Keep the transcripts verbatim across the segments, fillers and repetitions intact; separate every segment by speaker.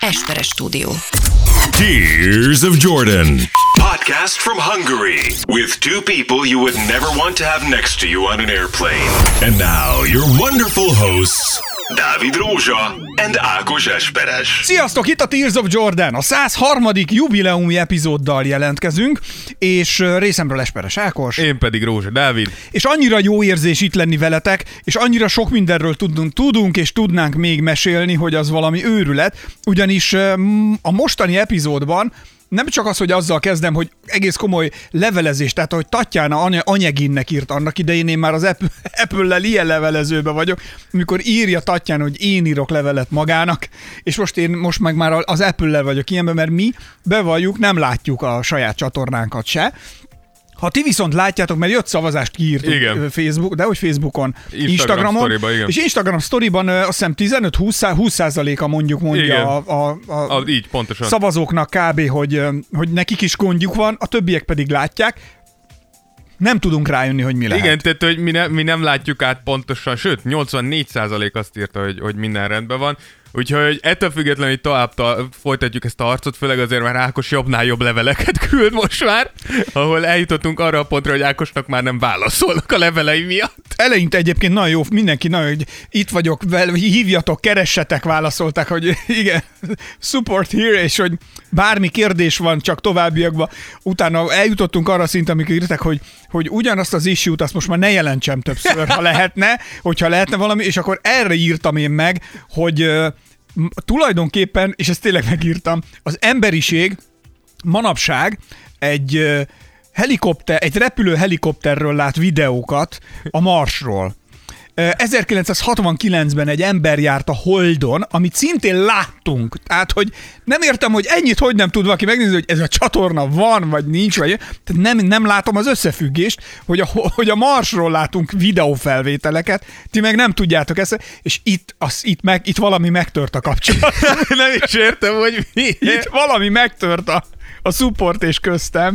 Speaker 1: Esperes Stúdió.
Speaker 2: Tears of Jordan. Podcast from Hungary. With two people you would never want to have next to you on an airplane. And now your wonderful hosts, Dávid Rózsa and Ákos Esperes.
Speaker 3: Sziasztok, itt a Tears of Jordan. A száz harmadik jubileumi epizóddal jelentkezünk, és részemről Esperes Ákos.
Speaker 4: Én pedig Rózsa Dávid.
Speaker 3: És annyira jó érzés itt lenni veletek, és annyira sok mindenről tudunk, tudunk és tudnánk még mesélni, hogy az valami őrület, ugyanis a mostani epizódban nem csak az, hogy azzal kezdem, hogy egész komoly levelezés, tehát ahogy Tatjana Anyeginnek írt annak idején, én már az Apple-lel ilyen levelezőbe vagyok, amikor írja Tatjana, hogy én írok levelet magának, és most én most meg már az Apple-lel vagyok ilyenben, mert mi bevalljuk, nem látjuk a saját csatornánkat se. Ha ti viszont látjátok, mert jött szavazást kiírtuk igen. Facebook, de hogy Facebookon,
Speaker 4: Instagram
Speaker 3: Instagramon,
Speaker 4: sztoriba, igen.
Speaker 3: és Instagram sztoriban azt hiszem tizenöt-húsz százaléka mondjuk mondja a, a, a,
Speaker 4: a így, pontosan.
Speaker 3: szavazóknak kb. Hogy, hogy nekik is gondjuk van, a többiek pedig látják. Nem tudunk rájönni, hogy mi lehet.
Speaker 4: Igen, tehát hogy mi, ne, mi nem látjuk át pontosan, sőt, nyolcvannégy százalék azt írta, hogy, hogy minden rendben van. Úgyhogy ettől függetlenül tovább ta, folytatjuk ezt a harcot, főleg azért, mert Ákos jobbnál jobb leveleket küld most már, ahol eljutottunk arra a pontra, hogy Ákosnak már nem válaszolnak a levelei miatt.
Speaker 3: Eleinte egyébként nagyon jó, mindenki nagyon, hogy itt vagyok, hívjatok, keressetek, válaszolták, hogy igen, support here, és hogy bármi kérdés van, csak továbbiakban. Utána eljutottunk arra szinten, amikor írtak, hogy, hogy ugyanazt az issue-t azt most már ne jelentsem többször, ha lehetne, hogyha lehetne valami, és akkor erre írtam én meg, hogy tulajdonképpen, és ezt tényleg megírtam, az emberiség manapság egy helikopter, egy repülő helikopterről lát videókat a Marsról. ezerkilencszázhatvankilencben egy ember járt a Holdon, amit szintén láttunk. Tehát, hogy nem értem, hogy ennyit hogy nem tud valaki megnézni, hogy ez a csatorna van, vagy nincs, vagy tehát nem, nem látom az összefüggést, hogy a, hogy a Marsról látunk videófelvételeket, ti meg nem tudjátok ezt, és itt, az, itt, meg, itt valami megtört a kapcsolat.
Speaker 4: Nem is értem, hogy mi.
Speaker 3: Itt valami megtört a, a support és köztem.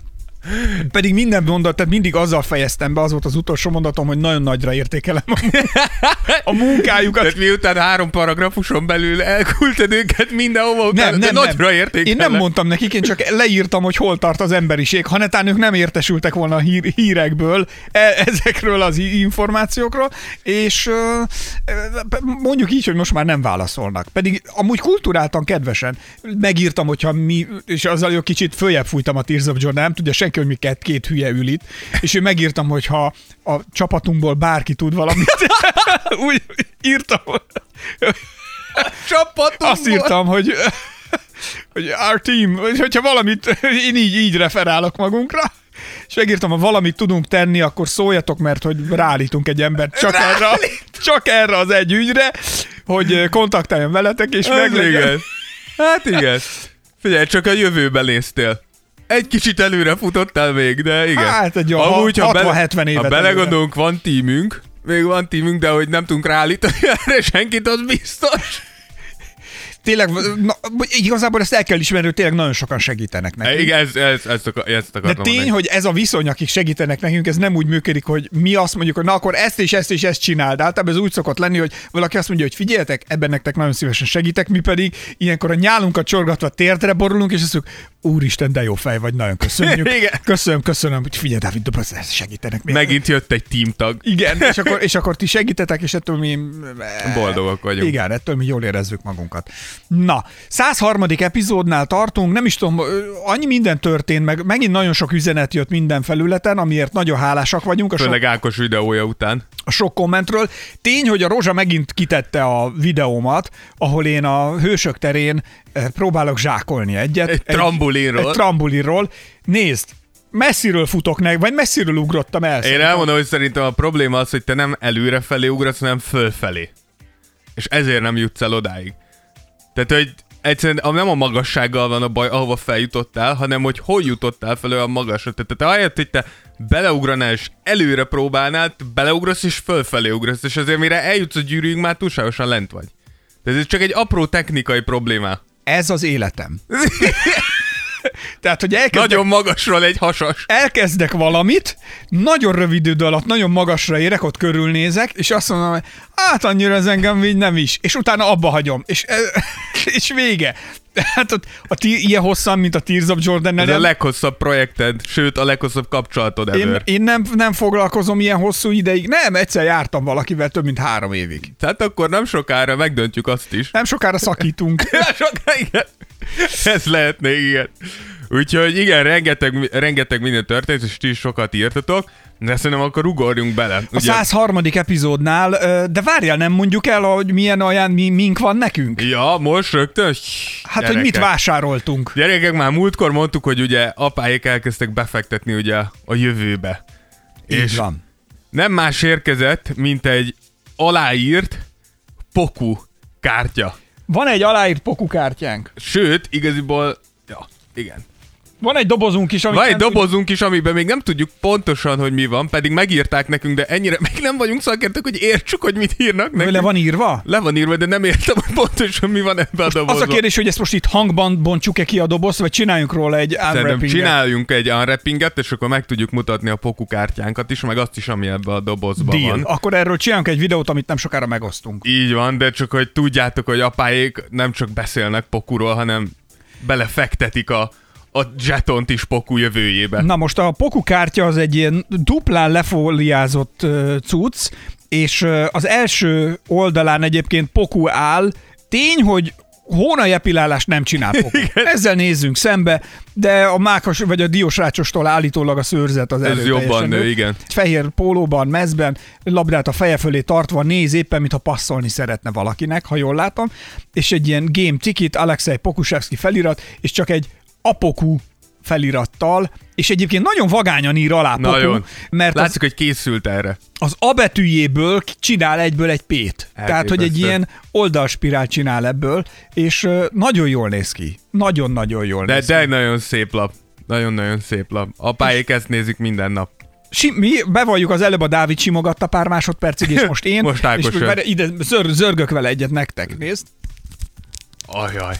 Speaker 3: Pedig minden mondat, tehát mindig azzal fejeztem be, az volt az utolsó mondatom, hogy nagyon nagyra értékelem a, a munkájukat.
Speaker 4: Tehát miután három paragrafuson belül elküldted őket mindenhova, utána,
Speaker 3: nem,
Speaker 4: de
Speaker 3: nem,
Speaker 4: nagyra értékelem.
Speaker 3: Én nem mondtam nekik, én csak leírtam, hogy hol tart az emberiség. Ha netán ők nem értesültek volna a hír, hírekből, e, ezekről az információkról, és mondjuk így, hogy most már nem válaszolnak. Pedig amúgy kulturáltan kedvesen megírtam, hogyha mi, és azzal jó kicsit följebb fújtam a Tears of Jordan, nem tudja senki, hogy mi két, két hülye ül itt, és én megírtam, hogy ha a csapatunkból bárki tud valamit, úgy írtam,
Speaker 4: csapatunkból.
Speaker 3: Azt írtam, hogy, hogy our team, hogyha valamit, én így, így referálok magunkra, és megírtam, ha valamit tudunk tenni, akkor szóljatok, mert hogy ráállítunk egy embert csak erre, csak erre az egy ügyre, hogy kontaktáljon veletek, és meglegyen.
Speaker 4: Hát igen. Figyelj, csak a jövőben néztél. Egy kicsit előre futottál még, de igen.
Speaker 3: Hát egy jó,
Speaker 4: amúgy,
Speaker 3: hatvan-hetven évet.
Speaker 4: Ha belegondolunk, van tímünk, még van tímünk, de hogy nem tudunk ráállítani erre senkit, az biztos.
Speaker 3: Tényleg, na, igazából ezt el kell ismerni, hogy tényleg nagyon sokan segítenek nekünk.
Speaker 4: Igen, ez, ez, ezt, akar, ezt akartam
Speaker 3: De tény,
Speaker 4: mondani.
Speaker 3: hogy ez a viszony, akik segítenek nekünk, ez nem úgy működik, hogy mi azt mondjuk, hogy na akkor ezt és ezt és ezt csináld. Általában ez úgy szokott lenni, hogy valaki azt mondja, hogy figyeljetek, ebben nektek nagyon szívesen segítek, mi pedig ilyenkor a nyálunkat csorgatva térdre borulunk, és azt mondjuk, úristen, de jó fej vagy, nagyon köszönjük.
Speaker 4: Igen.
Speaker 3: Köszönöm, köszönöm, hogy figyelj, Dávid, ezt segítenek.
Speaker 4: Megint jött egy teamtag.
Speaker 3: Igen, és akkor, és akkor ti segítetek, és ettől mi...
Speaker 4: Boldogak vagyunk.
Speaker 3: Igen, ettől mi jól érezzük magunkat. Na, száz harmadik epizódnál tartunk, nem is tudom, annyi minden történt, meg megint nagyon sok üzenet jött minden felületen, amiért nagyon hálásak vagyunk. A
Speaker 4: Főleg sok, Ákos videója után.
Speaker 3: A sok kommentről. Tény, hogy a Rózsa megint kitette a videómat, ahol én a Hősök terén próbálok zsákolni egyet.
Speaker 4: Egy, egy trambulinról.
Speaker 3: Egy trambulinról. Nézd, messziről futok meg, vagy messziről ugrottam el.
Speaker 4: Én
Speaker 3: szerintem.
Speaker 4: elmondom, hogy szerintem a probléma az, hogy te nem előrefelé ugrasz, hanem fölfelé. És ezért nem jutsz el odáig. Tehát, hogy egyszerűen nem a magassággal van a baj, ahova feljutottál, hanem hogy hol jutottál fel olyan magasra. Tehát te ahelyett, hogy te beleugranál és előre próbálnál, beleugrasz és fölfelé ugrasz, és azért mire eljutsz a gyűrűig, már túlságosan lent vagy. Tehát ez csak egy apró technikai probléma.
Speaker 3: Ez az életem. Tehát, hogy elkezdek,
Speaker 4: Nagyon magasról egy hasas.
Speaker 3: elkezdek valamit, nagyon rövid idő alatt nagyon magasra érek, ott körülnézek, és azt mondom, hogy hát annyira ez engem így nem is. És utána abba hagyom. És, és vége. Hát ott a tí- ilyen hosszan, mint a Tears of Jordan-nel.
Speaker 4: Ez a leghosszabb projekted, sőt a leghosszabb kapcsolatod ever.
Speaker 3: Én, én nem, nem foglalkozom ilyen hosszú ideig. Nem, egyszer jártam valakivel több mint három évig.
Speaker 4: Tehát akkor nem sokára megdöntjük azt is.
Speaker 3: Nem sokára szakítunk.
Speaker 4: Sokára, igen. Ez lehetne, igen. Úgyhogy igen, rengeteg, rengeteg minden történt, és ti is sokat írtatok, de szerintem akkor ugorjunk bele.
Speaker 3: A száz harmadik epizódnál, de várjál, nem mondjuk el, hogy milyen aján, mi, mink van nekünk?
Speaker 4: Ja, most rögtön?
Speaker 3: Hát,
Speaker 4: Gyerekek.
Speaker 3: hogy mit vásároltunk.
Speaker 4: Gyerekek, már múltkor mondtuk, hogy ugye apáik elkezdtek befektetni ugye a jövőbe.
Speaker 3: Így
Speaker 4: és
Speaker 3: van.
Speaker 4: nem más érkezett, mint egy aláírt Poku kártya.
Speaker 3: Van egy aláírt pokukártyánk.
Speaker 4: Sőt, igaziból, ja, igen.
Speaker 3: Van egy dobozunk is, amit
Speaker 4: Van egy
Speaker 3: nem
Speaker 4: dobozunk is, amiben még nem tudjuk pontosan, hogy mi van, pedig megírták nekünk, de ennyire még nem vagyunk szakértők, hogy értsük, hogy mit írnak
Speaker 3: tudjuk.
Speaker 4: nekünk.
Speaker 3: Le van írva?
Speaker 4: Le van írva, de nem értem, hogy pontosan mi van ebben a dobozban.
Speaker 3: Az a kérdés, hogy ezt most itt hangban bontsuk-e ki a dobozt, vagy csináljunk róla egy
Speaker 4: Szerintem
Speaker 3: unwrappinget.
Speaker 4: csináljunk egy unwrappinget, és akkor meg tudjuk mutatni a Poku kártyánkat is, meg azt is, ami ebben a dobozban
Speaker 3: Deal.
Speaker 4: van.
Speaker 3: Akkor erről csinálunk egy videót, amit nem sokára megosztunk.
Speaker 4: Így van, de csak hogy tudjátok, hogy apáék nem csak beszélnek Pokuról, hanem belefektetik a, a zsetont is Poku jövőjébe.
Speaker 3: Na most a Poku kártya az egy ilyen duplán lefóliázott uh, cucc, és uh, az első oldalán egyébként Poku áll. Tény, hogy hónai epilálást nem csinál Poku. Ezzel nézzünk szembe, de a mákos vagy a diósrácsostól állítólag a szőrzet az
Speaker 4: Ez
Speaker 3: erőteljesen
Speaker 4: jobban nő,
Speaker 3: nő.
Speaker 4: igen.
Speaker 3: Fehér pólóban, mezben, labdát a feje fölé tartva néz éppen, mintha passzolni szeretne valakinek, ha jól látom, és egy ilyen game ticket, Alexei Pokusevski felirat, és csak egy Apoku felirattal, és egyébként nagyon vagányan ír alá Poku,
Speaker 4: Nagyon.
Speaker 3: mert az,
Speaker 4: Látszik, hogy készült erre.
Speaker 3: az A betűjéből csinál egyből egy P-t. Tehát, hogy egy ilyen oldalspirál csinál ebből, és uh, nagyon jól néz ki. Nagyon-nagyon jól
Speaker 4: De,
Speaker 3: néz
Speaker 4: de
Speaker 3: ki.
Speaker 4: egy nagyon szép lap. Nagyon-nagyon szép lap. Apáék ezt nézik minden nap.
Speaker 3: Si- mi bevalljuk, az előbb a Dávid simogatta pár másodpercig, és most én.
Speaker 4: Most Ákos
Speaker 3: és
Speaker 4: jön.
Speaker 3: vele- ide zör, zörgök vele egyet nektek, nézd.
Speaker 4: Ajaj.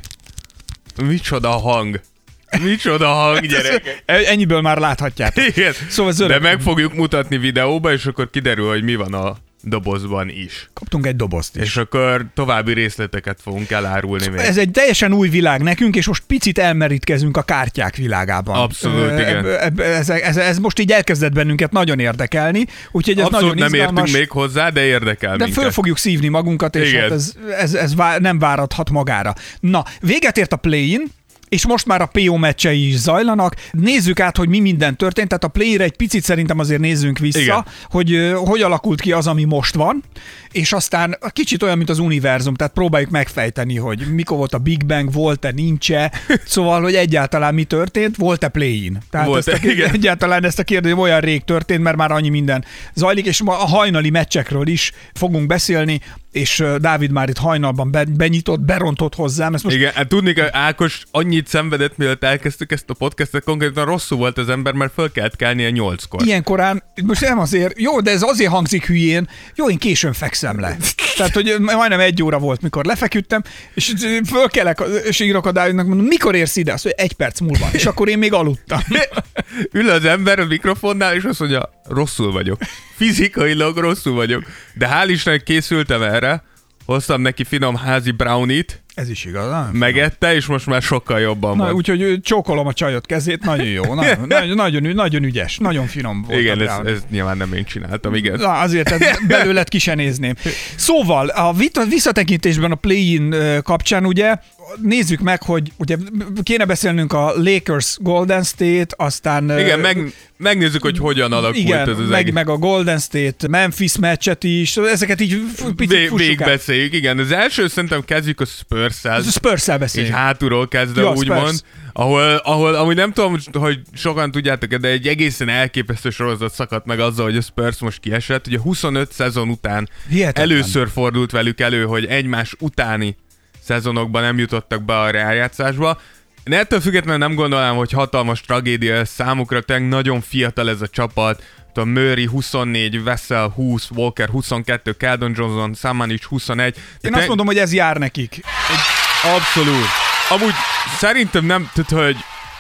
Speaker 4: Micsoda hang. Micsoda hang, gyerekek.
Speaker 3: Ennyiből már láthatjátok.
Speaker 4: Igen.
Speaker 3: Szóval
Speaker 4: De
Speaker 3: zörög.
Speaker 4: meg fogjuk mutatni videóba, és akkor kiderül, hogy mi van a dobozban is.
Speaker 3: Kaptunk egy dobozt is.
Speaker 4: És akkor további részleteket fogunk elárulni még.
Speaker 3: Ez egy teljesen új világ nekünk, és most picit elmerítkezünk a kártyák világában.
Speaker 4: Abszolút,
Speaker 3: Ö,
Speaker 4: igen.
Speaker 3: eb- Ez, ez, ez most így elkezdett bennünket nagyon érdekelni, úgyhogy ez
Speaker 4: Abszolút
Speaker 3: nagyon
Speaker 4: nem
Speaker 3: izgalmas.
Speaker 4: értünk még hozzá, de érdekel
Speaker 3: De
Speaker 4: minket.
Speaker 3: föl fogjuk szívni magunkat, és
Speaker 4: Igen.
Speaker 3: hát ez, ez, ez vá- nem váradhat magára. Na, véget ért a play-in, és most már a pé o meccsei is zajlanak. Nézzük át, hogy mi minden történt, tehát a play-re egy picit szerintem azért nézzünk vissza,
Speaker 4: Igen.
Speaker 3: hogy uh, hogy alakult ki az, ami most van, és aztán kicsit olyan, mint az univerzum, tehát próbáljuk megfejteni, hogy mikor volt a Big Bang, volt-e, nincs-e, szóval, hogy egyáltalán mi történt, volt-e play-in. Tehát
Speaker 4: Volt,
Speaker 3: ezt a,
Speaker 4: igen.
Speaker 3: egyáltalán ezt a kérdést olyan rég történt, mert már annyi minden zajlik, és ma a hajnali meccsekről is fogunk beszélni, és uh, Dávid már itt hajnalban be, benyitott, berontott hozzám. Ezt most
Speaker 4: Igen, hát tudni, hogy Ákos annyit szenvedett, mielőtt elkezdtük ezt a podcastet, konkrétan rosszul volt az ember, mert föl kellett kelnie nyolckor.
Speaker 3: ilyen korán, most nem azért, jó, de ez azért hangzik hülyén, jó, én későn fekszem le. Tehát, hogy majdnem egy óra volt, mikor lefeküdtem, és fölkelek, és írok a Dávidnak, mondom, mikor érsz ide? Azt mondja, egy perc múlva. És akkor én még aludtam.
Speaker 4: Ül az ember a mikrofonnál, és azt mondja, rosszul vagyok. Fizikailag rosszul vagyok. De hál' Istennek készültem erre, hoztam neki finom házi brownie-t,
Speaker 3: Ez is igaz, nem?
Speaker 4: megette, és most már sokkal jobban
Speaker 3: Na,
Speaker 4: van.
Speaker 3: úgyhogy csókolom a csajot kezét, nagyon jó, nagyon, nagyon, nagyon, nagyon ügyes, nagyon finom volt.
Speaker 4: Igen,
Speaker 3: a
Speaker 4: ez,
Speaker 3: brownie.
Speaker 4: ez nyilván nem én csináltam, igen.
Speaker 3: Na, azért ezt belőled ki se nézném. Szóval, a vita- visszatekintésben a play-in ö, kapcsán ugye nézzük meg, hogy ugye kéne beszélnünk a Lakers Golden State, aztán... ö,
Speaker 4: Igen, meg, megnézzük, hogy hogyan alakult
Speaker 3: igen,
Speaker 4: ez az
Speaker 3: meg,
Speaker 4: egész.
Speaker 3: meg a Golden State Memphis meccset is, ezeket így f- picit
Speaker 4: Vé-
Speaker 3: fussuk át.
Speaker 4: Végbeszéljük, igen. Az első szerintem kezdjük a Spurs-szel,
Speaker 3: Spurs-szel
Speaker 4: és
Speaker 3: beszéljünk.
Speaker 4: hátulról kezdve
Speaker 3: Ja,
Speaker 4: úgymond,
Speaker 3: Spurs.
Speaker 4: ahol, ahol, amúgy nem tudom, hogy sokan tudjátok, de egy egészen elképesztő sorozat szakadt meg azzal, hogy a Spurs most kiesett. Ugye huszonöt szezon után
Speaker 3: Hihetetlen.
Speaker 4: először fordult velük elő, hogy egymás utáni szezonokban nem jutottak be a rájátszásba. De ettől függetlenül nem gondolom, hogy hatalmas tragédia ez számukra, tényleg nagyon fiatal ez a csapat. A Murray huszonnégy, Vessel húsz, Walker huszonkettő, Keldon Johnson, Samanic huszonegy. De
Speaker 3: Én azt mondom, hogy ez jár nekik.
Speaker 4: Abszolút. Amúgy szerintem nem, tehát, hogy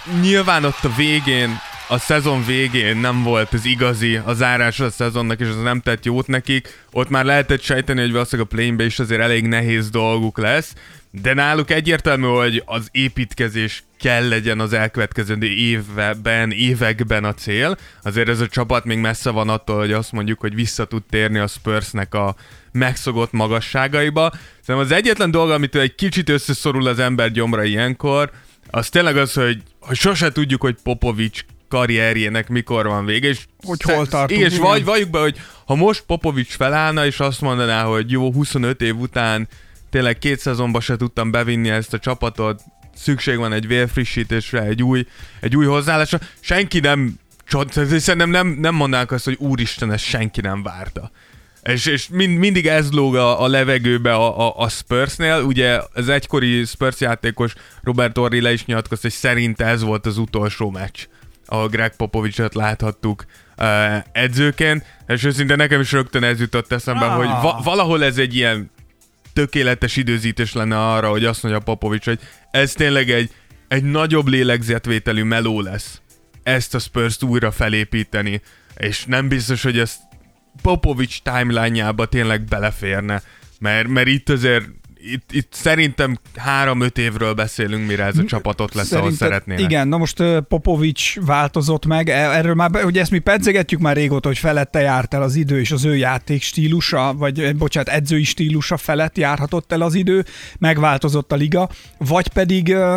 Speaker 4: nyilván ott a végén, a szezon végén nem volt az igazi, a zárása a szezonnak, és az nem tett jót nekik. Ott már lehetett sejteni, hogy valószínűleg a play-inbe is azért elég nehéz dolguk lesz, de náluk egyértelmű, hogy az építkezés kell legyen az elkövetkező évben, években a cél. Azért ez a csapat még messze van attól, hogy azt mondjuk, hogy vissza tud térni a Spursnek a megszokott magasságaiba. Szerintem az egyetlen dolga, amitől egy kicsit összeszorul az ember gyomra ilyenkor, az tényleg az, hogy, hogy sose tudjuk, hogy Popovics karrierjének mikor van vége, és
Speaker 3: hogy hol tartunk.
Speaker 4: És vagy valljuk be, hogy ha most Popovics felállna, és azt mondaná, hogy jó, huszonöt év után tényleg két szezonba se tudtam bevinni ezt a csapatot, szükség van egy vérfrissítésre, egy új, egy új hozzáállásra, senki nem, szerintem nem, nem mondanánk azt, hogy úristen, ezt senki nem várta. És, és mind, mindig ez lóg a, a levegőbe a, a, a Spursnél. Ugye az egykori Spurs játékos Robert Horry le is nyilatkozta, hogy szerinte ez volt az utolsó meccs, ahol Greg Popovicsot láthattuk uh, edzőként, és őszintén nekem is rögtön ez jutott eszembe, ah. hogy va- valahol ez egy ilyen tökéletes időzítés lenne arra, hogy azt mondja Popovics, hogy ez tényleg egy, egy nagyobb lélegzetvételű meló lesz ezt a Spurs-t újra felépíteni, és nem biztos, hogy ezt Popovics timeline-jába tényleg beleférne, mert, mert itt azért itt, itt szerintem három-öt évről beszélünk, mire ez a csapat ott lesz, Szerinted, ahol szeretnének.
Speaker 3: Igen, na most Popovics változott meg, erről már, ugye ezt mi pedzegetjük már régóta, hogy felette járt el az idő, és az ő játék stílusa, vagy bocsánat, edzői stílusa felett járhatott el az idő, megváltozott a liga, vagy pedig ö,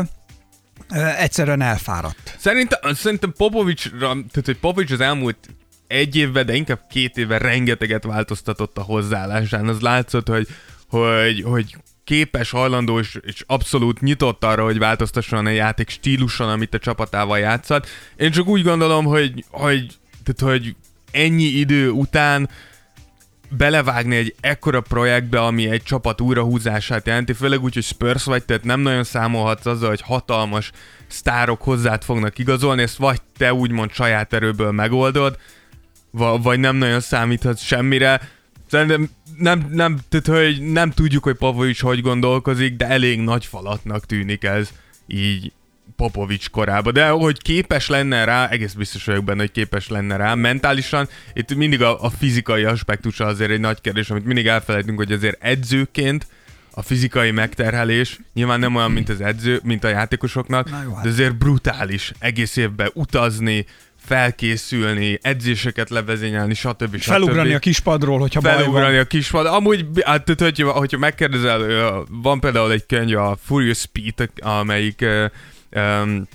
Speaker 3: ö, egyszerűen elfáradt.
Speaker 4: Szerintem, szerintem Popovicsra, tehát hogy Popovics az elmúlt egy évben, de inkább két évben rengeteget változtatott a hozzáállásán. Az látszott, hogy, hogy, hogy képes, hajlandó és, és abszolút nyitott arra, hogy változtasson a játék stíluson, amit a csapatával játszhat. Én csak úgy gondolom, hogy, hogy, tehát, hogy ennyi idő után belevágni egy ekkora projektbe, ami egy csapat újrahúzását jelenti, főleg úgy, hogy Spurs vagy, tehát nem nagyon számolhatsz azzal, hogy hatalmas sztárok hozzád fognak igazolni, ezt vagy te úgymond saját erőből megoldod, vagy nem nagyon számíthatsz semmire. Szerintem nem, nem, tehát, hogy nem tudjuk, hogy Popovics hogy gondolkozik, de elég nagy falatnak tűnik ez így Popovics korában. De hogy képes lenne rá, egész biztos vagyok benne, hogy képes lenne rá mentálisan. Itt mindig a, a fizikai aspektusa azért egy nagy kérdés, amit mindig elfelejtünk, hogy azért edzőként a fizikai megterhelés nyilván nem olyan, mint az edző, mint a játékosoknak, jó, de azért brutális egész évben utazni, felkészülni, edzéseket levezényelni, stb.
Speaker 3: Felugrani stb. A kispadról, hogyha baj van.
Speaker 4: Felugrani a kispad. Amúgy, hát, hogyha, hogyha megkérdezel, van például egy könyv, a Furious Speed, amelyik um,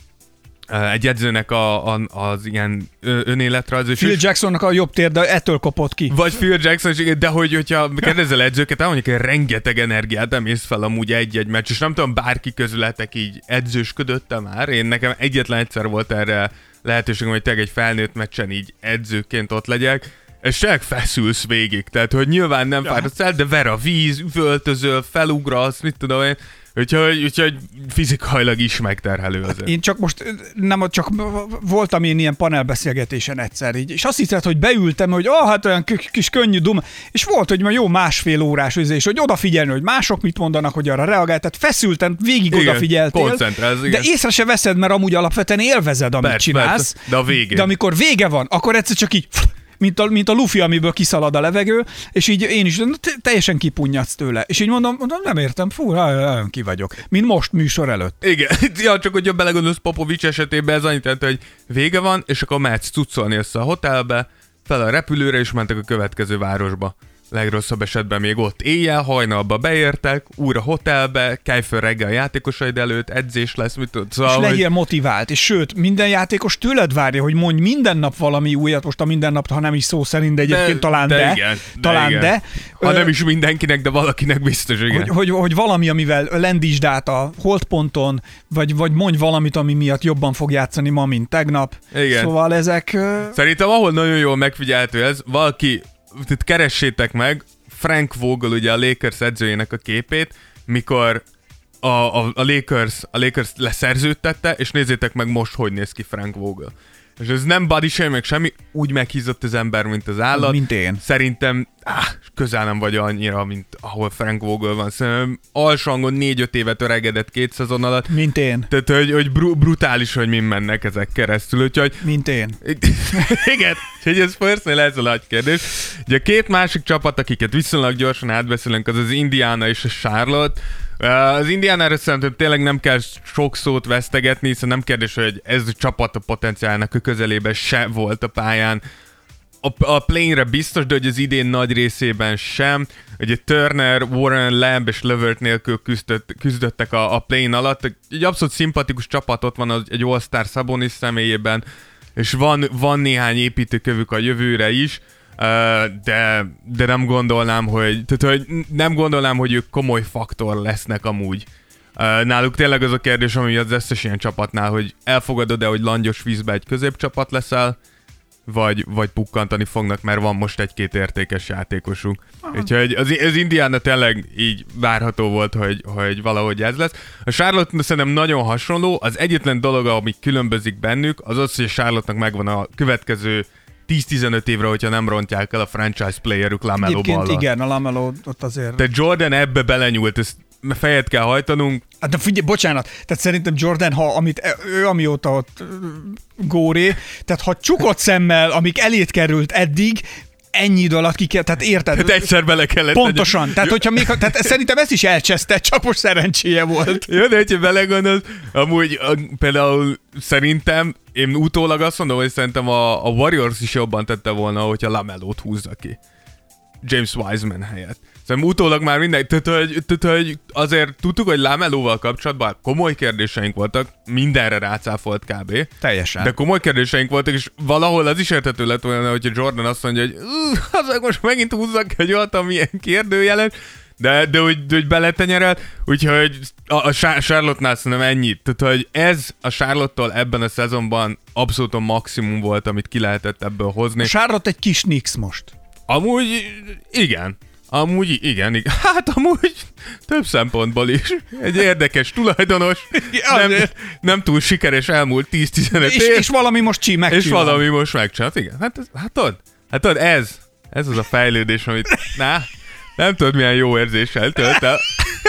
Speaker 4: egy edzőnek a, a, az ilyen önéletrajz.
Speaker 3: Phil Jacksonnak a jobb tér, de ettől kopott ki.
Speaker 4: Vagy Phil Jackson, de hogy, hogyha kérdezel edzőket, elmondjuk, hogy rengeteg energiát emész fel amúgy egy-egy meccs, és nem tudom, bárki közületek így edzősködötte már. Én nekem egyetlen egyszer volt erre lehetőségem, hogy tényleg egy felnőtt meccsen így edzőként ott legyek, és tényleg feszülsz végig. Tehát, hogy nyilván nem ja. fáradsz el, de ver a víz, üvöltözöl, felugrasz, mit tudom én. Úgyhogy, úgyhogy fizikailag is megterhelő azért.
Speaker 3: Én csak most nem, csak voltam én ilyen panelbeszélgetésen egyszer így, és azt hiszed, hogy beültem, hogy ah, hát olyan kis könnyű duma, és volt, hogy már jó másfél órás és hogy odafigyelni, hogy mások mit mondanak, hogy arra reagál, tehát feszülten végig igen, odafigyeltél, de észre se veszed, mert amúgy alapvetően élvezed, amit perc, csinálsz,
Speaker 4: perc, de a végén.
Speaker 3: De amikor vége van, akkor egyszer csak így mint a, mint a Luffy, amiből kiszalad a levegő, és így én is teljesen kipunnyadsz tőle. És így mondom, mondom nem értem, fú, nagyon ki vagyok. Mint most műsor előtt.
Speaker 4: Igen, ja, csak hogyha belegondolsz Popovics esetében, ez annyit jelent, hogy vége van, és akkor mehetsz cuccolni össze a hotelbe, fel a repülőre, és mentek a következő városba. Legrosszabb esetben még ott éjjel, hajnalba beértek, újra hotelbe, kelj föl reggel a játékosaid előtt, edzés lesz, mit tudod. Szóval,
Speaker 3: és legyél hogy... motivált, és sőt, minden játékos tőled várja, hogy mondj minden nap valami újat, most a minden nap, ha nem is szó szerint, de egyébként de, talán de, de, igen, de talán igen. de.
Speaker 4: Ha nem is mindenkinek, de valakinek biztos, igen.
Speaker 3: Hogy, hogy, hogy valami, amivel lendítsd át a holdponton, vagy, vagy mondj valamit, ami miatt jobban fog játszani ma, mint tegnap. Igen. Szóval ezek...
Speaker 4: Szerintem ahol nagyon jól megfigyelhető ez, valaki tehát keressétek meg Frank Vogel, ugye a Lakers edzőjének a képét, mikor a, a, a, Lakers, a Lakers leszerződtette, és nézzétek meg most, hogy néz ki Frank Vogel. És ez nem body shame, meg semmi, úgy meghízott az ember, mint az állat.
Speaker 3: Mint én.
Speaker 4: Szerintem áh, közel nem vagy annyira, mint ahol Frank Vogel van. Szerintem alsóhangon négy-öt évet öregedett két szezon alatt.
Speaker 3: Mint én.
Speaker 4: Tehát, hogy, hogy br- brutális, hogy mind mennek ezek keresztül. Úgyhogy...
Speaker 3: Mint én.
Speaker 4: Igen, úgyhogy ez Spursnél ez a nagy kérdés. Ugye a két másik csapat, akiket viszonylag gyorsan átbeszélünk, az az Indiana és a Charlotte. Az Indiánára szerintem tényleg nem kell sok szót vesztegetni, hiszen nem kérdés, hogy ez a csapat a potenciálnak a közelében se volt a pályán. A, a play-re biztos, de hogy az idén nagy részében sem. Ugye Turner, Warren, Lamb és Levert nélkül küzdött, küzdöttek a, a play-in alatt. Egy abszolút szimpatikus csapat ott van egy All-Star Sabonis személyében, és van, van néhány építőkövük a jövőre is. Uh, de, de nem gondolnám, hogy, tehát, hogy nem gondolnám, hogy ők komoly faktor lesznek amúgy. Uh, náluk tényleg az a kérdés, ami az összes ilyen csapatnál, hogy elfogadod-e, hogy langyos vízbe egy középcsapat leszel, vagy, vagy pukkantani fognak, mert van most egy-két értékes játékosunk. Aha. Úgyhogy az, az Indiana tényleg így várható volt, hogy, hogy valahogy ez lesz. A Charlotte szerintem nagyon hasonló. Az egyetlen dolog, ami különbözik bennük, az az, hogy a Charlotte-nak megvan a következő tíz-tizenöt évre, hogyha nem rontják el a franchise playerük LaMelo Ball-al.
Speaker 3: Egyébként igen, a LaMelo ott azért...
Speaker 4: Tehát Jordan ebbe belenyúlt, ezt fejet kell hajtanunk.
Speaker 3: Hát de figyelj, bocsánat, tehát szerintem Jordan, ha amit ő amióta ott góri, tehát ha csukott szemmel, amíg elét került eddig, ennyi idő alatt ki kell, tehát érted?
Speaker 4: Tehát egyszer bele kellett.
Speaker 3: Pontosan, legyen. Tehát hogyha még, tehát szerintem ezt is elcseszte, csapos szerencséje volt.
Speaker 4: Jó, de hogyha belegondolsz, amúgy a, például szerintem, én utólag azt mondom, hogy szerintem a, a Warriors is jobban tette volna, hogyha LaMelót húzza ki James Wiseman helyett. Szerintem utólag már minden, tehát hogy, tehát, hogy azért tudtuk, hogy LaMelóval kapcsolatban komoly kérdéseink voltak, mindenre rácáfolt kb.
Speaker 3: Teljesen.
Speaker 4: De komoly kérdéseink voltak, és valahol az is érthető lett volna, hogyha Jordan azt mondja, hogy azért most megint húzzak egy olyat, ami ilyen kérdőjeles, de, de hogy, hogy beletenyerel, úgyhogy a, a Charlotte-nál szerintem ennyit. Tehát, hogy ez a Charlotte-tól ebben a szezonban abszolút a maximum volt, amit ki lehetett ebből hozni.
Speaker 3: A Charlotte egy kis Knicks most.
Speaker 4: Amúgy igen. Amúgy igen, igen. Hát amúgy több szempontból is. Egy érdekes tulajdonos, nem, nem túl sikeres elmúlt tíz-tizenöt
Speaker 3: és,
Speaker 4: év.
Speaker 3: És valami most csí, megcsinál.
Speaker 4: És valami most megcsinált, igen. Hát, ez, hát tudod, hát tudod, ez, ez az a fejlődés, amit, na, nem tudod milyen jó érzéssel tölt el.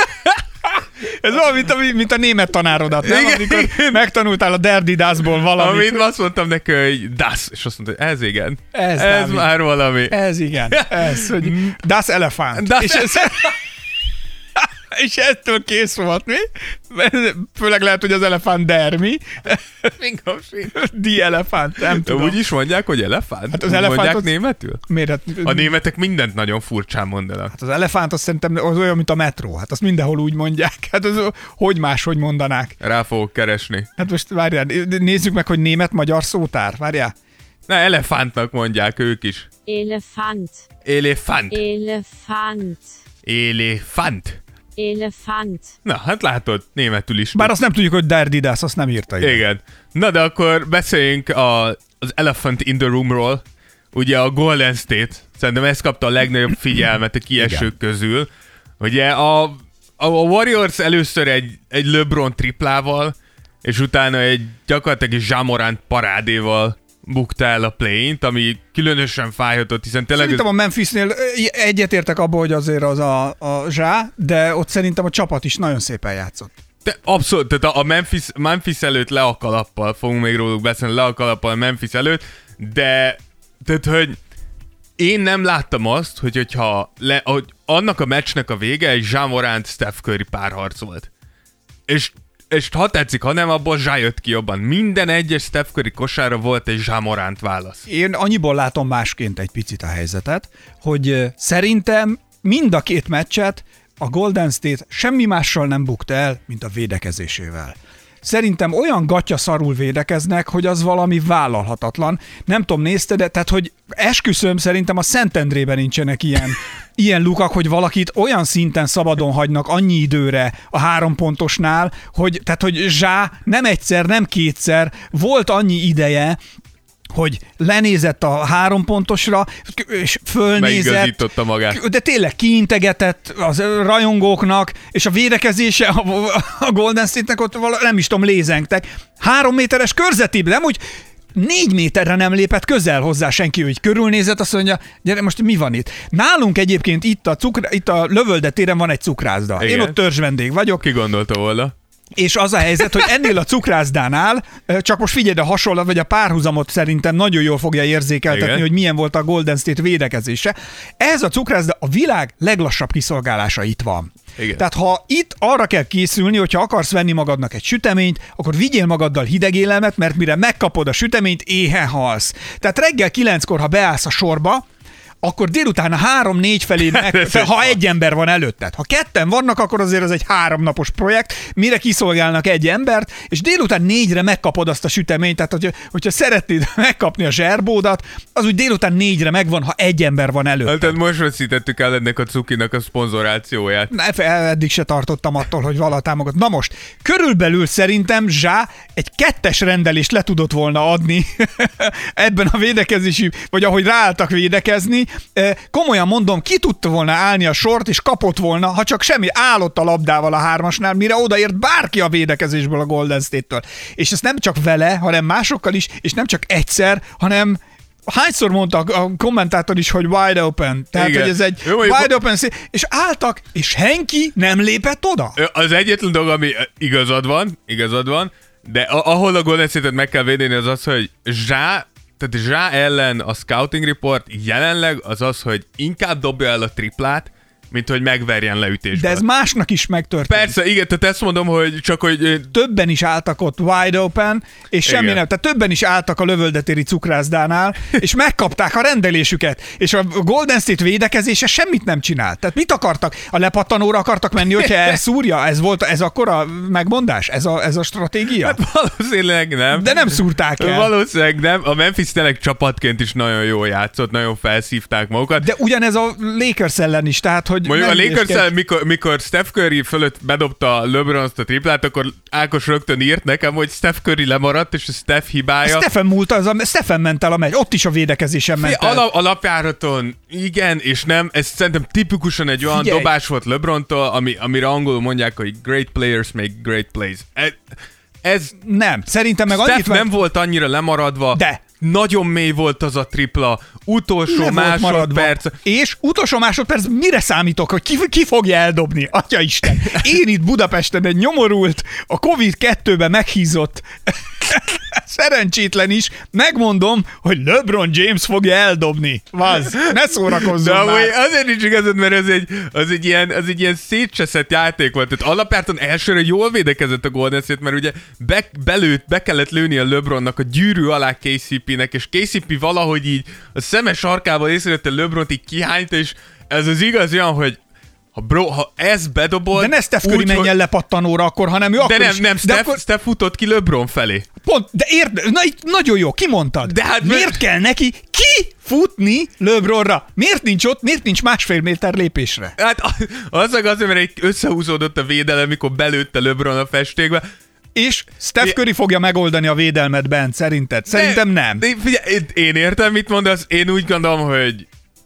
Speaker 3: Ez olyan, mint a, mint a német tanárodat, nem? Igen, amikor igen. Megtanultál a Dirty Das-ból valamit.
Speaker 4: Amint azt mondtam neki, hogy das, és azt mondta, hogy ez igen.
Speaker 3: Ez,
Speaker 4: ez már valami.
Speaker 3: Ez igen. Ez, hogy das elefánt. Das és, ez, és ettől kész volt, mi? Főleg lehet, hogy az elefánt dermi. Die elefánt, nem tudom.
Speaker 4: De úgy is mondják, hogy elefánt? Hát az elefánt mondják az... németül?
Speaker 3: Miért? Hát,
Speaker 4: a németek mindent nagyon furcsán mondanak.
Speaker 3: Hát az elefánt azt szerintem az olyan, mint a metró. Hát azt mindenhol úgy mondják. Hát az, hogy máshogy mondanák.
Speaker 4: Rá fogok keresni.
Speaker 3: Hát most várjál, nézzük meg, hogy német-magyar szótár. Várjál.
Speaker 4: Na, elefántnak mondják ők is.
Speaker 1: Elefant.
Speaker 4: Elefant.
Speaker 1: Elefant.
Speaker 4: Elefant.
Speaker 1: Elefant.
Speaker 4: Na, hát látod, németül is.
Speaker 3: Bár azt nem tudjuk, hogy Dirty Das, azt nem írta.
Speaker 4: Igen. igen. Na, de akkor beszéljünk a, az Elephant in the Roomról. Ugye a Golden State, szerintem ez kapta a legnagyobb figyelmet a kiesők közül. Ugye a, a Warriors először egy, egy LeBron triplával, és utána egy gyakorlatilag egy Ja Morant parádéval bukta el a play-int, ami különösen fájhatott, hiszen tényleg...
Speaker 3: Szerintem a Memphisnél egyetértek abban, hogy azért az a, a Ja, de ott szerintem a csapat is nagyon szépen játszott.
Speaker 4: De abszolút, tehát a Memphis, Memphis előtt le a kalappal, fogunk még róluk beszélni, le a kalappal a Memphis előtt, de tehát, hogy én nem láttam azt, hogy hogyha le, hogy annak a meccsnek a vége egy Ja Morant Steph Curry párharc volt. És És ha tetszik, ha nem, abból Ja jött ki jobban. Minden egyes Steph Curry kosára volt egy Ja Morant válasz.
Speaker 3: Én annyiból látom másként egy picit a helyzetet, hogy szerintem mind a két meccset a Golden State semmi mással nem bukta el, mint a védekezésével. Szerintem olyan gatyaszarul védekeznek, hogy az valami vállalhatatlan. Nem tudom, nézted, de tehát, hogy esküszöm, szerintem a Szentendrében nincsenek ilyen, ilyen lukak, hogy valakit olyan szinten szabadon hagynak annyi időre a három pontosnál, hogy, tehát, hogy Ja nem egyszer, nem kétszer, volt annyi ideje, hogy lenézett a három pontosra, és fölnézett.
Speaker 4: Megigazította magát.
Speaker 3: De tényleg kiintegetett az rajongóknak, és a védekezése a Golden State-nek ott vala, nem is tudom, lézengtek. Három méteres körzetében, nem úgy négy méterre nem lépett közel hozzá senki, hogy körülnézett, azt mondja, gyere, most mi van itt? Nálunk egyébként itt a, cukra, itt a Lövölde téren van egy cukrászda. Igen. Én ott törzsvendég vagyok.
Speaker 4: Ki gondolta volna?
Speaker 3: És az a helyzet, hogy ennél a cukrászdánál, csak most figyeld a hasonlat, vagy a párhuzamot szerintem nagyon jól fogja érzékeltetni, igen, hogy milyen volt a Golden State védekezése. Ez a cukrászda a világ leglassabb kiszolgálása itt van. Igen. Tehát ha itt arra kell készülni, hogyha akarsz venni magadnak egy süteményt, akkor vigyél magaddal hideg élelmet, mert mire megkapod a süteményt, éhen halsz. Tehát reggel kilenckor, ha beállsz a sorba, akkor délután a három-négy felé, meg, ha egy ember van előtted. Ha ketten vannak, akkor azért az egy háromnapos projekt, mire kiszolgálnak egy embert, és délután négyre megkapod azt a süteményt, tehát hogyha, hogyha szeretnéd megkapni a zserbódat, az úgy délután négyre megvan, ha egy ember van előtted.
Speaker 4: Tehát most veszítettük el ennek a cukinak a szponzorációját.
Speaker 3: Ne, eddig se tartottam attól, hogy vala támogat. Na most, körülbelül szerintem Zsá egy kettes rendelést le tudott volna adni ebben a védekezési, vagy ahogy ráálltak védekezni. Komolyan mondom, ki tudta volna állni a sort, és kapott volna, ha csak semmi, állott a labdával a hármasnál, mire odaért bárki a védekezésből a Golden State-től. És ezt nem csak vele, hanem másokkal is, és nem csak egyszer, hanem hányszor mondta a kommentátor is, hogy wide open. Tehát, igen, hogy ez egy jó, wide open, és álltak, és senki nem lépett oda.
Speaker 4: Az egyetlen dolog, ami igazad van, igazad van, de ahol a Golden State-et meg kell védeni, az az, hogy Zsá, tehát Zsá ellen a scouting report jelenleg az az, hogy inkább dobja el a triplát, mint hogy megverjen leütésbe.
Speaker 3: De ez másnak is megtörtént.
Speaker 4: Persze, igen, tehát ezt mondom, hogy csak hogy...
Speaker 3: Többen is álltak ott wide open, és semmi igen. nem. Tehát többen is álltak a lövöldetéri cukrászdánál, és megkapták a rendelésüket. És a Golden State védekezése semmit nem csinált. Tehát mit akartak? A lepattanóra akartak menni, hogyha elszúrja? Ez volt, ez akkor a megmondás? Ez a, ez a stratégia?
Speaker 4: Hát valószínűleg nem.
Speaker 3: De nem szúrták el.
Speaker 4: Valószínűleg nem. A Memphis tényleg csapatként is nagyon jól játszott, nagyon felszívták magukat.
Speaker 3: De ugyanez a Lakers ellen is, tehát hogy
Speaker 4: mondjuk a Lakers-el, mikor, mikor Steph Curry fölött bedobta LeBron azt a triplát, akkor Ákos rögtön írt nekem, hogy Steph Curry lemaradt, és a Steph hibája.
Speaker 3: A Stephen múlt, az a Stephen ment el a megy, ott is a védekezésen ment el.
Speaker 4: Alap, alapjáraton igen, és nem, ez szerintem tipikusan egy olyan Figyelj. dobás volt LeBrontól, ami, amire angolul mondják, hogy great players make great plays. Ez, ez
Speaker 3: nem, szerintem meg
Speaker 4: Steph
Speaker 3: annyit
Speaker 4: nem van... volt annyira lemaradva.
Speaker 3: De.
Speaker 4: Nagyon mély volt az a tripla, utolsó másodperc.
Speaker 3: És utolsó másodperc, mire számítok, hogy ki, ki fogja eldobni? Atyaisten! Én itt Budapesten egy nyomorult, a kovid kettőben meghízott szerencsétlen is, megmondom, hogy LeBron James fogja eldobni. Vazz, ne szórakozzon
Speaker 4: de
Speaker 3: már.
Speaker 4: Azért nincs igazad, mert az egy, az egy ilyen, az egy ilyen szétcseszett játék volt. Tehát alapjártan elsőre jól védekezett a Golden State, mert ugye be, belőtt, be kellett lőni a LeBronnak a gyűrű alá K C P-nek, és K C P valahogy így a szeme sarkával észrevette LeBront, így kihányta, és ez az igaz olyan, hogy ha bro, ha ez bedobod...
Speaker 3: De ne Steph Curry menjen hogy... lepattanóra akkor, hanem ő
Speaker 4: de
Speaker 3: akkor
Speaker 4: nem,
Speaker 3: is...
Speaker 4: nem, Steph, akkor... Steph futott ki LeBron felé.
Speaker 3: Pont, de érd, na itt nagyon jó, kimondtad. De hát miért kell neki kifutni LeBronra? Miért nincs ott, miért nincs másfél méter lépésre?
Speaker 4: Hát az az, mert egy összehúzódott a védelem, mikor belőtte LeBron a festékbe.
Speaker 3: És Steph Curry fogja megoldani a védelmet, Bent, szerinted? Szerintem nem.
Speaker 4: De, de figyelj, én értem, mit mondasz, én úgy gondolom, hogy,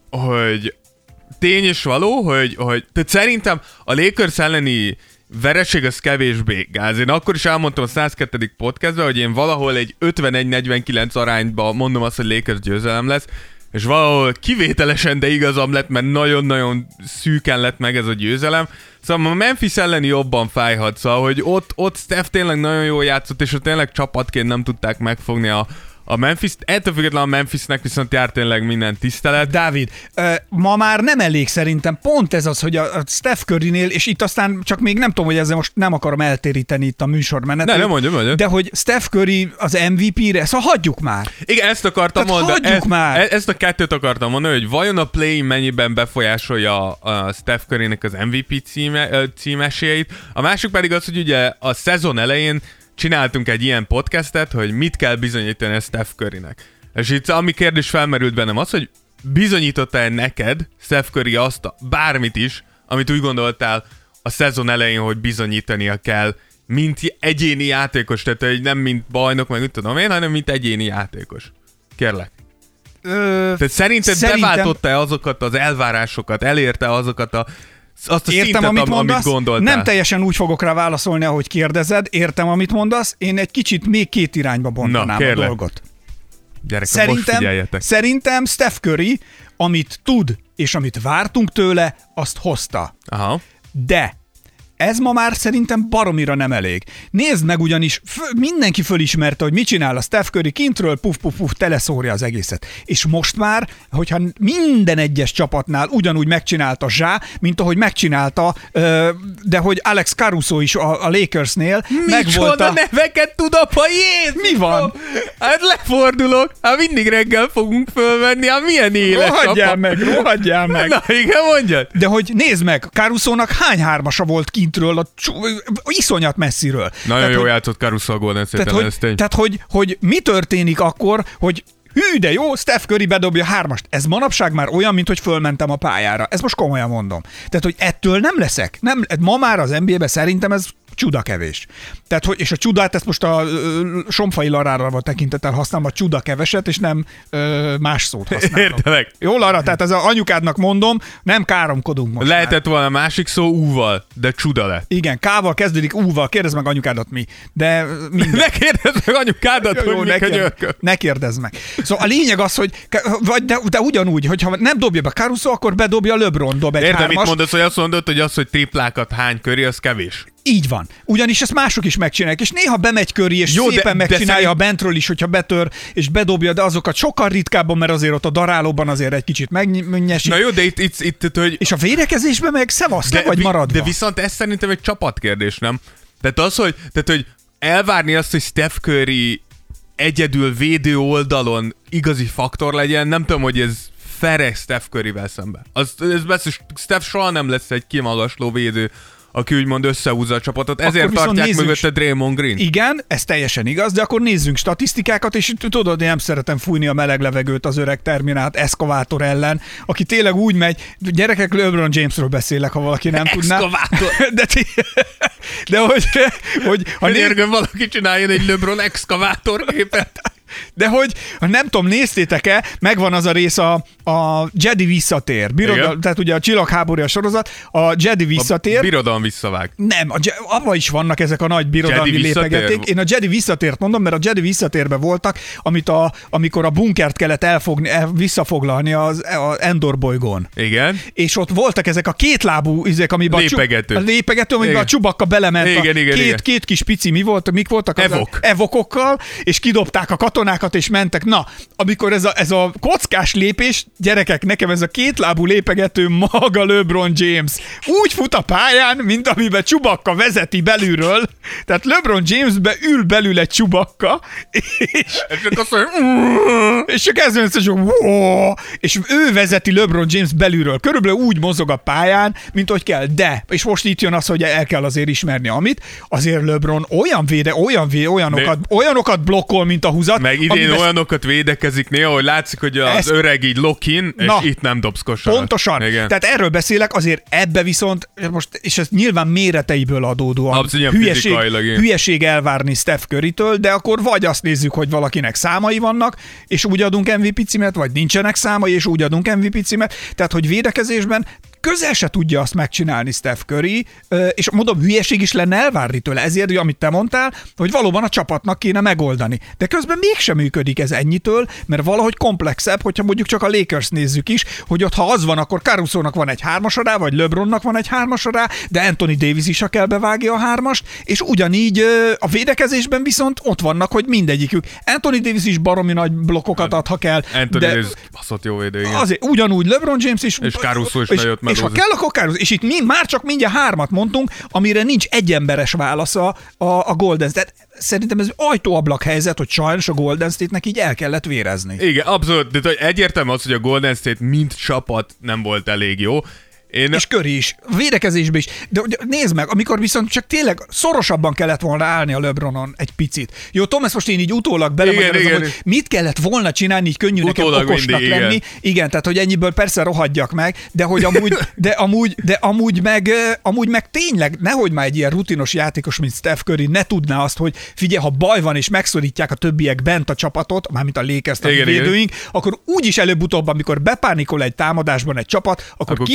Speaker 4: hogy tény és való, hogy, hogy tehát szerintem a Lakers elleni vereség az kevésbé gáz. Én akkor is elmondtam a százkettő podcastben, hogy én valahol egy ötvenegy negyvenkilenc arányban mondom azt, hogy Lakers győzelem lesz, és valahol kivételesen, de igazam lett, mert nagyon-nagyon szűken lett meg ez a győzelem. Szóval a Memphis elleni jobban fájhat, szóval, hogy ott, ott Steph tényleg nagyon jól játszott, és ott tényleg csapatként nem tudták megfogni a A Memphis, ettől függetlenül a Memphisnek viszont jár tényleg minden tisztelet.
Speaker 3: Dávid, ma már nem elég szerintem, pont ez az, hogy a Steph Currynél, és itt aztán csak még nem tudom, hogy ezzel most nem akarom eltéríteni itt a műsormenetet.
Speaker 4: Ne, nem mondjam, mondjam.
Speaker 3: De hogy Steph Curry az em vé pé-re, szóval hagyjuk már.
Speaker 4: Igen, ezt akartam
Speaker 3: Tehát
Speaker 4: mondani.
Speaker 3: hagyjuk
Speaker 4: ezt,
Speaker 3: már.
Speaker 4: Ezt a kettőt akartam mondani, hogy vajon a play mennyiben befolyásolja a Steph Currynek az em vé pé címe, címesélyeit. A másik pedig az, hogy ugye a szezon elején csináltunk egy ilyen podcastet, hogy mit kell bizonyítani a Steph Currynek. És itt ami kérdés felmerült bennem az, hogy bizonyította-e neked Steph Curry azt a, bármit is, amit úgy gondoltál a szezon elején, hogy bizonyítania kell, mint egyéni játékos, tehát hogy nem mint bajnok, meg úgy tudom én, hanem mint egyéni játékos. Kérlek. Ö, tehát szerinted szerintem... beváltotta-e azokat az elvárásokat, elérte azokat a azt a
Speaker 3: értem,
Speaker 4: szintet,
Speaker 3: amit,
Speaker 4: am,
Speaker 3: mondasz,
Speaker 4: amit gondoltál.
Speaker 3: Nem teljesen úgy fogok rá válaszolni, ahogy kérdezed. Értem, amit mondasz. Én egy kicsit még két irányba bontanám Na, a dolgot.
Speaker 4: Gyerekek,
Speaker 3: Szerintem, szerintem Steph Curry, amit tud és amit vártunk tőle, azt hozta.
Speaker 4: Aha.
Speaker 3: De ez ma már szerintem baromira nem elég. Nézd meg ugyanis, f- mindenki fölismerte, hogy mit csinál a Steph Curry, kintről puf, puf, puf, teleszórja az egészet. És most már, hogyha minden egyes csapatnál ugyanúgy megcsinálta Zsá, mint ahogy megcsinálta, de hogy Alex Caruso is a Lakersnél megvolt a...
Speaker 4: neveket tud, apa, Jézus!
Speaker 3: Mi van?
Speaker 4: Hát lefordulok, hát mindig reggel fogunk fölvenni, hát milyen élet,
Speaker 3: rohadjál
Speaker 4: apa.
Speaker 3: meg, rohadjál meg.
Speaker 4: Na igen, mondjad.
Speaker 3: De hogy nézd meg, Carusónak hány hármasa volt kintről, a csú, iszonyat messziről.
Speaker 4: Nagyon
Speaker 3: tehát,
Speaker 4: jó
Speaker 3: hogy,
Speaker 4: játszott Caruso a Golden State-en,
Speaker 3: tehát,
Speaker 4: ez tény.
Speaker 3: tehát hogy, hogy mi történik akkor, hogy hű, de jó, Steph Curry bedobja hármast. Ez manapság már olyan, mint hogy fölmentem a pályára. Ez most komolyan mondom. Tehát, hogy ettől nem leszek. Nem, ma már az en bé á-ben szerintem ez csuda kevés. Tehát, hogy, és a csudát, ezt most a ö, Somfai Larára van tekintettel használom, a csuda keveset, és nem ö, más szót használom.
Speaker 4: Értelek.
Speaker 3: Jó, Lara, tehát ez az anyukádnak mondom, nem káromkodunk most
Speaker 4: Lehetett
Speaker 3: már.
Speaker 4: volna másik szó úval, de csuda lett.
Speaker 3: Igen, K-val kezdődik, U-val, kérdezd meg anyukádat mi. De minden.
Speaker 4: Ne kérdezz meg anyukádat,
Speaker 3: Jó,
Speaker 4: hogy
Speaker 3: ne,
Speaker 4: mik a
Speaker 3: kérd,
Speaker 4: györkök.
Speaker 3: ne kérdezz meg. Szóval a lényeg az, hogy vagy de, de ugyanúgy, hogyha nem dobja be Caruso, akkor bedobja LeBron, dob egy
Speaker 4: Értem,
Speaker 3: hármast.
Speaker 4: mit mondasz, hogy azt mondod, hogy az, hogy triplákat hány Curry, az kevés.
Speaker 3: Így van. Ugyanis ezt mások is megcsinálják, és néha bemegy Curry, és
Speaker 4: Jó,
Speaker 3: szépen
Speaker 4: de,
Speaker 3: megcsinálja
Speaker 4: de szerint...
Speaker 3: a bentről is, hogyha betör, és bedobja, de azokat sokkal ritkábban, mert azért ott a darálóban azért egy kicsit megnyesik.
Speaker 4: Na jó, de itt, itt, itt, itt hogy...
Speaker 3: És a védekezésben meg szevasz,
Speaker 4: de,
Speaker 3: vagy
Speaker 4: vi,
Speaker 3: maradva.
Speaker 4: De viszont ez szerintem egy csapatkérdés, nem? Tehát az, hogy, tehát, hogy elvárni azt, hogy Steph Curry egyedül védő oldalon igazi faktor legyen, nem tudom, hogy ez fair Steph Curryvel szemben. Az, ez beszél, Steph soha nem lesz egy kimagasló védő, aki úgymond összehúzza a csapatot, ezért tartják mögötte Draymond Green.
Speaker 3: Igen, ez teljesen igaz, de akkor nézzünk statisztikákat, és tudod, én nem szeretem fújni a meleg levegőt az öreg Terminált Eszkavátor ellen, aki tényleg úgy megy, gyerekek, LeBron Jamesről beszélek, ha valaki nem tudná.
Speaker 4: Eszkavátor.
Speaker 3: De, de hogy... hogy
Speaker 4: ha nézd, valaki csináljon egy LeBron exkavátor képet.
Speaker 3: De hogy, ha nem tudom, néztétek-e, megvan az a rész a, a Jedi visszatér. Birodal, tehát ugye a Csillagháborúja sorozat, a Jedi visszatér.
Speaker 4: A birodalom visszavág.
Speaker 3: Nem, a, abban is vannak ezek a nagy birodalmi lépegeték. Én a Jedi visszatért mondom, mert a Jedi visszatérbe voltak, amit a, amikor a bunkert kellett elfogni, el, visszafoglalni az, az Endor bolygón.
Speaker 4: Igen.
Speaker 3: És ott voltak ezek a kétlábú izék, amiben
Speaker 4: lépegető.
Speaker 3: a, csu, a lépegető, amiben igen. a Chewbacca belement.
Speaker 4: Igen,
Speaker 3: a
Speaker 4: igen,
Speaker 3: két,
Speaker 4: igen.
Speaker 3: két kis pici, mi volt, mik voltak?
Speaker 4: Evok.
Speaker 3: Evokokkal, és kidobták a katonákat, és mentek. Na, amikor ez a, ez a kockás lépés, gyerekek, nekem ez a kétlábú lépegető maga LeBron James úgy fut a pályán, mint amiben Chewbacca vezeti belülről, tehát LeBron Jamesbe ül belül egy Chewbacca, és,
Speaker 4: és csak azt mondja,
Speaker 3: és csak ez mondja, hogy és ő vezeti LeBron James belülről. Körülbelül úgy mozog a pályán, mint hogy kell. De, és most itt jön az, hogy el kell azért ismerni amit, azért LeBron olyan véde, olyan véde, olyanokat, de, olyanokat blokkol, mint a húzat.
Speaker 4: Meg idén olyanokat védekezik néha, hogy látszik, hogy az ezt, öreg így lock-in, és na, itt nem dobsz kosarat.
Speaker 3: Pontosan.
Speaker 4: Igen.
Speaker 3: Tehát erről beszélek, azért ebbe viszont, most, és ez nyilván méreteiből adódóan
Speaker 4: abszolút
Speaker 3: hülyeség,
Speaker 4: fizikailag,
Speaker 3: hülyeség elvárni Steph Currytől, de akkor vagy azt nézzük, hogy valakinek számai vannak, és úgy adunk em vé pé címet, vagy nincsenek számai, és úgy adunk em vé pé címet. Tehát, hogy védekezésben közel se tudja azt megcsinálni Steph Curry, és mondom, hülyeség is lenne elvárni tőle. Ezért, amit te mondtál, hogy valóban a csapatnak kéne megoldani. De közben mégsem működik ez ennyitől, mert valahogy komplexebb, hogyha mondjuk csak a Lakers nézzük is, hogy ott ha az van, akkor Carusónak van egy hármas rá, vagy LeBronnak van egy hármas rá, de Anthony Davis is kell bevágja a hármast, és ugyanígy a védekezésben viszont ott vannak, hogy mindegyikük. Anthony Davis is baromi nagy blokkokat ad, ha kell.
Speaker 4: Anthony
Speaker 3: de
Speaker 4: Davis baszott jó védő, igen.
Speaker 3: Azért, ugyanúgy LeBron James is.
Speaker 4: És Caruso is bejött
Speaker 3: és ha kell, akkor Caruso. És itt mi már csak mindjárt hármat mondtunk, amire nincs egyemberes válasza a, a Golden State. Szerintem ez ajtóablak helyzet, hogy sajnos a Golden State-nek így el kellett vérezni.
Speaker 4: Igen, abszolút. De egyértelmű az, hogy a Golden State mint csapat nem volt elég jó. Én...
Speaker 3: És Curry is, védekezésben is. De nézd meg, amikor viszont csak tényleg szorosabban kellett volna állni a LeBronon egy picit. Jó, Tom, ezt most én így utólag belemagyarázom, hogy mit kellett volna csinálni, így könnyű nekem okosnak mindig, lenni. Igen. igen, tehát hogy ennyiből persze rohadjak meg, de hogy amúgy, de amúgy, de amúgy meg, amúgy meg tényleg, nehogy már egy ilyen rutinos játékos, mint Steph Curry ne tudná azt, hogy figyelj, ha baj van és megszorítják a többiek bent a csapatot, mármint a Lakers-t, a védőink, akkor úgyis előbb-utóbb, amikor bepánikol egy támadásban egy csapat, akkor, akkor kihez fognak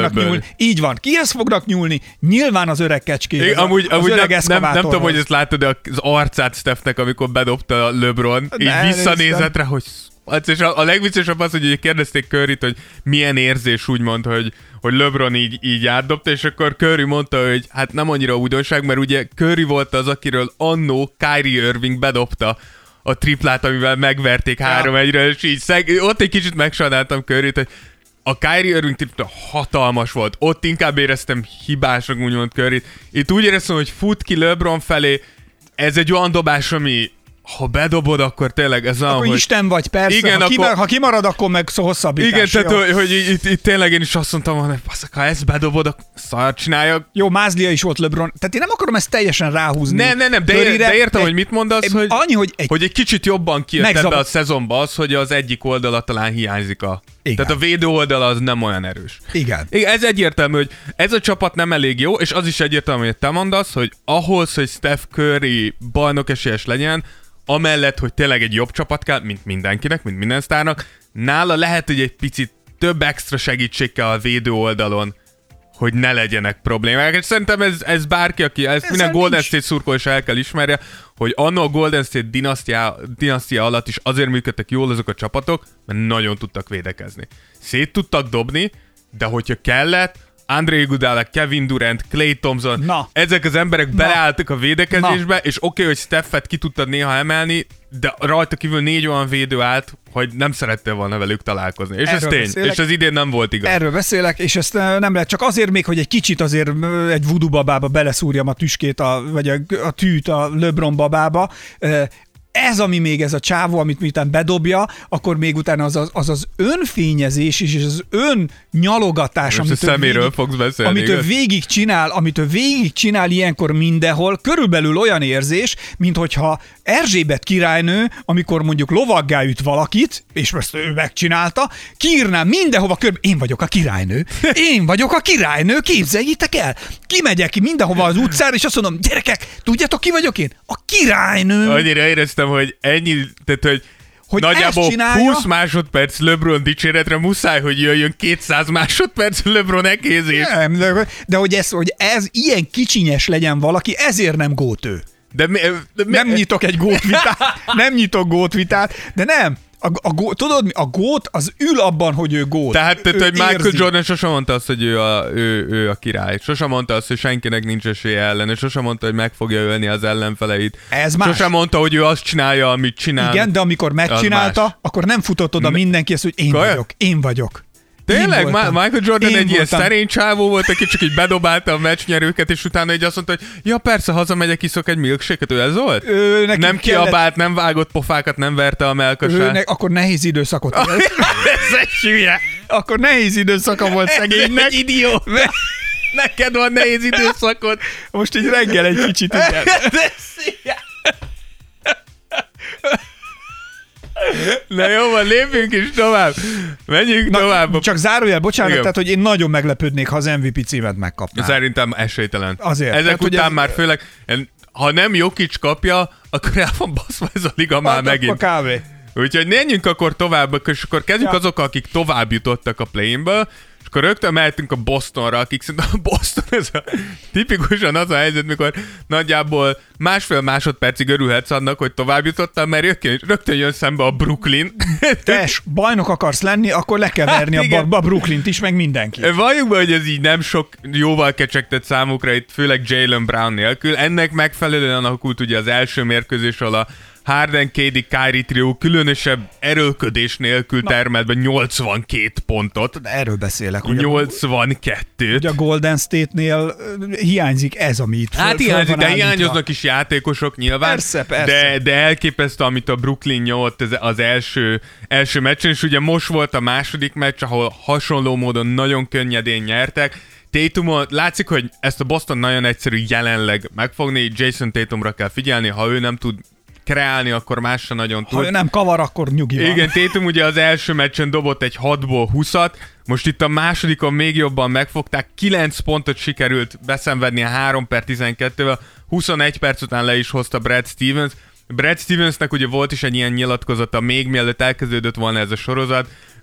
Speaker 3: fognak nyúlni. Így van. Kihez fognak nyúlni? Nyilván az öreg kecskéhez.
Speaker 4: Amúgy,
Speaker 3: az
Speaker 4: amúgy
Speaker 3: öreg
Speaker 4: nem, nem, nem tudom, hogy ezt láttad, de az arcát Stephnek, amikor bedobta a LeBron, így
Speaker 3: ne,
Speaker 4: visszanézett rá, hogy... És a, a legviccesebb az, hogy kérdezték Curryt, hogy milyen érzés úgymond, hogy, hogy LeBron így, így átdobta, és akkor Curry mondta, hogy hát nem annyira újdonság, mert ugye Curry volt az, akiről annó Kyrie Irving bedobta a triplát, amivel megverték három egyre, és így szeg... ott egy kicsit megsajnáltam Curryt, hogy a Kyrie Irving tripla hatalmas volt. Ott inkább éreztem hibásnak, úgymond Curryt. Itt úgy éreztem, hogy fut ki LeBron felé, ez egy olyan dobás, ami ha bedobod, akkor tényleg ez olyan,
Speaker 3: akkor
Speaker 4: hogy...
Speaker 3: Isten vagy, persze.
Speaker 4: Igen,
Speaker 3: ha,
Speaker 4: akkor...
Speaker 3: kimar, ha kimarad, akkor meg hosszabbítás.
Speaker 4: Igen, tehát, hogy, hogy itt, itt tényleg én is azt mondtam, hogy ha ezt bedobod, akkor szart csináljak.
Speaker 3: Jó, Mázlia is volt LeBron. Tehát én nem akarom ezt teljesen ráhúzni.
Speaker 4: Nem, nem, nem, de, ér, de értem, egy, hogy mit mondasz, egy, hogy, annyi, hogy, egy, hogy egy kicsit jobban kijött megzabad... ebbe a szezonba az, hogy az egyik oldala talán hiányzik a... Igen. Tehát a védő oldala az nem olyan erős.
Speaker 3: Igen.
Speaker 4: Igen. Ez egyértelmű, hogy ez a csapat nem elég jó, és az is egyértelmű, hogy te mondasz, hogy ahhoz, hogy Steph Curry bajnok esélyes legyen, amellett, hogy tényleg egy jobb csapat kell, mint mindenkinek, mint minden sztárnak, nála lehet, hogy egy picit több extra segítség kell a védő oldalon, hogy ne legyenek problémák. És szerintem ez, ez bárki, aki ezt ez minden Golden State szurkoló is el kell ismerje, hogy anno a Golden State dinasztia, dinasztia alatt is azért működtek jól azok a csapatok, mert nagyon tudtak védekezni. Szét tudtak dobni, de hogyha kellett, André Iguodala, Kevin Durant, Klay Thompson, na. ezek az emberek Na. beleálltak a védekezésbe, Na. és oké, okay, hogy Stephet ki tudtad néha emelni, de rajta kívül négy olyan védő állt, hogy nem szerettél volna velük találkozni. És Erről ez tény. Beszélek. És ez idén nem volt igaz.
Speaker 3: Erről beszélek, és ezt nem lehet csak azért még, hogy egy kicsit azért egy voodoo babába beleszúrjam a tüskét, a, vagy a, a tűt a LeBron babába. Ez, ami még ez a csávó, amit miután bedobja, akkor még utána az az, az, az önfényezés és az ön nyalogatás,
Speaker 4: amit, ő végig, fogsz beszélni,
Speaker 3: amit ő végig csinál, amit ő végig csinál ilyenkor mindenhol, körülbelül olyan érzés, mint hogyha Erzsébet királynő, amikor mondjuk lovaggá üt valakit, és ezt ő megcsinálta, kiírná mindenhova körbe, én vagyok a királynő, én vagyok a királynő, képzeljétek el, kimegyek ki mindenhova az utcára, és azt mondom, gyerekek, tudjátok ki vagyok én? A királynő.
Speaker 4: Annyira éreztem, hogy ennyi, tehát, hogy, hogy nagyjából húsz másodperc LeBron dicséretre muszáj, hogy jöjjön kétszáz másodperc LeBron ekézés.
Speaker 3: Nem, de, de hogy, ez, hogy ez ilyen kicsinyes legyen valaki, ezért nem gótő.
Speaker 4: De, mi, de mi,
Speaker 3: nem nyitok egy gótvitát, nem nyitok gótvitát, de nem. A, a, a, tudod mi? A gót az ül abban, hogy ő gót.
Speaker 4: Tehát, tehát hogy Michael érzi. Jordan sosem mondta azt, hogy ő a, ő, ő a király. Sosem mondta azt, hogy senkinek nincs esélye ellen. És sosem mondta, hogy meg fogja ölni az ellenfeleit.
Speaker 3: Ez más.
Speaker 4: Sosem mondta, hogy ő azt csinálja, amit csinál.
Speaker 3: Igen, de amikor megcsinálta, akkor nem futott oda mindenki ezt, hogy én Kaja? vagyok, én vagyok.
Speaker 4: Tényleg? Ma- Michael Jordan én egy voltam. ilyen szerény csávó volt, aki csak így bedobálta a meccsnyerőket, és utána így azt mondta, hogy ja persze, hazamegyek, iszok egy milkshake-et, ő ez volt?
Speaker 3: Ő,
Speaker 4: nem kellett... kiabált, nem vágott pofákat, nem verte a melkasát.
Speaker 3: Ne- akkor nehéz időszakot élt.
Speaker 4: Ez egy hülye.
Speaker 3: Akkor nehéz időszaka volt szegénynek.
Speaker 4: Egy idió. Neked van nehéz időszakot.
Speaker 3: Most így reggel egy kicsit igen.
Speaker 4: Na jó, van, lépjünk is tovább. Menjünk Na, tovább.
Speaker 3: Csak zárójel, bocsánat, Igen. tehát, hogy én nagyon meglepődnék, ha az em vé pé címet megkapná.
Speaker 4: Szerintem esélytelen.
Speaker 3: Azért.
Speaker 4: Ezek
Speaker 3: tehát,
Speaker 4: után
Speaker 3: ez...
Speaker 4: már főleg, ha nem Jokic kapja, akkor el van baszva ez a liga már megint.
Speaker 3: A kávé.
Speaker 4: Úgyhogy menjünk akkor tovább, és akkor kezdjük ja. azokkal, akik tovább jutottak a play-inből, és akkor rögtön mehetünk a Bostonra, akik szerintem a Boston ez a, tipikusan az a helyzet, mikor nagyjából másfél másodpercig örülhetsz annak, hogy tovább jutottál, mert rögtön, rögtön jön szembe a Brooklyn.
Speaker 3: Tes, bajnok akarsz lenni, akkor le kell verni hát, a, a Brooklynt is, meg mindenki.
Speaker 4: Valljuk be, hogy ez így nem sok jóval kecsegtett számukra, itt főleg Jaylen Brown nélkül. Ennek megfelelően alakult ugye az első mérkőzés, ahol a Harden, K D, Kyrie trió különösebb erőlködés nélkül Na. termelt be nyolcvankét pontot.
Speaker 3: De erről beszélek.
Speaker 4: nyolcvankettőt.
Speaker 3: Ugye a Golden State-nél hiányzik ez, ami itt
Speaker 4: Hát föl, hiányzik, föl de hiányoznak is játékosok nyilván.
Speaker 3: Persze, persze.
Speaker 4: De, de elképesztő, amit a Brooklyn nyomott az első, első meccsen, és ugye most volt a második meccs, ahol hasonló módon nagyon könnyedén nyertek. Tatumon, látszik, hogy ezt a Boston nagyon egyszerű jelenleg megfogni, Jason Tatumra kell figyelni, ha ő nem tud kreálni, akkor más sem nagyon tud.
Speaker 3: Ha ő nem kavar, akkor nyugi van.
Speaker 4: Igen, Tatum ugye az első meccsen dobott egy hatból húszat, most itt a másodikon még jobban megfogták, kilenc pontot sikerült beszenvedni a három per tizenkettővel, huszonegy perc után le is hozta Brad Stevens. Brad Stevensnek ugye volt is egy ilyen nyilatkozata, még mielőtt elkezdődött volna ez a sorozat,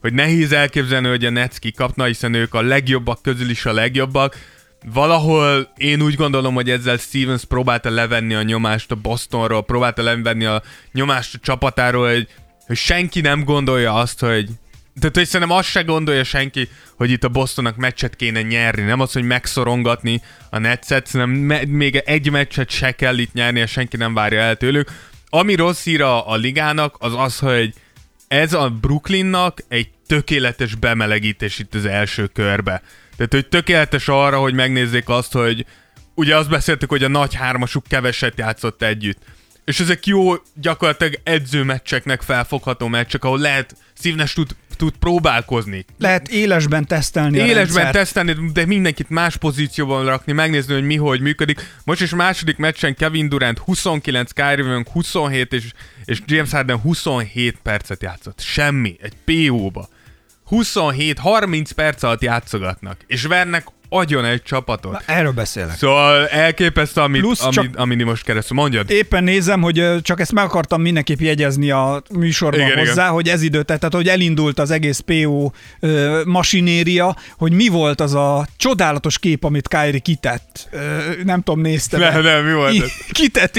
Speaker 4: hogy nehéz elképzelni, hogy a Nets kikapna, hiszen ők a legjobbak közül is a legjobbak. Valahol én úgy gondolom, hogy ezzel Stevens próbálta levenni a nyomást a Bostonról, próbálta levenni a nyomást a csapatáról, hogy, hogy senki nem gondolja azt, hogy tehát, hogy szerintem azt se gondolja senki, hogy itt a Bostonnak meccset kéne nyerni. Nem az, hogy megszorongatni a Netset, szerintem me- még egy meccset se kell itt nyerni, és senki nem várja el tőlük. Ami rossz hír a, a ligának, az az, hogy ez a Brooklynnak egy tökéletes bemelegítés itt az első körbe. Tehát, hogy tökéletes arra, hogy megnézzék azt, hogy ugye azt beszéltük, hogy a nagy hármasuk keveset játszott együtt. És ezek jó, gyakorlatilag edzőmeccseknek felfogható meccsek, ahol lehet szívnes tud, tud próbálkozni.
Speaker 3: Lehet élesben tesztelni
Speaker 4: Élesben tesztelni, de mindenkit más pozícióban rakni, megnézni, hogy mi, hogy működik. Most is második meccsen Kevin Durant huszonkilenc, Kyrie Irving huszonhét, és, és James Harden huszonhét percet játszott. Semmi, egy pé ó-ba. huszonhét harminc perc alatt játszogatnak, és vernek agyon egy csapatot.
Speaker 3: Na, erről beszélek.
Speaker 4: Szóval elképesztő, amit,
Speaker 3: Plusz
Speaker 4: amit,
Speaker 3: csak-
Speaker 4: amit most keresztül. Mondjad.
Speaker 3: Éppen nézem, hogy ö, csak ezt meg akartam mindenképp jegyezni a műsorban
Speaker 4: Igen,
Speaker 3: hozzá,
Speaker 4: igen.
Speaker 3: hogy ez időt, tehát hogy elindult az egész pé ó ö, masinéria, hogy mi volt az a csodálatos kép, amit Kyrie kitett. Ö, nem tudom, nézte.
Speaker 4: Nem, nem, mi volt ez?
Speaker 3: Kitett.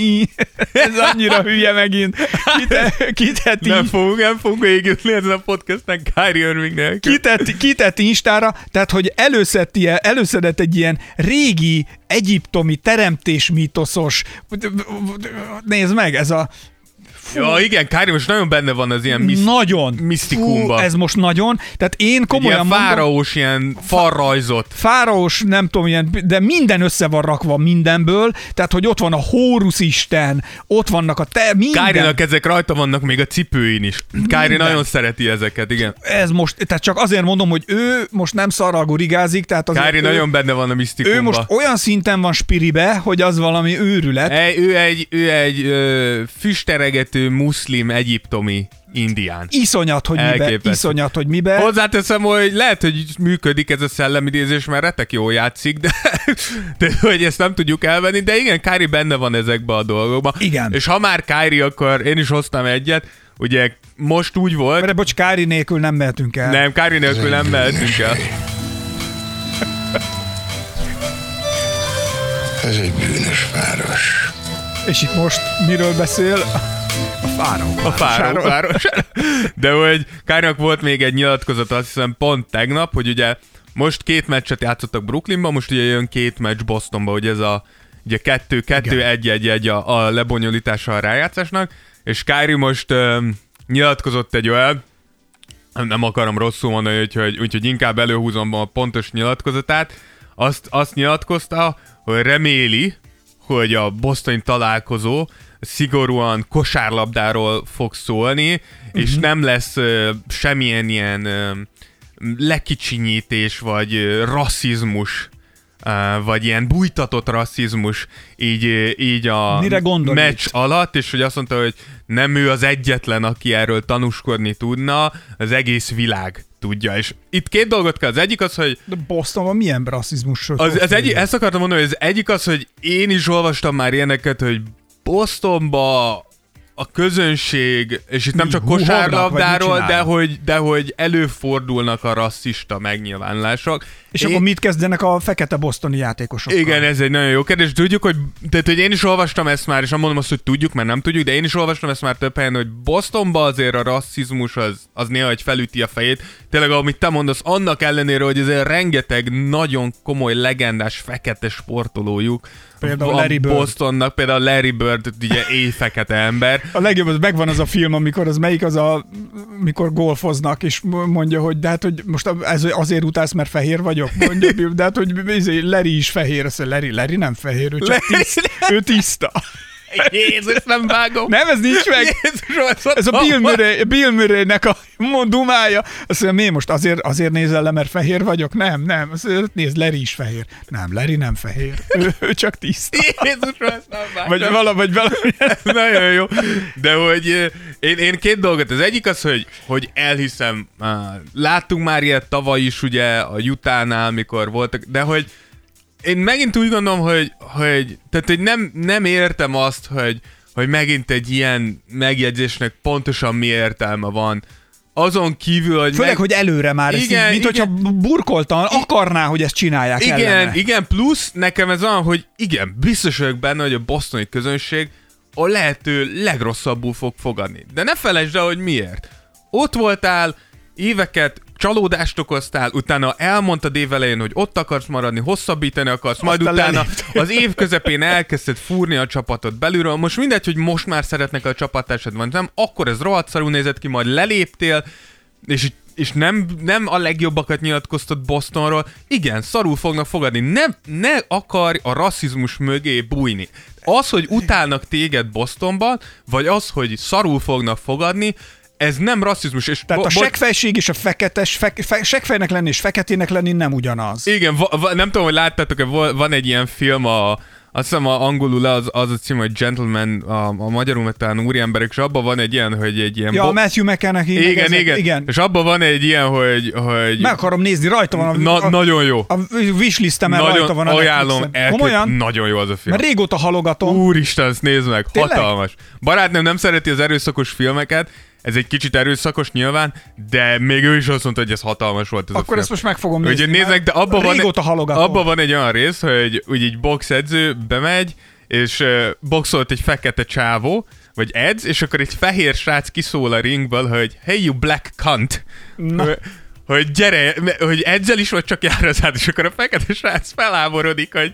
Speaker 3: Ez annyira hülye megint. Kitett, kitett
Speaker 4: Nem fogunk, nem fogunk végigülni ezen a podcasten Kyrie Irving nélkül.
Speaker 3: kitett, kitett Instára, tehát hogy előszedett, ilyen, előszedett egy ilyen régi egyiptomi teremtés mítoszos, nézd meg, ez a fú,
Speaker 4: Ja, igen, Kyrie most nagyon benne van az ilyen miszt-
Speaker 3: nagyon,
Speaker 4: misztikumba.
Speaker 3: fú, ez most nagyon, tehát én komolyan
Speaker 4: ilyen
Speaker 3: mondom,
Speaker 4: fáraós, ilyen farrajzot.
Speaker 3: fáraós, nem tudom, ilyen, de minden össze van rakva mindenből, tehát hogy ott van a Hórusz Isten, ott vannak a te, minden.
Speaker 4: Kyrie-nak ezek rajta vannak még a cipőin is. Kyrie
Speaker 3: Minden.
Speaker 4: nagyon szereti ezeket, igen.
Speaker 3: Ez most, tehát csak azért mondom, hogy ő most nem szarral gurigázik, tehát azért
Speaker 4: Kyrie
Speaker 3: ő,
Speaker 4: nagyon benne van a misztikumba.
Speaker 3: ő most olyan szinten van spiribe, hogy az valami őrület.
Speaker 4: E, ő egy, ő egy ö, füsteregető muszlim egyiptomi indián.
Speaker 3: Iszonyat, hogy mibe,
Speaker 4: Elképesztő.
Speaker 3: iszonyat, hogy mibe.
Speaker 4: Hozzáteszem, hogy lehet, hogy működik ez a szellemidézés, mert retek jól játszik, de, de hogy ezt nem tudjuk elvenni, de igen, Kyrie benne van ezekben a dolgokban.
Speaker 3: Igen.
Speaker 4: És ha már Kyrie, akkor én is hoztam egyet, ugye most úgy volt,
Speaker 3: Mert bocs, Kyrie nélkül nem mehetünk el.
Speaker 4: nem, Kyrie nélkül nem mehetünk el.
Speaker 5: Ez egy bűnös város.
Speaker 3: És itt most miről beszél? A fáraó.
Speaker 4: A fáró, város. De hogy Kyrie-nak volt még egy nyilatkozat, azt hiszem pont tegnap, hogy ugye most két meccset játszottak Brooklynban, most ugye jön két meccs Bostonba, hogy ez a ugye kettő, kettő, egy, egy, egy a, a lebonyolítása a rájátszásnak, és Kyrie most um, nyilatkozott egy olyan, nem akarom rosszul mondani, úgyhogy, úgyhogy inkább előhúzom a pontos nyilatkozatát, azt, azt nyilatkozta, hogy reméli, hogy a bostoni találkozó szigorúan kosárlabdáról fog szólni, uh-huh. és nem lesz uh, semmilyen ilyen uh, lekicsinyítés, vagy uh, rasszizmus, uh, vagy ilyen bújtatott rasszizmus így, uh, így a
Speaker 3: Mire gondol
Speaker 4: meccs
Speaker 3: itt?
Speaker 4: alatt, és hogy azt mondta, hogy nem ő az egyetlen, aki erről tanúskodni tudna, az egész világ tudja. És itt két dolgot kell. Az egyik az, hogy
Speaker 3: De Bostonban milyen rasszizmusról
Speaker 4: az,
Speaker 3: szól?
Speaker 4: az egyik, ezt akartam mondani, hogy az egyik az, hogy én is olvastam már ilyeneket, hogy Bostonba a közönség, és itt nem
Speaker 3: Mi,
Speaker 4: csak
Speaker 3: húhognak,
Speaker 4: kosárlabdáról,
Speaker 3: vagy mit
Speaker 4: de
Speaker 3: csinálnak?
Speaker 4: hogy, de hogy előfordulnak a rasszista megnyilvánulások.
Speaker 3: És
Speaker 4: Én-
Speaker 3: akkor mit kezdenek a fekete bostoni játékosokkal?
Speaker 4: Igen, ez egy nagyon jó kérdés. Tudjuk, hogy, tehát, hogy én is olvastam ezt már, és nem mondom azt, hogy tudjuk, mert nem tudjuk, de én is olvastam ezt már több helyen, hogy Bostonban azért a rasszizmus az, az néha egy felüti a fejét. Tényleg, amit te mondasz, annak ellenére, hogy azért rengeteg nagyon komoly, legendás fekete sportolójuk
Speaker 3: Például
Speaker 4: van
Speaker 3: Larry Bird.
Speaker 4: Bostonnak, például Larry Bird, ugye éjfekete ember.
Speaker 3: A legjobb, az megvan az a film, amikor az melyik az a, mikor golfoznak, és mondja, hogy de hát, hogy most ez azért utálsz, mert fehér vagyok, mondja, de hát, hogy Larry is fehér, azt mondja, Larry, Larry nem fehér, ő csak
Speaker 4: Larry
Speaker 3: tiszt, ő tiszta.
Speaker 4: Jézus, nem vágom.
Speaker 3: Nem, ez nincs meg.
Speaker 4: Jézus,
Speaker 3: Ez a Bill Murray, Bill Murray-nek a mondumája. Azt mondja, mi most azért, azért nézel le, mert fehér vagyok? Nem, nem. Azt mondja, nézd, Larry is fehér. Nem, Larry nem fehér. Ő, ő csak tiszta.
Speaker 4: Jézus, ezt nem vágom.
Speaker 3: Vagy valahogy, valahogy.
Speaker 4: Nagyon jó. De hogy eh, én, én két dolgot. Az egyik az, hogy, hogy elhiszem, ah, láttunk már ilyet tavaly is ugye a Utah-nál, mikor voltak, de hogy én megint úgy gondolom, hogy, hogy, tehát, hogy nem, nem értem azt, hogy, hogy megint egy ilyen megjegyzésnek pontosan mi értelme van azon kívül, hogy
Speaker 3: Főleg,
Speaker 4: meg...
Speaker 3: hogy előre már,
Speaker 4: igen,
Speaker 3: így, mint
Speaker 4: igen.
Speaker 3: hogyha burkoltan akarná, hogy ezt csinálják
Speaker 4: Igen,
Speaker 3: ellene.
Speaker 4: igen, plusz nekem ez olyan, hogy igen, biztos vagyok benne, hogy a bostoni közönség a lehető legrosszabbul fog fogadni. De ne felejtsd el, hogy miért. Ott voltál, éveket csalódást okoztál, utána elmondtad évelején, hogy ott akarsz maradni, hosszabbítani akarsz, majd
Speaker 3: Aztán
Speaker 4: utána
Speaker 3: leléptél.
Speaker 4: az év közepén elkezdted fúrni a csapatot belülről. Most mindegy, hogy most már szeretnek a csapattársad van, nem? Akkor ez rohadt szarul nézett ki, majd leléptél, és, és nem, nem a legjobbakat nyilatkoztat Bostonról. Igen, szarul fognak fogadni. Ne, ne akarj a rasszizmus mögé bújni. Az, hogy utálnak téged Bostonban, vagy az, hogy szarul fognak fogadni, ez nem rasszizmus. És
Speaker 3: Tehát
Speaker 4: bo-
Speaker 3: a seggfejség és a feketes, fe, fe, seggfejnek lenni és feketének lenni nem ugyanaz.
Speaker 4: Igen, va, va, nem tudom, hogy láttátok-e, van egy ilyen film, a, azt hiszem a angolul az, az a cím, hogy Gentleman, a, a magyarul meg talán úriemberek, és abban van egy ilyen, hogy egy ilyen...
Speaker 3: Ja,
Speaker 4: bo-
Speaker 3: a Matthew McConaughey.
Speaker 4: igen,
Speaker 3: ezek,
Speaker 4: igen,
Speaker 3: igen.
Speaker 4: És abban van egy ilyen, hogy... hogy
Speaker 3: Meg akarom nézni, rajta van a,
Speaker 4: na,
Speaker 3: a,
Speaker 4: nagyon jó.
Speaker 3: a wishlistemen rajta van a
Speaker 4: ajánlom,
Speaker 3: Netflixen. Komolyan?
Speaker 4: nagyon jó az a film.
Speaker 3: Mert régóta halogatom.
Speaker 4: Úristen, ezt nézd meg,
Speaker 3: Tényleg?
Speaker 4: hatalmas. Barátnőm nem szereti az erőszakos filmeket, ez egy kicsit erőszakos nyilván, de még ő is azt mondta, hogy ez hatalmas volt ez a
Speaker 3: Akkor
Speaker 4: film.
Speaker 3: ezt most meg fogom nézni.
Speaker 4: Ugye nézd meg, de abban van,
Speaker 3: régóta halogatom.
Speaker 4: abba van egy olyan rész, hogy úgy egy boxedző bemegy, és uh, boxolt egy fekete csávó, vagy edz, és akkor egy fehér srác kiszól a ringből, hogy hey you black cunt. Hogy, hogy gyere, hogy edzel is, vagy csak járazát, és akkor a fekete srác feláborodik, hogy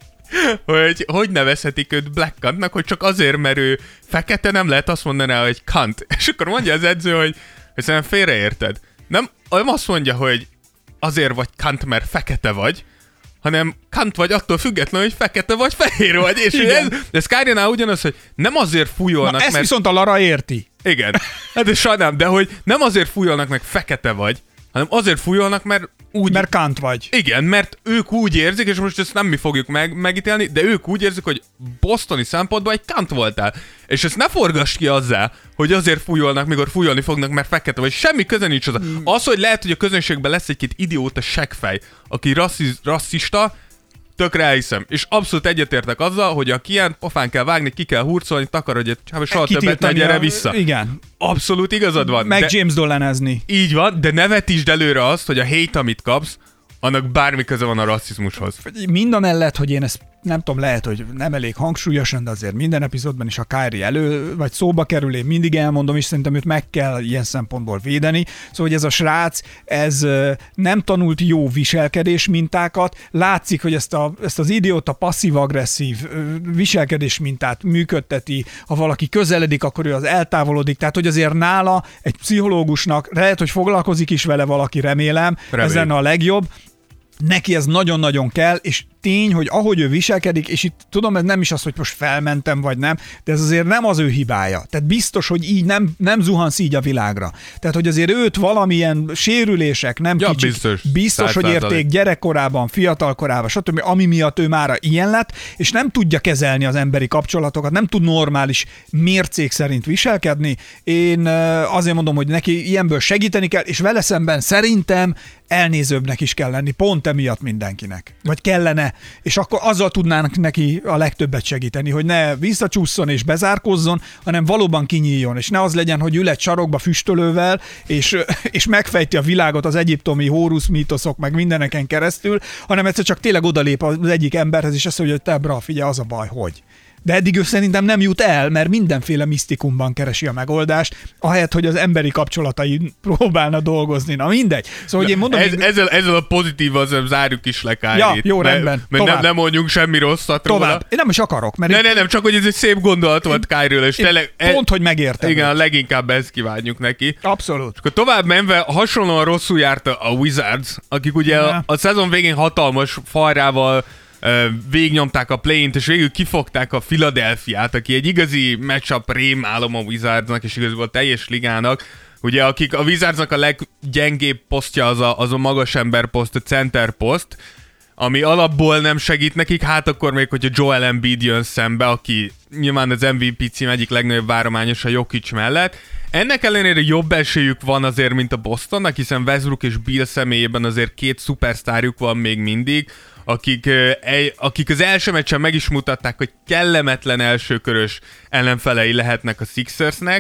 Speaker 4: hogy hogy nevezhetik őt black cuntnak, hogy csak azért, mert ő fekete, nem lehet azt mondani rá, hogy cunt. És akkor mondja az edző, hogy, hogy szerintem félreérted. Nem, nem azt mondja, hogy azért vagy cunt, mert fekete vagy, hanem cunt vagy attól függetlenül, hogy fekete vagy, fehér vagy. És ez, ez Kárjánál ugyanaz, hogy nem azért fújolnak,
Speaker 3: Na, ezt
Speaker 4: mert...
Speaker 3: viszont a Lara érti.
Speaker 4: Igen. Hát ez sajnálom, de hogy nem azért fújolnak, meg fekete vagy, hanem azért fújolnak, mert úgy...
Speaker 3: Mert Kant vagy.
Speaker 4: Igen, mert ők úgy érzik, és most ezt nem mi fogjuk meg, megítélni, de ők úgy érzik, hogy bostoni szempontból egy Kant voltál. És ezt ne forgass ki azzal, hogy azért fújolnak, mikor fújolni fognak, mert fekete vagy. Semmi köze nincs hozzá. Az, hogy lehet, hogy a közönségben lesz egy-két idióta seggfej, aki rassziz, rasszista, tökre elhiszem. És abszolút egyetértek azzal, hogy aki ilyen pofán kell vágni, ki kell hurcolni, takarodj, hogy soha többet ne gyere vissza.
Speaker 3: Igen.
Speaker 4: Abszolút igazad van.
Speaker 3: Meg
Speaker 4: de...
Speaker 3: James Dollanezni.
Speaker 4: Így van, de ne vetítsd előre azt, hogy a hate, amit kapsz, annak bármi köze van a rasszizmushoz.
Speaker 3: Mind a mellett, hogy én ezt nem tudom, lehet, hogy nem elég hangsúlyosan, de azért minden epizódban is a Kyrie elő, vagy szóba kerül, én mindig elmondom, és szerintem őt meg kell ilyen szempontból védeni. Szóval, hogy ez a srác, ez nem tanult jó viselkedés mintákat, látszik, hogy ezt, a, ezt az idióta passzív-agresszív viselkedés mintát működteti, ha valaki közeledik, akkor ő az eltávolodik, tehát hogy azért nála egy pszichológusnak, lehet, hogy foglalkozik is vele valaki, remélem,
Speaker 4: Remélem.
Speaker 3: ez lenne a legjobb, neki ez nagyon-nagyon kell, és tény, hogy ahogy ő viselkedik, és itt tudom, ez nem is az, hogy most felmentem, vagy nem, de ez azért nem az ő hibája. Tehát biztos, hogy így nem, nem zuhansz így a világra. Tehát, hogy azért őt valamilyen sérülések, nem
Speaker 4: Ja,
Speaker 3: kicsik,
Speaker 4: biztos.
Speaker 3: biztos hogy érték gyerekkorában, fiatalkorában, stb., ami miatt ő mára ilyen lett, és nem tudja kezelni az emberi kapcsolatokat, nem tud normális mércék szerint viselkedni. Én azért mondom, hogy neki ilyenből segíteni kell, és vele szemben szerintem elnézőbbnek is kell lenni, pont emiatt mindenkinek. Vagy kellene. És akkor azzal tudnának neki a legtöbbet segíteni, hogy ne visszacsúszson és bezárkozzon, hanem valóban kinyíljon, és ne az legyen, hogy ül egy sarokba füstölővel, és, és megfejti a világot az egyiptomi Hórusz mítoszok, meg mindeneken keresztül, hanem egyszer csak tényleg odalép az egyik emberhez, és azt mondja, hogy te bra, figyelj, az a baj, hogy. De eddig ő szerintem nem jut el, mert mindenféle misztikumban keresi a megoldást, ahelyett, hogy az emberi kapcsolatai próbálna dolgozni. Na mindegy. Szóval, hogy én mondom,
Speaker 4: Ez,
Speaker 3: hogy...
Speaker 4: ezzel, ezzel a pozitív az zárjuk is le Kyrie-t.
Speaker 3: Ja, jó, rendben.
Speaker 4: Mert, mert nem, nem mondjunk semmi rosszat róla.
Speaker 3: Tovább. Én nem is akarok, mert...
Speaker 4: Ne, ne, nem, csak hogy ez egy szép gondolat volt Kyrie-ről, és tényleg...
Speaker 3: Pont, hogy megértem.
Speaker 4: Igen, a leginkább ezt kívánjuk neki.
Speaker 3: Abszolút.
Speaker 4: Akkor tovább menve, hasonlóan rosszul járt a Wizards, akik ugye a, a szezon végén hatalmas fajrával végignyomták a play-int, és végül kifogták a Philadelphiát, aki egy igazi matchup rémálom a Wizardsnak, és igazából a teljes ligának. Ugye, akik a Wizardsnak a leggyengébb posztja az a, az a magas ember poszt, a center poszt, ami alapból nem segít nekik, hát akkor még, hogyha Joel Embiid jön szembe, aki nyilván az em vé pé cím egyik legnagyobb várományos a Jokic mellett. Ennek ellenére jobb esélyük van azért, mint a Bostonnak, hiszen Westbrook és Beal személyében azért két szupersztárjuk van még mindig, akik, akik az első meccsen meg is mutatták, hogy kellemetlen elsőkörös ellenfelei lehetnek a Sixersnek.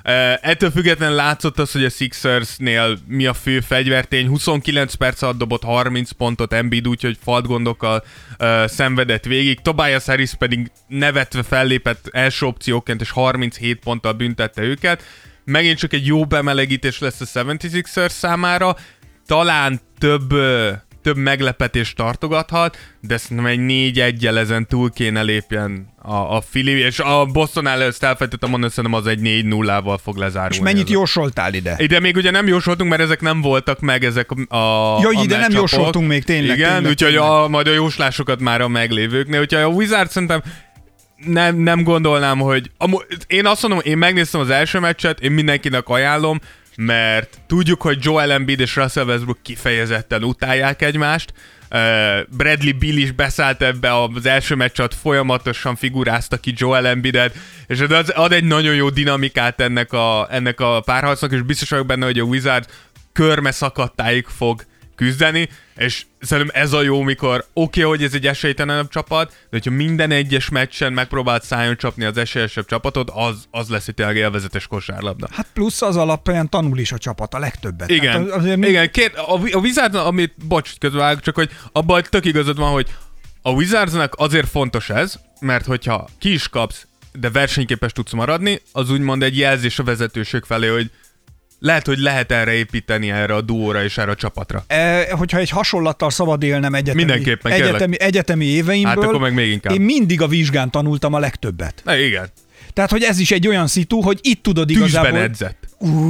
Speaker 4: Ettől függetlenül látszott az, hogy a Sixersnél mi a fő fegyvertény. huszonkilenc perc alatt dobott harminc pontot Embiid, úgyhogy faltgondokkal uh, szenvedett végig. Tobias Harris pedig nevetve fellépett első opcióként, és harminchét ponttal büntette őket. Megint csak egy jó bemelegítés lesz a hetvenhatos számára. Talán több... Uh, több meglepetést tartogathat, de szerintem egy négy egyel ezen túl kéne lépjen a, a Philly, és a Bostonnál ezt elfejtettem mondani, szerintem az egy négy nullával fog lezárulni.
Speaker 3: És mennyit jósoltál ide?
Speaker 4: Ide még ugye nem jósoltunk, mert ezek nem voltak meg, ezek a, a
Speaker 3: Jó, ide nem jósoltunk még, tényleg.
Speaker 4: Igen,
Speaker 3: tényleg,
Speaker 4: úgyhogy
Speaker 3: tényleg.
Speaker 4: A, majd a jóslásokat már a meglévőknél. Úgyhogy a Wizards szerintem nem, nem gondolnám, hogy... Amú, én azt mondom, én megnéztem az első meccset, én mindenkinek ajánlom, mert tudjuk, hogy Joel Embiid és Russell Westbrook kifejezetten utálják egymást. Uh, Bradley Beal is beszállt ebbe az első meccset, folyamatosan figurázta ki Joel Embiidet, és az ad egy nagyon jó dinamikát ennek a, ennek a párharcnak, és biztos vagyok benne, hogy a Wizards körme szakadtáig fog küzdeni, és szerintem ez a jó, mikor oké, okay, hogy ez egy esélytelenebb csapat, de hogyha minden egyes meccsen megpróbált szájon csapni az esélyesebb csapatot, az, az lesz egy tényleg élvezetes kosárlabda.
Speaker 3: Hát plusz az alapján tanul is a csapat a legtöbbet.
Speaker 4: Igen,
Speaker 3: hát azért mi...
Speaker 4: igen kér, a, a Wizards, amit, bocs, közvágok, csak hogy abban tök igazad van, hogy a Wizardsnak azért fontos ez, mert hogyha ki is kapsz, de versenyképes tudsz maradni, az úgymond egy jelzés a vezetőség felé, hogy lehet, hogy lehet erre építeni, erre a duóra és erre a csapatra.
Speaker 3: E, hogyha egy hasonlattal szabad élnem egyetemi, egyetemi, egyetemi éveimből,
Speaker 4: hát akkor meg még inkább.
Speaker 3: Én mindig a vizsgán tanultam a legtöbbet.
Speaker 4: Na, igen.
Speaker 3: Tehát, hogy ez is egy olyan szitu, hogy itt tudod igazából...
Speaker 4: Tűzben edzett.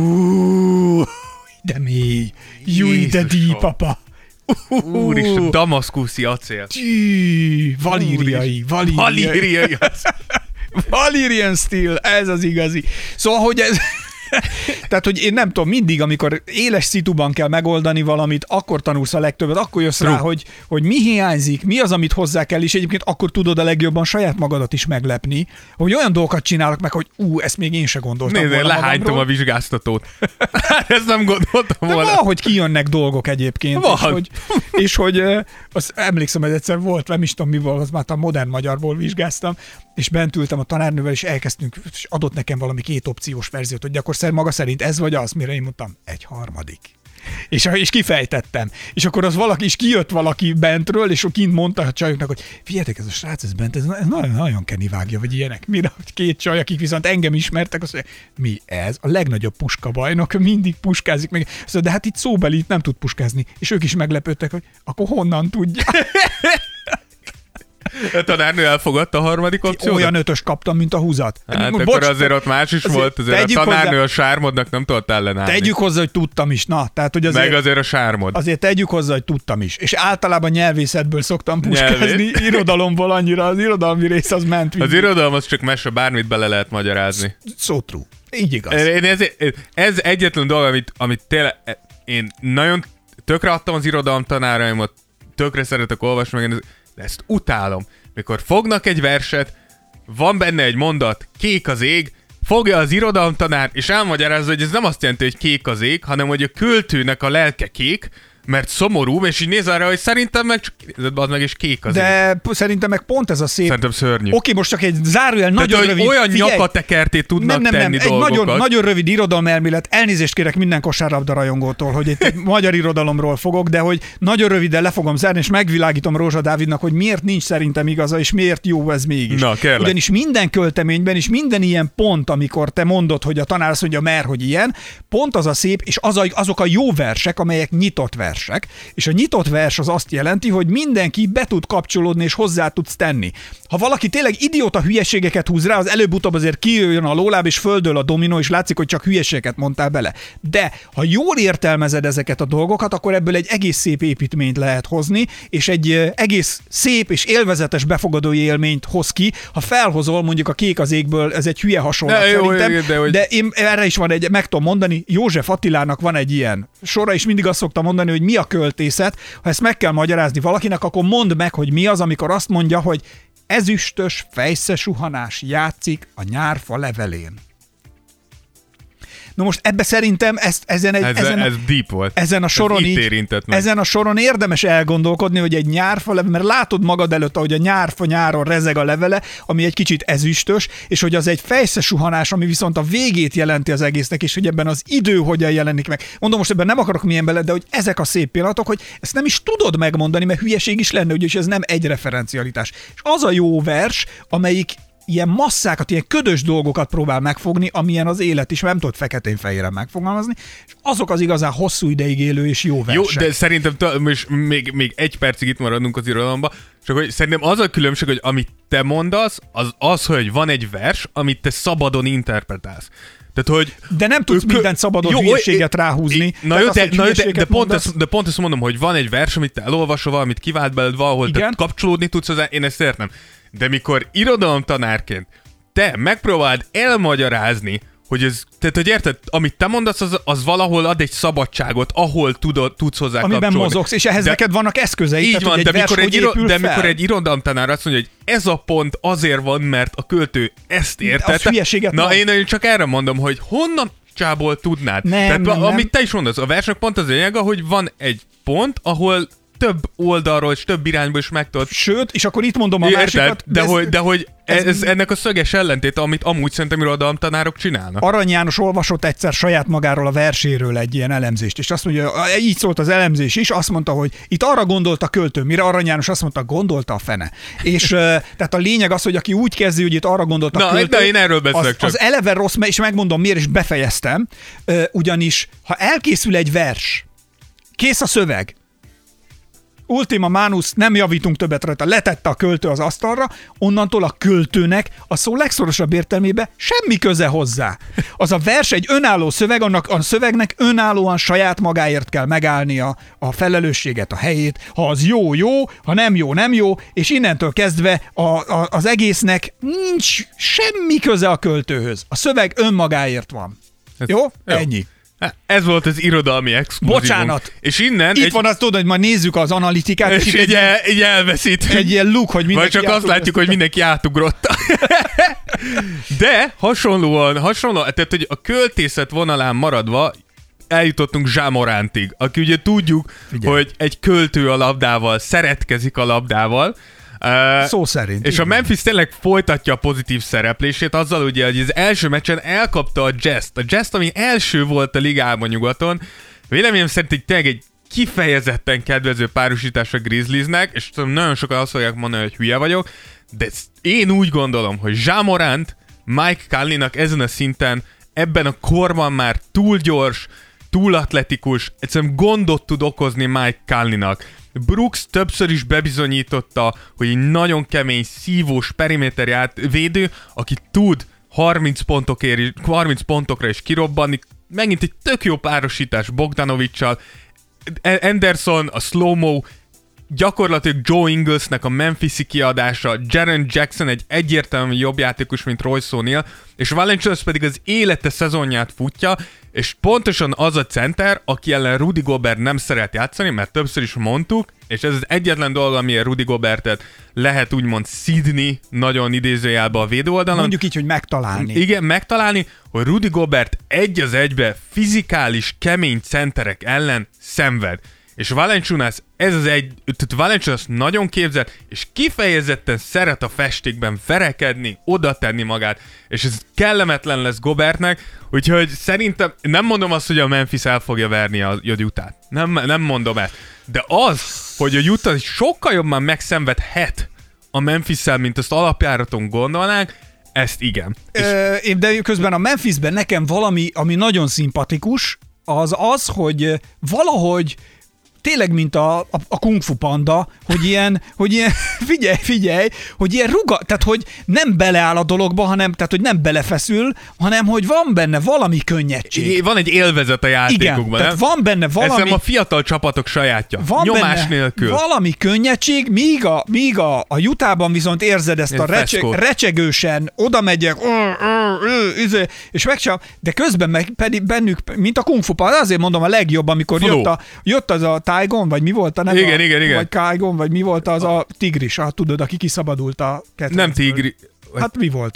Speaker 3: Uuuuh, de mély. Júj, de díj, papa.
Speaker 4: Úristen, damaszkuszi acél.
Speaker 3: Tű, valíriai, valíriai.
Speaker 4: Valíriai.
Speaker 3: Valyrian Steel, ez az igazi. Szóval, hogy ez... Tehát, hogy én nem tudom, mindig, amikor éles szituban kell megoldani valamit, akkor tanulsz a legtöbbet, akkor jössz True. rá, hogy, hogy mi hiányzik, mi az, amit hozzá kell, és egyébként akkor tudod a legjobban saját magadat is meglepni, hogy olyan dolgokat csinálok meg, hogy ú, ezt még én se gondoltam
Speaker 4: Nézd,
Speaker 3: volna
Speaker 4: lehánytam
Speaker 3: magamról.
Speaker 4: a vizsgáztatót. Ezt nem gondoltam
Speaker 3: De
Speaker 4: volna.
Speaker 3: valahogy kijönnek dolgok egyébként.
Speaker 4: Van.
Speaker 3: És hogy, és hogy azt emlékszem, hogy egyszer volt, nem is tudom mi volt, az már a Modern Magyarból vizsgáztam, és bent ültem a tanárnővel, és elkezdtünk, és adott nekem valami két opciós verziót, hogy akkor maga szerint ez vagy az, mire én mondtam, egy harmadik. És, és kifejtettem. És akkor az valaki, és kijött valaki bentről, és kint mondta a csajoknak, hogy figyeljetek, ez a srác, ez bent, ez nagyon, nagyon kenivágja, vagy ilyenek. Mire, hogy két csaj, akik viszont engem ismertek, azt mondja, mi ez? A legnagyobb puskabajnok, mindig puskázik meg. Azt mondja, de hát itt szóbeli, itt nem tud puskázni. És ők is meglepődtek, hogy akkor honnan tudja?
Speaker 4: A tanárnő elfogadta a harmadik opciót?
Speaker 3: Olyan ötös kaptam, mint a húzat.
Speaker 4: Hát
Speaker 3: Bocs,
Speaker 4: akkor azért ott más is
Speaker 3: azért
Speaker 4: volt, azért a tanárnő
Speaker 3: hozzá,
Speaker 4: a sármodnak nem tudott ellenállni.
Speaker 3: Tegyük hozzá, hogy tudtam is. Na, tehát, hogy azért,
Speaker 4: meg azért a sármod.
Speaker 3: Azért tegyük hozzá, hogy tudtam is. És általában nyelvészetből szoktam puskázni,
Speaker 4: Nyelvét?
Speaker 3: Irodalomból annyira, az irodalmi rész az ment.
Speaker 4: Az irodalom az csak mese, bármit bele lehet magyarázni.
Speaker 3: So true. Így igaz.
Speaker 4: Én ez, ez egyetlen dolog, amit, amit tényleg én nagyon tökre adtam az irodalom tanáraimat, tökre szeretek olvasni, meg de ezt utálom. Mikor fognak egy verset, van benne egy mondat, kék az ég, fogja az irodalomtanár, és elmagyarázza, hogy ez nem azt jelenti, hogy kék az ég, hanem hogy a költőnek a lelke kék, mert szomorú, és így néz arra, hogy szerintem meg csak az meg is kék az
Speaker 3: De
Speaker 4: ég.
Speaker 3: p- szerintem meg pont ez a szép...
Speaker 4: Szerintem szörnyű.
Speaker 3: Oké, most csak egy zárójel, nagyon
Speaker 4: Tehát,
Speaker 3: rövid...
Speaker 4: olyan
Speaker 3: figyelj,
Speaker 4: nyakatekerté tudnak
Speaker 3: nem, nem,
Speaker 4: tenni
Speaker 3: nem, egy
Speaker 4: dolgokat.
Speaker 3: nagyon, nagyon rövid irodalmelmélet, elnézést kérek minden kosárlabda rajongótól, hogy itt egy magyar irodalomról fogok, de hogy nagyon röviden le fogom zárni, és megvilágítom Rózsa Dávidnak, hogy miért nincs szerintem igaza, és miért jó ez mégis.
Speaker 4: Na, kérlek.
Speaker 3: Ugyanis minden költeményben, és minden ilyen pont, amikor te mondod, hogy a tanár azt mondja, mert hogy ilyen, pont az a szép, és az a, azok a jó versek, amelyek nyitott versek, és a nyitott vers az azt jelenti, hogy mindenki be tud kapcsolódni, és hozzá tudsz tenni. Ha valaki tényleg idióta hülyeségeket húz rá, az előbb-utóbb azért kijöjjön a lóláb, és földől a dominó, és látszik, hogy csak hülyeségeket mondtál bele. De ha jól értelmezed ezeket a dolgokat, akkor ebből egy egész szép építményt lehet hozni, és egy egész szép és élvezetes befogadói élményt hoz ki. Ha felhozol mondjuk a kék az égből, ez egy hülye hasonlat
Speaker 4: de jó,
Speaker 3: szerintem,
Speaker 4: de, hogy...
Speaker 3: de én erre is van egy, meg tudom mondani, József Attilának van egy ilyen sora, és mindig azt szokta mondani, hogy mi a költészet. Ha ezt meg kell magyarázni valakinek, akkor mondd meg, hogy mi az, amikor azt mondja, hogy ezüstös fejszesuhanás játszik a nyárfa levelén. Na most ebbe szerintem ezt, ezen, egy,
Speaker 4: Ez,
Speaker 3: ezen,
Speaker 4: ez deep volt.
Speaker 3: ezen a soron
Speaker 4: ez
Speaker 3: így,
Speaker 4: érintett meg.
Speaker 3: ezen a soron érdemes elgondolkodni, hogy egy nyárfa leve, mert látod magad előtt, ahogy a nyárfa nyáron rezeg a levele, ami egy kicsit ezüstös, és hogy az egy fejszesuhanás, ami viszont a végét jelenti az egésznek, és hogy ebben az idő hogyan jelenik meg. Mondom, most ebben nem akarok milyen bele, de hogy ezek a szép pillanatok, hogy ezt nem is tudod megmondani, mert hülyeség is lenne, úgyhogy ez nem egy referencialitás. És az a jó vers, amelyik ilyen masszákat, ilyen ködös dolgokat próbál megfogni, amilyen az élet is, nem tudod feketén-fehéren megfogalmazni, és azok az igazán hosszú ideig élő és jó versek.
Speaker 4: Jó, de szerintem t- most még, még egy percig itt maradunk az irodalomba, csak hogy szerintem az a különbség, hogy amit te mondasz, az az, hogy van egy vers, amit te szabadon interpretálsz. Tehát, hogy
Speaker 3: de nem tudsz
Speaker 4: kö-
Speaker 3: mindent szabadon
Speaker 4: jó,
Speaker 3: hülyeséget ráhúzni.
Speaker 4: Na jó,
Speaker 3: az,
Speaker 4: de, na jó, de, de, pont
Speaker 3: mondasz,
Speaker 4: ezt, de pont ezt mondom, hogy van egy vers, amit te elolvasol, valamit kivált beled, valahol
Speaker 3: igen?
Speaker 4: te kapcsolódni tudsz hozzá, én ezt értem. De mikor irodalomtanárként te megpróbáld elmagyarázni, hogy ez, tehát hogy érted, amit te mondasz, az, az valahol ad egy szabadságot, ahol tudod, tudsz hozzá
Speaker 3: amiben
Speaker 4: kapcsolni.
Speaker 3: mozogsz, és ehhez
Speaker 4: de,
Speaker 3: neked vannak eszközeid.
Speaker 4: így
Speaker 3: tehát,
Speaker 4: van,
Speaker 3: hogy
Speaker 4: de,
Speaker 3: egy vers
Speaker 4: mikor egy,
Speaker 3: hogy
Speaker 4: iro,
Speaker 3: épül
Speaker 4: de
Speaker 3: fel.
Speaker 4: mikor egy irodalomtanár azt mondja, hogy ez a pont azért van, mert a költő ezt értette.
Speaker 3: Az hülyeséget
Speaker 4: Na
Speaker 3: mond.
Speaker 4: én, én csak erre mondom, hogy honnan csából tudnád.
Speaker 3: Nem,
Speaker 4: Tehát,
Speaker 3: nem,
Speaker 4: amit
Speaker 3: nem.
Speaker 4: te is mondasz, a versnek pont az lényege, hogy van egy pont, ahol több oldalról és több irányból is meg tudod.
Speaker 3: Sőt, és akkor itt mondom a
Speaker 4: Érted?
Speaker 3: másikat.
Speaker 4: De,
Speaker 3: ez-
Speaker 4: hogy, de hogy
Speaker 3: ez-
Speaker 4: ez, ez ennek a szöges ellentéte, amit amúgy szerintem irodalomtanárok csinálnak.
Speaker 3: Arany János olvasott egyszer saját magáról a verséről egy ilyen elemzést, és azt mondja, így szólt az elemzés is, azt mondta, hogy itt arra gondolt a költő, mire Arany János azt mondta, gondolta a fene. És ö, tehát a lényeg az, hogy aki úgy kezdi, hogy itt arra gondolt a
Speaker 4: Na,
Speaker 3: költő,
Speaker 4: de én erről beszélek
Speaker 3: az,
Speaker 4: csak.
Speaker 3: az eleve rossz, és megmondom miért, és befejeztem, ö, ugyanis ha elkészül egy vers, kész a szöveg, Ultima manus, nem javítunk többet rajta, letette a költő az asztalra, onnantól a költőnek a szó legszorosabb értelmében semmi köze hozzá. Az a vers egy önálló szöveg, annak a szövegnek önállóan saját magáért kell megállnia a felelősséget, a helyét. Ha az jó, jó, ha nem jó, nem jó, és innentől kezdve a, a, az egésznek nincs semmi köze a költőhöz. A szöveg önmagáért van.
Speaker 4: Ez-
Speaker 3: Jó?
Speaker 4: jó.
Speaker 3: Ennyi.
Speaker 4: Ez volt az irodalmi exkluzívum.
Speaker 3: Bocsánat.
Speaker 4: És innen
Speaker 3: Itt
Speaker 4: egy,
Speaker 3: van, azt tudod, hogy majd nézzük az analitikát,
Speaker 4: és
Speaker 3: itt
Speaker 4: így,
Speaker 3: egy,
Speaker 4: el, így elveszít.
Speaker 3: egy ilyen look, hogy
Speaker 4: Vagy
Speaker 3: mindenki
Speaker 4: csak azt
Speaker 3: átugrott.
Speaker 4: látjuk, hogy mindenki átugrotta. De hasonlóan, hasonlóan, tehát hogy a költészet vonalán maradva eljutottunk Jean Morántig, aki ugye tudjuk,
Speaker 3: Figyelj.
Speaker 4: hogy egy költő a labdával, szeretkezik a labdával. Uh,
Speaker 3: Szó szerint.
Speaker 4: És a Memphis tényleg folytatja a pozitív szereplését azzal ugye, hogy az első meccsen elkapta a Jazz-t. A Jazz, ami első volt a ligában nyugaton. Véleményem szerint egy tényleg egy kifejezetten kedvező párosítás a Grizzliesnek, és tudom, nagyon sokan azt fogják mondani, hogy hülye vagyok, de én úgy gondolom, hogy Ja Morant Mike Conleynak ezen a szinten, ebben a korban már túl gyors, túl atletikus, egyszerűen gondot tud okozni Mike Conleynak. Brooks többször is bebizonyította, hogy egy nagyon kemény, szívós periméter védő, aki tud harminc, pontokért, harminc pontokra is kirobbanni. Megint egy tök jó párosítás Bogdanovic-sal. Anderson, a slow-mo, gyakorlatilag Joe Inglesnek a Memphis-i kiadása, Jaren Jackson egy egyértelműen jobb játékos, mint Royce O'Neal, és Valanciunas pedig az élete szezonját futja, és pontosan az a center, aki ellen Rudy Gobert nem szeret játszani, mert többször is mondtuk, és ez az egyetlen dolog, amilyen Rudy Gobertet lehet úgymond szidni, nagyon idézőjelbe a védőoldalon.
Speaker 3: Mondjuk így, hogy megtalálni.
Speaker 4: Igen, megtalálni, hogy Rudy Gobert egy az egybe fizikális, kemény centerek ellen szenved. És Valanciunas, ez az egy, tehát Valanciunas nagyon képzett, és kifejezetten szeret a festékben verekedni, oda tenni magát, és ez kellemetlen lesz Gobertnek, úgyhogy szerintem, nem mondom azt, hogy a Memphis el fogja verni a, a Utah-t. Nem, nem mondom ezt. De az, hogy a Utah sokkal jobban megszenvedhet a Memphis-szel, mint azt alapjáraton gondolnánk, ezt igen.
Speaker 3: Ö, de közben a Memphisben nekem valami, ami nagyon szimpatikus, az az, hogy valahogy tényleg, mint a, a, a Kung Fu Panda, hogy ilyen, hogy ilyen, figyelj, figyelj, hogy ilyen ruga, tehát hogy nem beleáll a dologba, hanem, tehát hogy nem belefeszül, hanem hogy van benne valami könnyedség.
Speaker 4: Van egy élvezet a játékokban,
Speaker 3: Igen, tehát
Speaker 4: nem?
Speaker 3: van benne valami...
Speaker 4: Ez nem a fiatal csapatok sajátja.
Speaker 3: Van
Speaker 4: Nyomás
Speaker 3: benne
Speaker 4: nélkül.
Speaker 3: valami könnyedség, míg a, míg a, a Utahban viszont érzed ezt
Speaker 4: Egy
Speaker 3: a recseg,
Speaker 4: feszkót.
Speaker 3: recsegősen, oda megyek, és megcsinálom, de közben meg pedig bennük, mint a Kung Fu Panda, azért mondom a legjobb, amikor
Speaker 4: Flow.
Speaker 3: jött, a, jött az a Tygon, vagy mi volt a neve?
Speaker 4: Igen, igen, igen.
Speaker 3: Vagy Kygon, vagy mi volt az a tigris, ah, tudod, aki kiszabadult a
Speaker 4: Nem
Speaker 3: ketrencből.
Speaker 4: tigri.
Speaker 3: Hát mi volt az?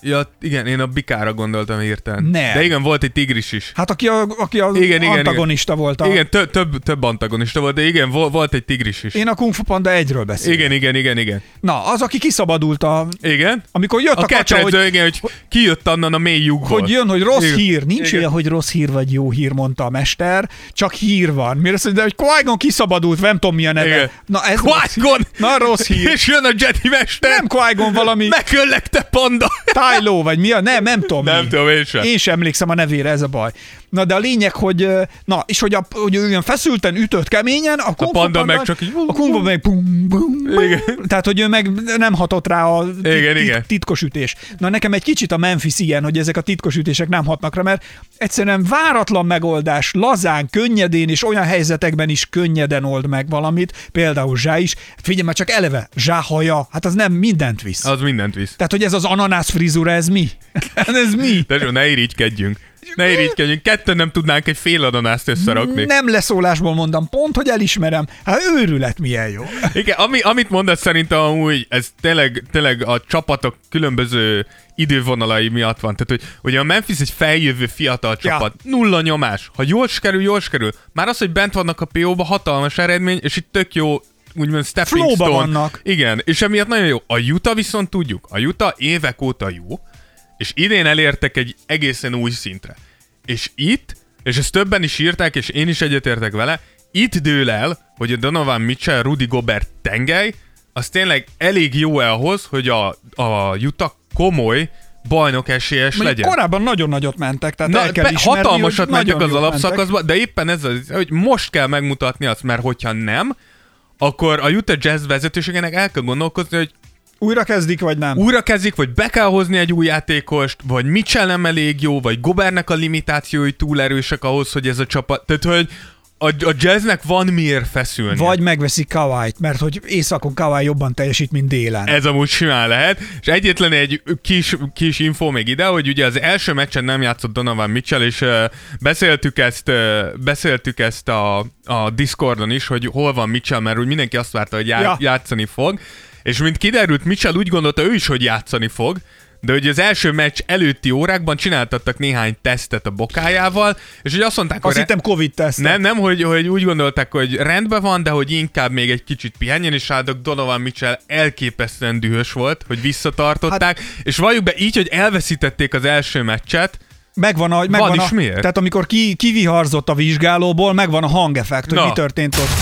Speaker 4: Ja, igen, én a bikára gondoltam hirtelen.
Speaker 3: Nem.
Speaker 4: De igen, volt egy tigris is.
Speaker 3: Hát aki, a, aki az
Speaker 4: Igen, igen,
Speaker 3: antagonista
Speaker 4: igen.
Speaker 3: volt. A...
Speaker 4: Igen, több, több, több antagonista volt, de igen, vol- volt egy tigris is.
Speaker 3: Én a Kung Fu Panda egyről beszélek.
Speaker 4: Igen, igen, igen, igen.
Speaker 3: Na, az, aki kiszabadult a...
Speaker 4: Igen?
Speaker 3: Amikor jött a,
Speaker 4: A
Speaker 3: kacsa, hogy,
Speaker 4: ketrező, igen, hogy kijött onnan a mély lyukból.
Speaker 3: hogy jön, hogy rossz
Speaker 4: Igen.
Speaker 3: hír. Nincs
Speaker 4: Igen.
Speaker 3: olyan, hogy rossz hír vagy jó hír, mondta a mester. Csak hír van. Miért azt mondja, hogy Qui-Gon kiszabadult, nem tudom mi a neve.
Speaker 4: Igen.
Speaker 3: Na, ez rossz hír.
Speaker 4: Qui-Gon!
Speaker 3: Na, rossz hír.
Speaker 4: És jön a Jedi mester!
Speaker 3: Nem Qui-Gon valami...
Speaker 4: Megöllek, te panda!
Speaker 3: Tylo, vagy mi a... Nem, nem tudom.
Speaker 4: Nem
Speaker 3: mi.
Speaker 4: tudom, én sem.
Speaker 3: Én sem emlékszem a nevére, ez a baj. Na, de a lényeg, hogy... Na, és hogy, a, hogy ő olyan feszülten ütött keményen, a, Kung Fu
Speaker 4: panda
Speaker 3: Panda
Speaker 4: meg csak így-
Speaker 3: A Kung Fu meg... Bum, bum, bum.
Speaker 4: Igen.
Speaker 3: Tehát, hogy ő meg nem hatott rá a tit-
Speaker 4: Igen,
Speaker 3: tit-
Speaker 4: igen.
Speaker 3: titkos ütés. Na, nekem egy kicsit a Memphis ilyen, hogy ezek a titkos ütések nem hatnak rá, mert egyszerűen váratlan megoldás, lazán, könnyedén és olyan helyzetekben is könnyeden old meg valamit, például Zsá is. Figyelj már csak eleve, Zsá haja, hát az nem mindent visz.
Speaker 4: Az mindent visz.
Speaker 3: Tehát, hogy ez az ananász frizura, ez mi? ez mi?
Speaker 4: De ne irigykedjünk. Ne irigykedjünk. Ketten nem tudnánk egy fél ananászt összerakni.
Speaker 3: Nem leszólásból mondom, pont, hogy elismerem. Hát őrület, milyen jó.
Speaker 4: Igen, ami, amit mondasz szerintem amúgy, ez tényleg, tényleg a csapatok különböző idővonalai miatt van. Tehát, hogy ugye a Memphis egy feljövő fiatal csapat. Ja. Nulla nyomás. Ha jól kerül, jól kerül. Már az, hogy bent vannak a pé ó-ba, hatalmas eredmény, és itt tök jó úgymond stepping
Speaker 3: Flowba
Speaker 4: stone.
Speaker 3: vannak.
Speaker 4: Igen, és emiatt nagyon jó. A Utah viszont tudjuk. A Utah évek óta jó, és idén elértek egy egészen új szintre. És itt, és ezt többen is írták, és én is egyetértek vele, itt dől el, hogy a Donovan Mitchell, Rudy Gobert tengely, az tényleg elég jó ahhoz, hogy a, a Utah komoly bajnok esélyes
Speaker 3: Mondjuk
Speaker 4: legyen.
Speaker 3: korábban nagyon nagyot mentek, tehát
Speaker 4: Na,
Speaker 3: el kell
Speaker 4: be,
Speaker 3: ismerni,
Speaker 4: hatalmasat
Speaker 3: hogy
Speaker 4: mentek
Speaker 3: nagyon
Speaker 4: az
Speaker 3: jól
Speaker 4: alapszakaszba, de éppen ez az, hogy most kell megmutatni azt, mert hogyha nem, akkor a Utah Jazz vezetőségének el kell gondolkozni, hogy
Speaker 3: Újra kezdik, vagy nem?
Speaker 4: újra kezdik, vagy be kell hozni egy új játékost, vagy Mitchell nem elég jó, vagy Gobertnek a limitációi túl erősek ahhoz, hogy ez a csapat... Tehát, hogy a, a Jazznek van miért feszülni.
Speaker 3: Vagy megveszik Kawait, mert hogy éjszakon Kawai jobban teljesít, mint délen.
Speaker 4: Ez amúgy simán lehet. És egyetlen egy kis, kis info még ide, hogy ugye az első meccsen nem játszott Donovan Mitchell, és uh, beszéltük ezt, uh, beszéltük ezt a, a Discordon is, hogy hol van Mitchell, mert úgy mindenki azt várta, hogy já-
Speaker 3: Ja.
Speaker 4: játszani fog. És mint kiderült, Mitchell úgy gondolta ő is, hogy játszani fog, de hogy az első meccs előtti órákban csináltattak néhány tesztet a bokájával, és hogy azt mondták,
Speaker 3: Azt
Speaker 4: hogy...
Speaker 3: hittem Covid-teszt.
Speaker 4: Nem, nem, hogy, hogy úgy gondolták, hogy rendben van, de hogy inkább még egy kicsit pihenjen, és ráadok Donovan Mitchell elképesztően dühös volt, hogy visszatartották, hát, és valljuk be így, hogy elveszítették az első meccset,
Speaker 3: Megvan a, megvan
Speaker 4: Van
Speaker 3: a,
Speaker 4: is miért?
Speaker 3: Tehát amikor ki, kiviharzott a vizsgálóból, megvan a hangeffekt, hogy
Speaker 4: Na.
Speaker 3: mi történt ott.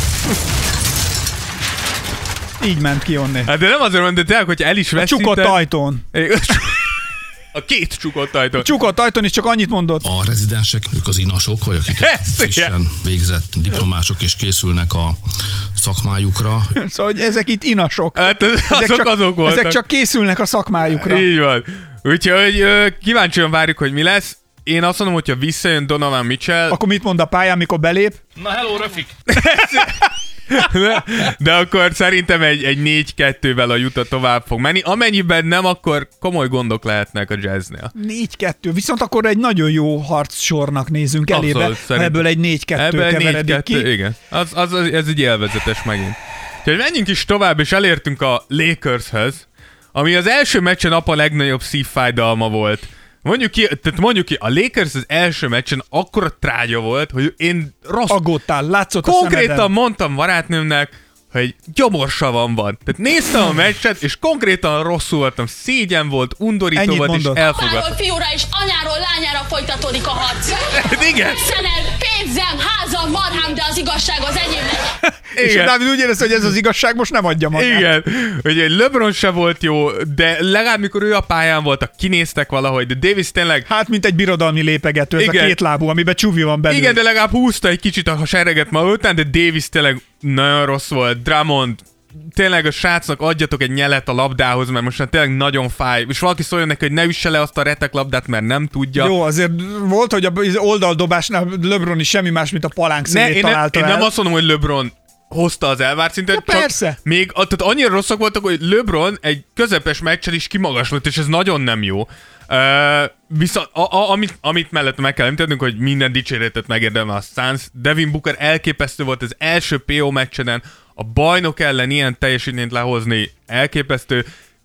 Speaker 3: Így ment ki onnét.
Speaker 4: hát de nem azért mondom, de tényleg, hogy el is
Speaker 3: A
Speaker 4: veszített...
Speaker 3: csukott ajtón.
Speaker 4: A két csukott ajtón.
Speaker 3: Csukott ajtón is csak annyit mondott.
Speaker 6: A rezidensek, ők az inasok, vagy akik
Speaker 4: Ez,
Speaker 6: frissen végzett diplomások és készülnek a szakmájukra.
Speaker 3: Szóval, hogy ezek itt inasok.
Speaker 4: Hát ez- azok
Speaker 3: csak,
Speaker 4: azok voltak.
Speaker 3: ezek csak készülnek a szakmájukra.
Speaker 4: Így van. Úgyhogy ö, kíváncsian várjuk, hogy mi lesz. Én azt mondom, hogyha visszajön Donovan Mitchell,
Speaker 3: Akkor mit mond a pályán, mikor belép?
Speaker 6: Na hello, Rafik!
Speaker 4: de, de akkor szerintem egy, egy négy kettővel a Utah tovább fog menni. Amennyiben nem, akkor komoly gondok lehetnek a Jazznél.
Speaker 3: négy kettő. Viszont akkor egy nagyon jó harcsornak nézünk elébe,
Speaker 4: Abszolút,
Speaker 3: ha
Speaker 4: szerintem.
Speaker 3: ebből egy négy kettő
Speaker 4: Ebben négy
Speaker 3: keveredik
Speaker 4: kettő,
Speaker 3: ki.
Speaker 4: igen. Az, az, az, ez egy élvezetes megint. Úgyhogy menjünk is tovább, és elértünk a Lakershöz, ami az első meccsen apa legnagyobb szívfájdalma volt. Mondjuk ki, tehát mondjuk ki, a Lakers az első meccsen akkora trágya volt, hogy én rossz...
Speaker 3: Aggódtál, látszott a
Speaker 4: Konkrétan
Speaker 3: szemeden.
Speaker 4: mondtam barátnőmnek, hogy gyomorsavam van. Tehát néztem a meccset, és konkrétan rosszul voltam. Szégyen volt, undorító
Speaker 3: Ennyit
Speaker 4: volt,
Speaker 3: mondott.
Speaker 4: és elfogadtam.
Speaker 7: Apáról fiúra és anyáról lányára folytatódik a harc.
Speaker 4: Igen,
Speaker 7: Szenem, pénzem, házam, marhám, de az igazság az enyémnek.
Speaker 3: És
Speaker 4: igen.
Speaker 3: Dávid úgy érezte, hogy ez az igazság most nem adja magát.
Speaker 4: Igen, hogy LeBron se volt jó, de legalább mikor ő a pályán voltak, kinéztek valahogy, de Davis tényleg...
Speaker 3: Hát, mint egy birodalmi lépegető, ez
Speaker 4: Igen.
Speaker 3: a két lábú, amiben csuvi van belül.
Speaker 4: Igen, de legalább húzta egy kicsit a sereget ma után, de Davis tényleg nagyon rossz volt. Drummond, tényleg a srácnak adjatok egy nyelet a labdához, mert most már tényleg nagyon fáj. És valaki szóljon neki, hogy ne üsse le azt a retek labdát, mert nem tudja.
Speaker 3: Jó, azért volt, hogy az oldaldobásnál LeBron is semmi más, mint a palánk
Speaker 4: Ne,
Speaker 3: szélét
Speaker 4: én, nem,
Speaker 3: találta
Speaker 4: én
Speaker 3: el.
Speaker 4: nem azt mondom, hogy LeBron hozta az elvárt szintet,
Speaker 3: Ja,
Speaker 4: csak
Speaker 3: persze.
Speaker 4: még tehát annyira rosszak voltak, hogy LeBron egy közepes meccsen is kimagaslott, és ez nagyon nem jó. Uh, viszont a, a, amit, amit mellett meg kell említenünk, hogy minden dicséretet megérdemel a Suns. Devin Booker elképesztő volt az első pé o meccseden, a bajnok ellen ilyen teljesítményt lehozni elképesztő.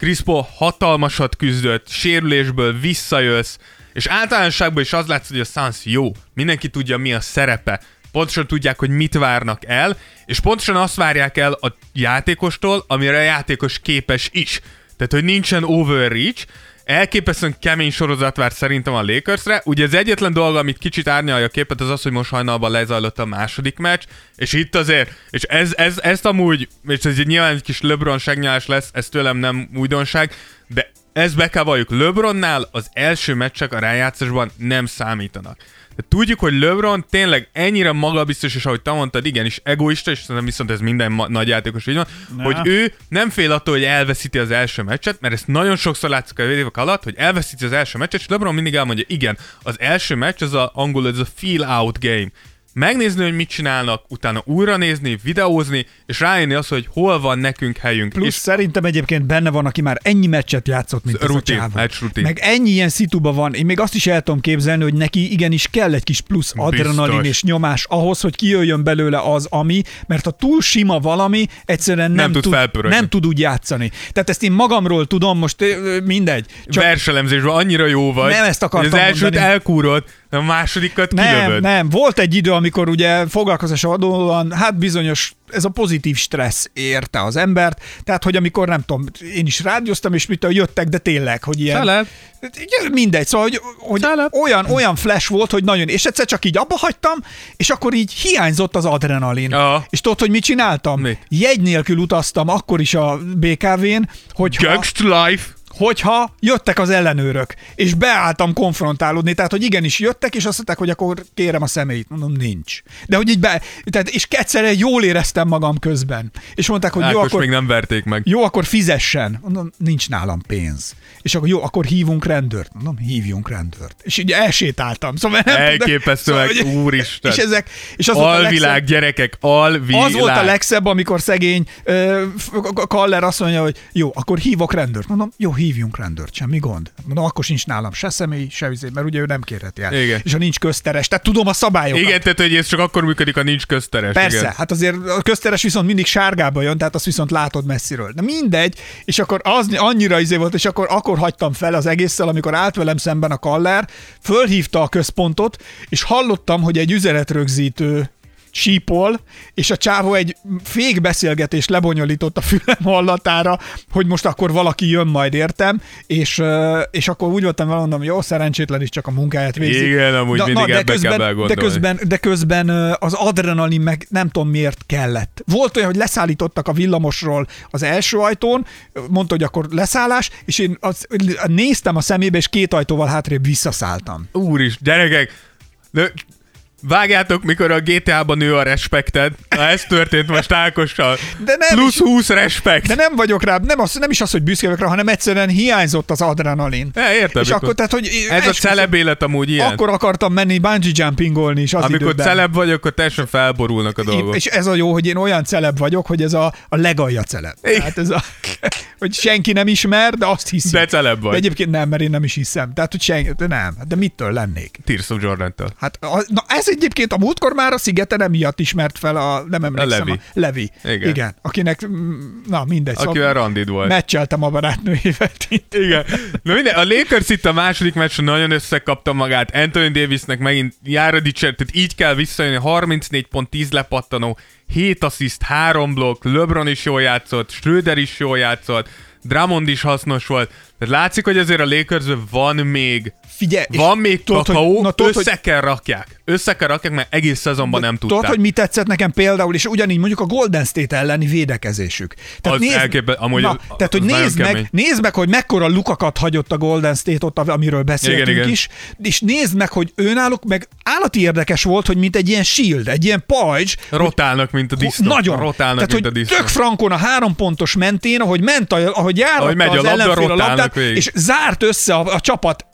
Speaker 4: Chris Paul hatalmasat küzdött, sérülésből visszajössz, és általánosságban is az látszik, hogy a Suns jó. Mindenki tudja, mi a szerepe. Pontosan tudják, hogy mit várnak el, és pontosan azt várják el a játékostól, amire a játékos képes is. Tehát, hogy nincsen overreach, elképesztően kemény sorozat vár szerintem a Lakersre. Ugye az egyetlen dolga, amit kicsit árnyalja a képet, az az, hogy most hajnalban lezajlott a második meccs, és itt azért, és ez, ez, ezt amúgy, és ez nyilván egy kis LeBron segnyalás lesz, ez tőlem nem újdonság, de ezt be kell valljuk, LeBronnál az első meccsek a rájátszásban nem számítanak. De tudjuk, hogy LeBron tényleg ennyire magabiztos, és ahogy te mondtad, igenis egoista, és szerintem viszont ez minden ma- nagy játékos így van, ne. hogy ő nem fél attól, hogy elveszíti az első meccset, mert ezt nagyon sokszor látszik a évek alatt, hogy elveszíti az első meccset, és LeBron mindig elmondja, igen, az első meccs, az a angol, ez a feel out game. Megnézni, hogy mit csinálnak, utána újra nézni, videózni, és rájönni az, hogy hol van nekünk helyünk.
Speaker 3: Plusz
Speaker 4: és
Speaker 3: szerintem egyébként benne van, aki már ennyi meccset játszott, mint
Speaker 4: rutin,
Speaker 3: ez a csávó.
Speaker 4: rutin.
Speaker 3: Meg ennyi ilyen szituba van. Én még azt is el tudom képzelni, hogy neki igenis kell egy kis plusz adrenalin
Speaker 4: Biztos.
Speaker 3: és nyomás ahhoz, hogy kijöjjön belőle az, ami, mert ha túl sima valami, egyszerűen nem,
Speaker 4: Nem tud felpörögni.
Speaker 3: nem tud úgy játszani. Tehát ezt én magamról tudom, most ö, mindegy.
Speaker 4: Csak verselemzésben annyira jó vagy,
Speaker 3: nem ezt akartam
Speaker 4: hogy az elsőt
Speaker 3: mondani.
Speaker 4: elkúrod, a másodikat
Speaker 3: Nem,
Speaker 4: kilövöd.
Speaker 3: nem. Volt egy idő, amikor ugye foglalkozás adóan, hát bizonyos, ez a pozitív stressz érte az embert, tehát, hogy amikor nem tudom, én is rádióztam, és mit jöttek, de tényleg, hogy ilyen...
Speaker 4: Szelep.
Speaker 3: Mindegy, szóval, hogy, hogy olyan, olyan flash volt, hogy nagyon, és egyszer csak így abba hagytam, és akkor így hiányzott az adrenalin.
Speaker 4: Aha.
Speaker 3: És tudod, hogy mit csináltam?
Speaker 4: Mi?
Speaker 3: Jegy nélkül utaztam akkor is a bé ká vén, hogyha...
Speaker 4: Gangsta life.
Speaker 3: hogyha jöttek az ellenőrök, és beálltam konfrontálódni, tehát, hogy igenis jöttek, és azt mondták, hogy akkor kérem a személyt. Mondom, nincs. De hogy így be, tehát, és egyszerűen jól éreztem magam közben. És mondták, hogy
Speaker 4: Ákos
Speaker 3: jó, akkor...
Speaker 4: még nem verték meg.
Speaker 3: Jó, akkor fizessen. Mondom, nincs nálam pénz. És akkor jó, akkor hívunk rendőrt. Mondom, hívjunk rendőrt. És így elsétáltam. Szóval nem
Speaker 4: Elképesztő meg,
Speaker 3: szóval,
Speaker 4: úristen.
Speaker 3: És ezek, és az
Speaker 4: alvilág,
Speaker 3: volt a legszebb,
Speaker 4: gyerekek, alvilág.
Speaker 3: az volt a legszebb, amikor szegény uh, Kaller azt mondja, hogy jó, akkor hívok rendőrt. Mondom, jó, hívjunk rendőrt, semmi gond. Mondom, akkor sincs nálam se személy, se vizé, mert ugye ő nem kérheti el.
Speaker 4: Igen.
Speaker 3: És ha nincs közteres, tehát tudom a szabályokat.
Speaker 4: Igen, tehát hogy ez csak akkor működik, ha nincs közteres.
Speaker 3: Persze,
Speaker 4: igen.
Speaker 3: hát azért a közteres viszont mindig sárgába jön, tehát azt viszont látod messziről. De mindegy, és akkor az annyira izé volt, és akkor, akkor hagytam fel az egésszel, amikor állt velem szemben a Kaller, fölhívta a központot, és hallottam, hogy egy üzenetrögzítő sípol, és a csávó egy fék beszélgetést lebonyolított a fülem hallatára, hogy most akkor valaki jön majd, értem, és, és akkor úgy voltam vele, mondom, jó, szerencsétlen is csak a munkáját végzi.
Speaker 4: Igen, amúgy
Speaker 3: na,
Speaker 4: mindig
Speaker 3: na, de
Speaker 4: ebbe
Speaker 3: közben,
Speaker 4: kell belgondolni.
Speaker 3: de közben, de közben az adrenalin meg nem tudom miért kellett. Volt olyan, hogy leszállítottak a villamosról az első ajtón, mondta, hogy akkor leszállás, és én az, néztem a szemébe, és két ajtóval hátrébb visszaszálltam.
Speaker 4: Úris, gyerekek, de vágjátok, mikor a gé té á-ban nő a respekted. Na, ez történt most Ákossal.
Speaker 3: De nem
Speaker 4: Plusz
Speaker 3: is,
Speaker 4: húsz respekt.
Speaker 3: De nem vagyok rá, nem, az, nem is az, hogy büszke vagyok rá, hanem egyszerűen hiányzott az adrenalin.
Speaker 4: É, értem.
Speaker 3: És akkor, tehát, hogy
Speaker 4: ez a celeb élet amúgy ilyen.
Speaker 3: Akkor akartam menni bungee jumpingolni is az
Speaker 4: Amikor
Speaker 3: időben.
Speaker 4: celeb vagy, akkor teljesen felborulnak a dolgok.
Speaker 3: És ez a jó, hogy én olyan celeb vagyok, hogy ez a, a legalja celeb. Tehát ez a, hogy senki nem ismer, de azt hiszi.
Speaker 4: De celeb vagy.
Speaker 3: De egyébként nem, mert én nem is hiszem. Tehát, hogy senki, de nem. De mitől lennék?
Speaker 4: Tirso Jordan-től.
Speaker 3: Hát, a, na ez egyébként a múltkor már a Szigeten emiatt ismert fel a, nem emlékszem,
Speaker 4: a Levi.
Speaker 3: A Levi.
Speaker 4: Igen.
Speaker 3: Igen. Akinek, na mindegy.
Speaker 4: Akivel randid volt.
Speaker 3: Meccseltem a barátnőjével.
Speaker 4: Igen. Na minden, a Lakers itt a második meccsen nagyon összekapta magát. Anthony Davisnek megint jár a dicsért, tehát így kell visszajönni. harmincnégy pont tíz lepattanó, hét assziszt, három blokk, LeBron is jól játszott, Schröder is jól játszott, Drummond is hasznos volt. Tehát látszik, hogy azért a Lakersben van még
Speaker 3: Figyelj,
Speaker 4: van még
Speaker 3: tudod,
Speaker 4: kakaó,
Speaker 3: hogy, na, tudod,
Speaker 4: össze
Speaker 3: hogy,
Speaker 4: kell rakják. Össze kell rakják, mert egész szezonban nem tudták.
Speaker 3: Tudod, hogy mi tetszett nekem például, és ugyanígy mondjuk a Golden State elleni védekezésük. Tehát
Speaker 4: Az
Speaker 3: nézd,
Speaker 4: elképe, amúgy
Speaker 3: na,
Speaker 4: az,
Speaker 3: tehát, hogy
Speaker 4: az
Speaker 3: nézd meg, nézd meg, hogy mekkora lukakat hagyott a Golden State ott, amiről beszéltünk
Speaker 4: igen, igen.
Speaker 3: is, és nézd meg, hogy őnáluk meg állati érdekes volt, hogy mint egy ilyen shield, egy ilyen pajzs.
Speaker 4: Rotálnak, mint a disznó.
Speaker 3: Nagyon.
Speaker 4: Rotálnak,
Speaker 3: tehát,
Speaker 4: mint
Speaker 3: hogy
Speaker 4: a disznó.
Speaker 3: tök frankon a három pontos mentén, ahogy ment, a, ahogy járatta
Speaker 4: ahogy megy a
Speaker 3: az
Speaker 4: labda,
Speaker 3: ellenfél a labdát,
Speaker 4: végig.
Speaker 3: és zárt össze a, a csapat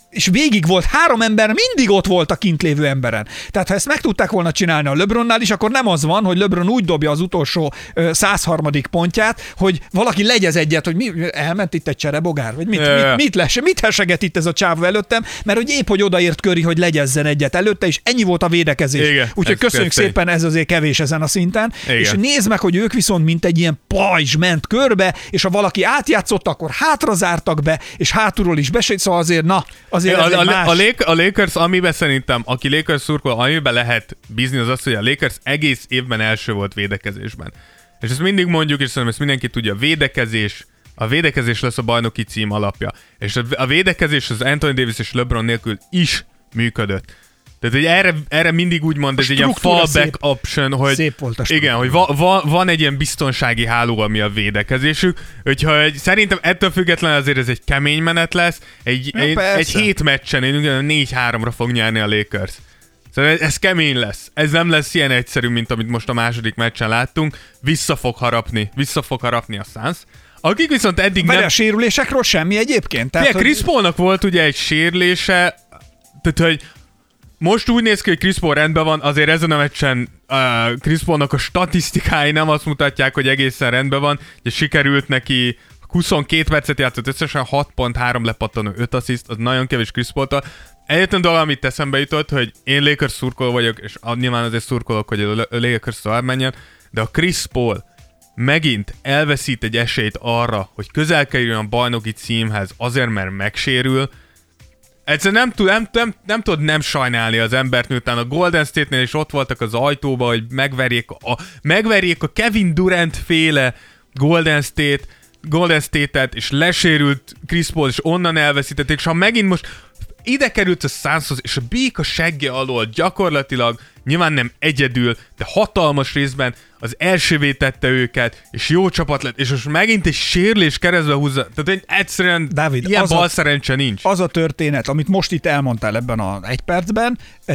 Speaker 3: és végig volt három ember, mindig ott volt a kint lévő emberen. Tehát ha ezt meg tudták volna csinálni a LeBronnál is, akkor nem az van, hogy LeBron úgy dobja az utolsó száz harmadik pontját, hogy valaki legyez egyet, hogy mi, elment itt egy cserebogár, vagy mit, mit, mit, les, mit heseget itt ez a csávó előttem, mert hogy épp, hogy odaért Curry, hogy legyezzen egyet előtte, és ennyi volt a védekezés. Úgyhogy köszönjük köszönjük. szépen, ez azért kevés ezen a szinten. Igen. És nézd meg, hogy ők viszont mint egy ilyen pajzs ment körbe, és ha valaki átjátszott, akkor hátra zártak be, és hátulról is besét, szóval azért, na, azért
Speaker 4: a, a,
Speaker 3: más.
Speaker 4: A, Lake, a Lakers, amiben szerintem, aki Lakers szurkol, amiben lehet bízni, az az, hogy a Lakers egész évben első volt védekezésben. És ezt mindig mondjuk, és szerintem ezt mindenki tudja, a védekezés, a védekezés lesz a bajnoki cím alapja. És a, a védekezés az Anthony Davis és LeBron nélkül is működött. Tehát, hogy erre, erre mindig úgy mond, ez egy ilyen fallback szép, option, hogy
Speaker 3: szép volt a
Speaker 4: igen, hogy va, va, van egy ilyen biztonsági háló, ami a védekezésük, úgyhogy szerintem ettől függetlenül azért ez egy kemény menet lesz, egy, egy, egy hét meccsen, én négy háromra fog nyerni a Lakers. Szóval ez, ez kemény lesz. Ez nem lesz ilyen egyszerű, mint amit most a második meccsen láttunk. Vissza fog harapni, vissza fog harapni a Suns. Akik viszont eddig
Speaker 3: Várj,
Speaker 4: nem...
Speaker 3: a sérülésekről semmi egyébként?
Speaker 4: Tehát, hogy... Chris Paulnak volt ugye egy sérülése, tehát, hogy most úgy néz ki, hogy Chris Paul rendben van, azért ezen a meccsen uh, Chris Paulnak a statisztikái nem azt mutatják, hogy egészen rendben van, hogy sikerült neki huszonkét percet játszott, összesen hat pont három lepattanó, öt assziszt, az nagyon kevés Chris Paultól. Egyetlen dolog, amit eszembe jutott, hogy én Lakers szurkoló vagyok, és nyilván azért szurkolok, hogy a Lakers tovább menjen, de a Chris Paul megint elveszít egy esélyt arra, hogy közel kerüljön a bajnoki címhez azért, mert megsérül. Egyszerűen nem, tud, nem, nem, nem tudod nem sajnálni az embert, miután a Golden State-nél is ott voltak az ajtóba, hogy megverjék a, megverjék a Kevin Durant féle Golden State, Golden State-et, és lesérült Chris Paul, és onnan elveszítették, és ha megint most ide került a Sunshoz, és a béka segge alól gyakorlatilag, nyilván nem egyedül, de hatalmas részben az elsővé tette őket, és jó csapat lett, és most megint egy sérülés keresztbe húzza. Tehát egyszerűen
Speaker 3: Dávid,
Speaker 4: ilyen
Speaker 3: az
Speaker 4: balszerencse nincs.
Speaker 3: Az a történet, amit most itt elmondtál ebben a egy percben,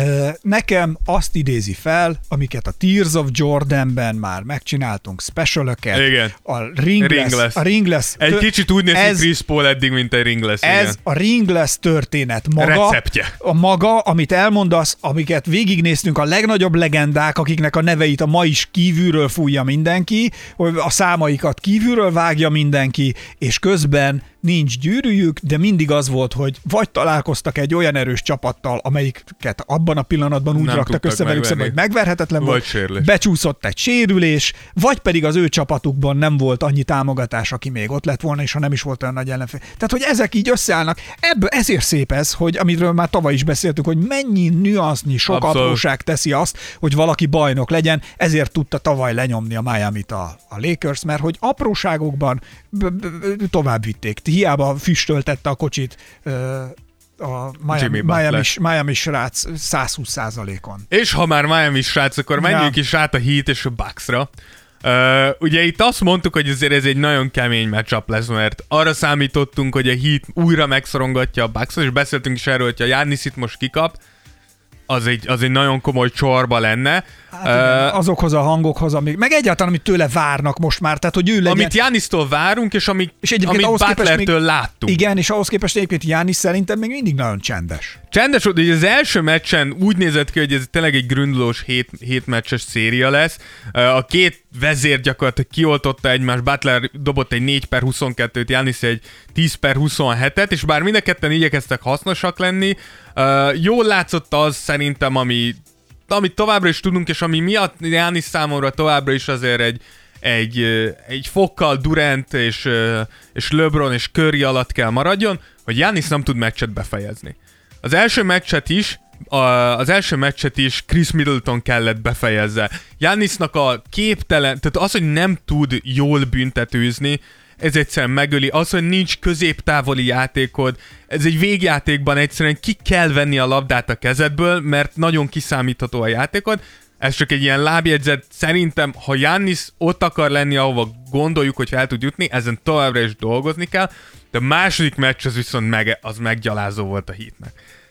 Speaker 3: nekem azt idézi fel, amiket a Tears of Jordanben már megcsináltunk, specialöket.
Speaker 4: Igen.
Speaker 3: A Ringless.
Speaker 4: Ringless.
Speaker 3: A Ringless
Speaker 4: egy kicsit úgy néz ki Chris Paul eddig, mint egy Ringless.
Speaker 3: Ez
Speaker 4: igen.
Speaker 3: a Ringless történet maga.
Speaker 4: Receptje.
Speaker 3: A maga, amit elmondasz, amiket végignéztünk, a legnagyobb legendák, akiknek a neveit a ma is kívülről fújja mindenki, a számaikat kívülről vágja mindenki, és közben nincs gyűrűjük, de mindig az volt, hogy vagy találkoztak egy olyan erős csapattal, amelyiket abban a pillanatban úgy nem raktak össze velük szemben, hogy megverhetetlen volt,
Speaker 4: sérülés.
Speaker 3: Becsúszott egy sérülés, vagy pedig az ő csapatukban nem volt annyi támogatás, aki még ott lett volna, és ha nem is volt olyan nagy ellenfél. Tehát, hogy ezek így összeállnak. Ebből ezért szép ez, hogy amiről már tavaly is beszéltük, hogy mennyi nüansznyi, sok
Speaker 4: Abszolút.
Speaker 3: apróság teszi azt, hogy valaki bajnok legyen, ezért tudta tavaly lenyomni a Miamit a, a Lakers, mert hogy apróságokban b- b- tovább vitték. Hiába füstöltette a kocsit a Miami, Miami, Miami srác száz húsz százalékon.
Speaker 4: És ha már Miami srác, akkor menjünk ja. is át a Heat és a Bucksra. Uh, ugye itt azt mondtuk, hogy azért ez egy nagyon kemény matchup lesz, mert arra számítottunk, hogy a Heat újra megszorongatja a Bucks-ot, és beszéltünk is erről, hogyha Giannis itt most kikap, az egy, az egy nagyon komoly csorba lenne.
Speaker 3: Hát igen, uh, azokhoz a hangokhoz, amik, meg egyáltalán, amit tőle várnak most már, tehát hogy ő legyen.
Speaker 4: Amit Giannistól várunk, és, amik, és amit Butlertől még, láttunk.
Speaker 3: Igen, és ahhoz képest egyébként Giannis szerintem még mindig nagyon csendes.
Speaker 4: Csendes volt, hogy az első meccsen úgy nézett ki, hogy ez tényleg egy gründulós hét, hét meccses széria lesz. A két vezér gyakorlatilag kioltotta egymást, Butler dobott egy négy per huszonkettőt, Giannis egy tíz per huszonhetet, és bár mind a ketten igyekeztek hasznosak lenni, jól látszott az szerintem, ami amit továbbra is tudunk, és ami miatt Giannis számomra továbbra is azért egy, egy, egy fokkal Durant és, és LeBron és Curry alatt kell maradjon, hogy Giannis nem tud meccset befejezni. Az első meccset is, az első meccset is Chris Middleton kellett befejezze. Giannisnak a képtelen, tehát az, hogy nem tud jól büntetőzni, ez egyszerűen megöli. Az, hogy nincs középtávoli játékod, ez egy végjátékban egyszerűen ki kell venni a labdát a kezedből, mert nagyon kiszámítható a játékod. Ez csak egy ilyen lábjegyzet. Szerintem, ha Giannis ott akar lenni, ahova gondoljuk, hogy fel tud jutni, ezen továbbra is dolgozni kell, de a második meccs az viszont meg, az meggyalázó volt a Heatnek.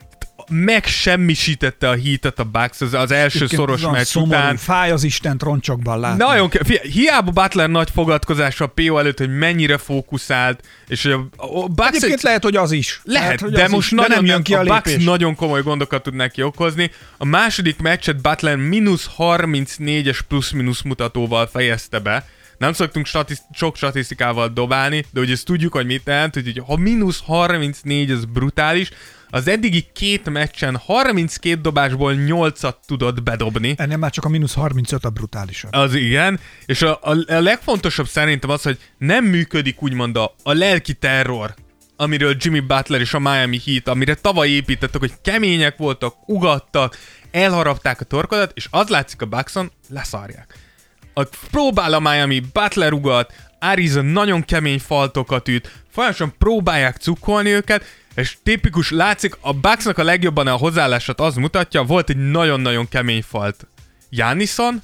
Speaker 4: megsemmisítette a Heatet a Bucks az, az első
Speaker 3: Egyébként
Speaker 4: szoros
Speaker 3: van
Speaker 4: meccs
Speaker 3: szomorú,
Speaker 4: után.
Speaker 3: Fáj az Isten troncsokban látni.
Speaker 4: Nagyon ke- Fia, hiába Butler nagy fogadkozása a pé o előtt, hogy mennyire fókuszált, és a, a Bucks
Speaker 3: Egyébként
Speaker 4: egy,
Speaker 3: lehet, hogy az is.
Speaker 4: lehet,
Speaker 3: hogy
Speaker 4: de
Speaker 3: az
Speaker 4: most
Speaker 3: is,
Speaker 4: nagyon
Speaker 3: de nem jön
Speaker 4: nem,
Speaker 3: ki a,
Speaker 4: a Bucks
Speaker 3: lépés.
Speaker 4: nagyon komoly gondokat tud neki okozni. A második meccset Butler mínusz harmincnégyes plusz-minusz mutatóval fejezte be. Nem szoktunk statiszt- sok statisztikával dobálni, de ugye ezt tudjuk, hogy mit jelent, hogy ha mínusz harmincnégy, az brutális, az eddigi két meccsen harminckét dobásból nyolcat tudott bedobni.
Speaker 3: Ennél már csak a mínusz harmincöt a brutálisabb.
Speaker 4: Az igen, és a, a, a legfontosabb szerintem az, hogy nem működik úgymond a, a lelki terror, amiről Jimmy Butler és a Miami Heat, amire tavaly építettek, hogy kemények voltak, ugattak, elharapták a torkodat, és az látszik a Buckson, leszarják. A, próbál a Miami, Butler ugat, Arizona nagyon kemény faltokat üt, folyamatosan próbálják cukkolni őket, és tipikus, látszik, a Bucksnak a legjobban a hozzáállását az mutatja, volt egy nagyon-nagyon kemény falt Giannison,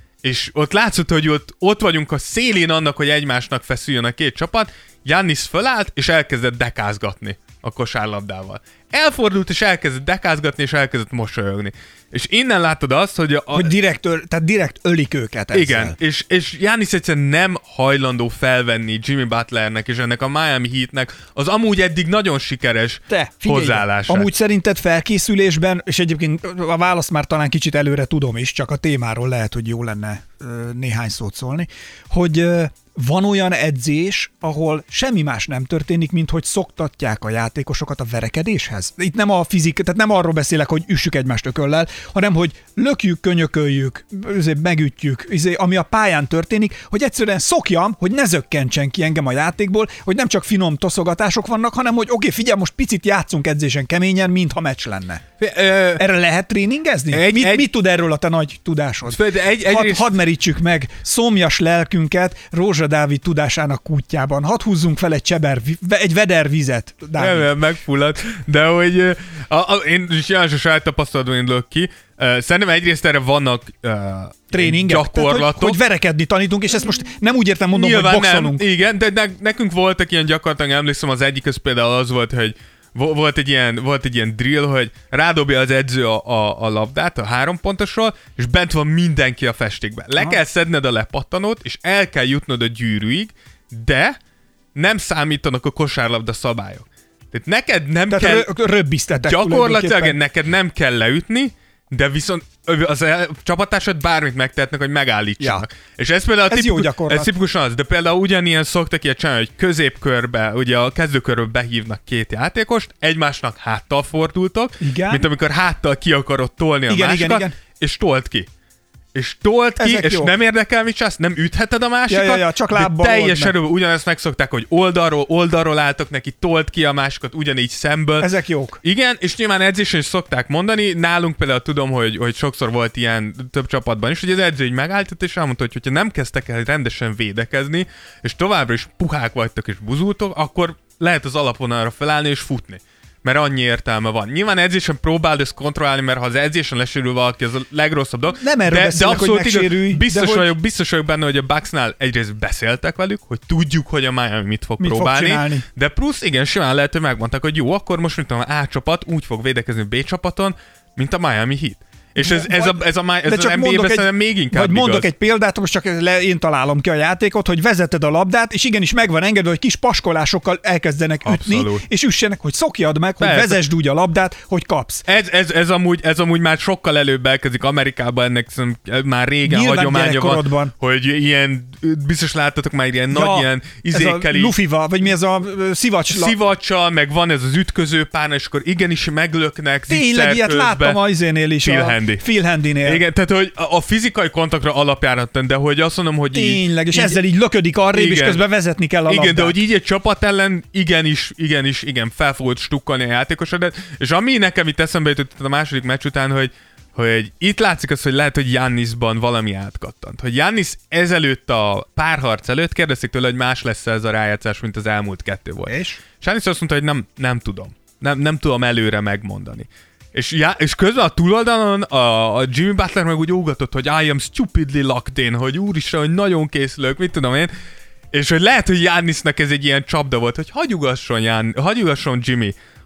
Speaker 4: és ott látszott, hogy ott, ott vagyunk a szélén annak, hogy egymásnak feszüljön a két csapat, Giannis fölállt, és elkezdett dekázgatni a kosárlabdával. Elfordult, és elkezdett dekázgatni, és elkezdett mosolyogni. És innen látod azt, hogy... A,
Speaker 3: Hogy direkt, öl, tehát direkt ölik őket ezzel.
Speaker 4: igen, és, és Giannis egyszerűen nem hajlandó felvenni Jimmy Butlernek és ennek a Miami Heatnek az amúgy eddig nagyon sikeres
Speaker 3: Te, figyelj,
Speaker 4: hozzáállását.
Speaker 3: amúgy szerinted felkészülésben, és egyébként a választ már talán kicsit előre tudom is, csak a témáról lehet, hogy jó lenne ö, néhány szót szólni, hogy ö, van olyan edzés, ahol semmi más nem történik, mint hogy szoktatják a játékosokat a verekedéshez. Itt nem a fizik, tehát nem arról beszélek, hogy üssük egymást ököllel, hanem hogy lökjük, könyököljük, megütjük, ami a pályán történik, hogy egyszerűen szokjam, hogy ne zökkentsen ki engem a játékból, hogy nem csak finom toszogatások vannak, hanem hogy oké, okay, figyelj, most picit játszunk edzésen keményen, mintha meccs lenne. Erre lehet tréningezni?
Speaker 4: Egy,
Speaker 3: mit,
Speaker 4: egy,
Speaker 3: mit tud erről a te nagy tudásod?
Speaker 4: Egy, egy,
Speaker 3: Hadd
Speaker 4: részt...
Speaker 3: had merítsük meg szomjas lelkünket Rózsa Dávid tudásának kutyában. Hadd húzzunk fel egy cseber, egy veder vizet, Dávid.
Speaker 4: Nem, megfulladt, de hogy a, a, én is jelentős a saját tapasztalatban indulok ki. Uh, szerintem egyrészt erre vannak uh,
Speaker 3: tréningek,
Speaker 4: gyakorlatok.
Speaker 3: Tehát, hogy, hogy verekedni tanítunk, és ezt most nem úgy értem mondom,
Speaker 4: Nyilván
Speaker 3: hogy boxolunk.
Speaker 4: Nem, igen, de ne, nekünk voltak ilyen gyakorlatok, emlékszem, az egyik az például az volt, hogy volt egy ilyen, volt egy ilyen drill, hogy rádobja az edző a, a, a labdát a három pontosról, és bent van mindenki a festékben. Le
Speaker 3: Aha.
Speaker 4: kell szedned a lepattanót, és el kell jutnod a gyűrűig, de nem számítanak a kosárlabda szabályok. Tehát neked nem
Speaker 3: Tehát
Speaker 4: kell...
Speaker 3: röbbiztetek.
Speaker 4: Gyakorlatilag neked nem kell leütni, de viszont az csapattársad bármit megtehetnek, hogy megállítsanak.
Speaker 3: Ja.
Speaker 4: És ez például
Speaker 3: Ez
Speaker 4: tipikus,
Speaker 3: jó gyakorlat.
Speaker 4: ez tipikusan az, de például ugyanilyen szoktak ilyet csinálni, hogy középkörbe, ugye a kezdőkörbe behívnak két játékost, egymásnak háttal fordultok,
Speaker 3: Igen.
Speaker 4: mint amikor háttal ki akarod tolni a
Speaker 3: Igen,
Speaker 4: másikat,
Speaker 3: igen, igen.
Speaker 4: és tolt ki. És tolt ki,
Speaker 3: Ezek
Speaker 4: és
Speaker 3: jók.
Speaker 4: nem érdekel, mit csinálsz, nem ütheted a másikat,
Speaker 3: Ja, ja, ja, csak
Speaker 4: de
Speaker 3: lábbal
Speaker 4: teljes
Speaker 3: old meg.
Speaker 4: erőből ugyanezt megszokták, hogy oldalról, oldalról álltok neki, tolt ki a másikat, ugyanígy szemből.
Speaker 3: Ezek jók.
Speaker 4: Igen, és nyilván edzésen is szokták mondani, nálunk például tudom, hogy, hogy sokszor volt ilyen több csapatban is, hogy az edző így megállított, és elmondta, hogy ha nem kezdtek el rendesen védekezni, és továbbra is puhák vagytok és buzultok, akkor lehet az alapvonalra felállni és futni. Mert annyi értelme van. Nyilván edzésen próbáld ezt kontrollálni, mert ha az edzésen lesérül valaki, az a legrosszabb dolog.
Speaker 3: Nem erről
Speaker 4: de,
Speaker 3: beszélek,
Speaker 4: de abszolút
Speaker 3: hogy megsérülj,
Speaker 4: igaz, biztos,
Speaker 3: de hogy-
Speaker 4: vagyok, biztos vagyok benne, hogy a Bucksnál egyrészt beszéltek velük, hogy tudjuk, hogy a Miami mit fog
Speaker 3: Mit fog
Speaker 4: próbálni.
Speaker 3: csinálni.
Speaker 4: De plusz igen, simán lehet, hogy megmondták, hogy jó, akkor most mint tudom, A csapat úgy fog védekezni B csapaton, mint a Miami Heat. És ez, ez, a, ez, a, ez
Speaker 3: De
Speaker 4: az
Speaker 3: csak
Speaker 4: en bé á-ben
Speaker 3: mondok
Speaker 4: szerintem még inkább
Speaker 3: Vagy mondok
Speaker 4: igaz.
Speaker 3: egy példát, most csak le, én találom ki a játékot, hogy vezeted a labdát, és igenis meg van engedve, hogy kis paskolásokkal elkezdenek ütni,
Speaker 4: Abszolút.
Speaker 3: és üssenek, hogy szokjad meg, hogy
Speaker 4: Persze.
Speaker 3: vezesd úgy a labdát, hogy kapsz.
Speaker 4: Ez, ez, ez, amúgy, ez amúgy már sokkal előbb elkezdik Amerikában, ennek szerintem már régen
Speaker 3: Nyilván
Speaker 4: hagyománya van,
Speaker 3: gyerekkorodban.
Speaker 4: hogy ilyen, biztos láttatok már ilyen
Speaker 3: Ja,
Speaker 4: nagy ilyen izékkel
Speaker 3: ez a
Speaker 4: így
Speaker 3: lufival, vagy mi ez a ö, szivacs.
Speaker 4: szivacsal, meg van ez az ütköző párna, és akkor igenis meglöknek.
Speaker 3: Tényleg ilyet
Speaker 4: zicser közben.
Speaker 3: láttam az izénél is.
Speaker 4: Phil
Speaker 3: a
Speaker 4: Handy.
Speaker 3: Phil Handynél.
Speaker 4: Igen, tehát hogy a, a fizikai kontaktra alapjáraton, de hogy azt mondom, hogy
Speaker 3: Tényleg, és
Speaker 4: így,
Speaker 3: ezzel így löködik arrébb, és
Speaker 4: igen.
Speaker 3: közben vezetni kell a
Speaker 4: Igen,
Speaker 3: labdát.
Speaker 4: de hogy így egy csapat ellen igenis, igenis, igen, fel fogod stukkolni a játékosodat, és ami nekem itt eszembe jutott a második meccs után, hogy hogy itt látszik az, hogy lehet, hogy Giannisban valami átkattant. Hogy Giannis ezelőtt a párharc előtt kérdezték tőle, hogy más lesz ez a rájátszás, mint az elmúlt kettő volt.
Speaker 3: És?
Speaker 4: És Giannis azt mondta, hogy nem, nem tudom. Nem, nem tudom előre megmondani. És, já, és közben a túloldalon a, a Jimmy Butler meg úgy ógatott, hogy I am stupidly locked in, hogy úristen, hogy nagyon készülök, mit tudom én. És hogy lehet, hogy Giannisnak ez egy ilyen csapda volt, hogy hagyugasson, Jan, hagyugasson Jimmy,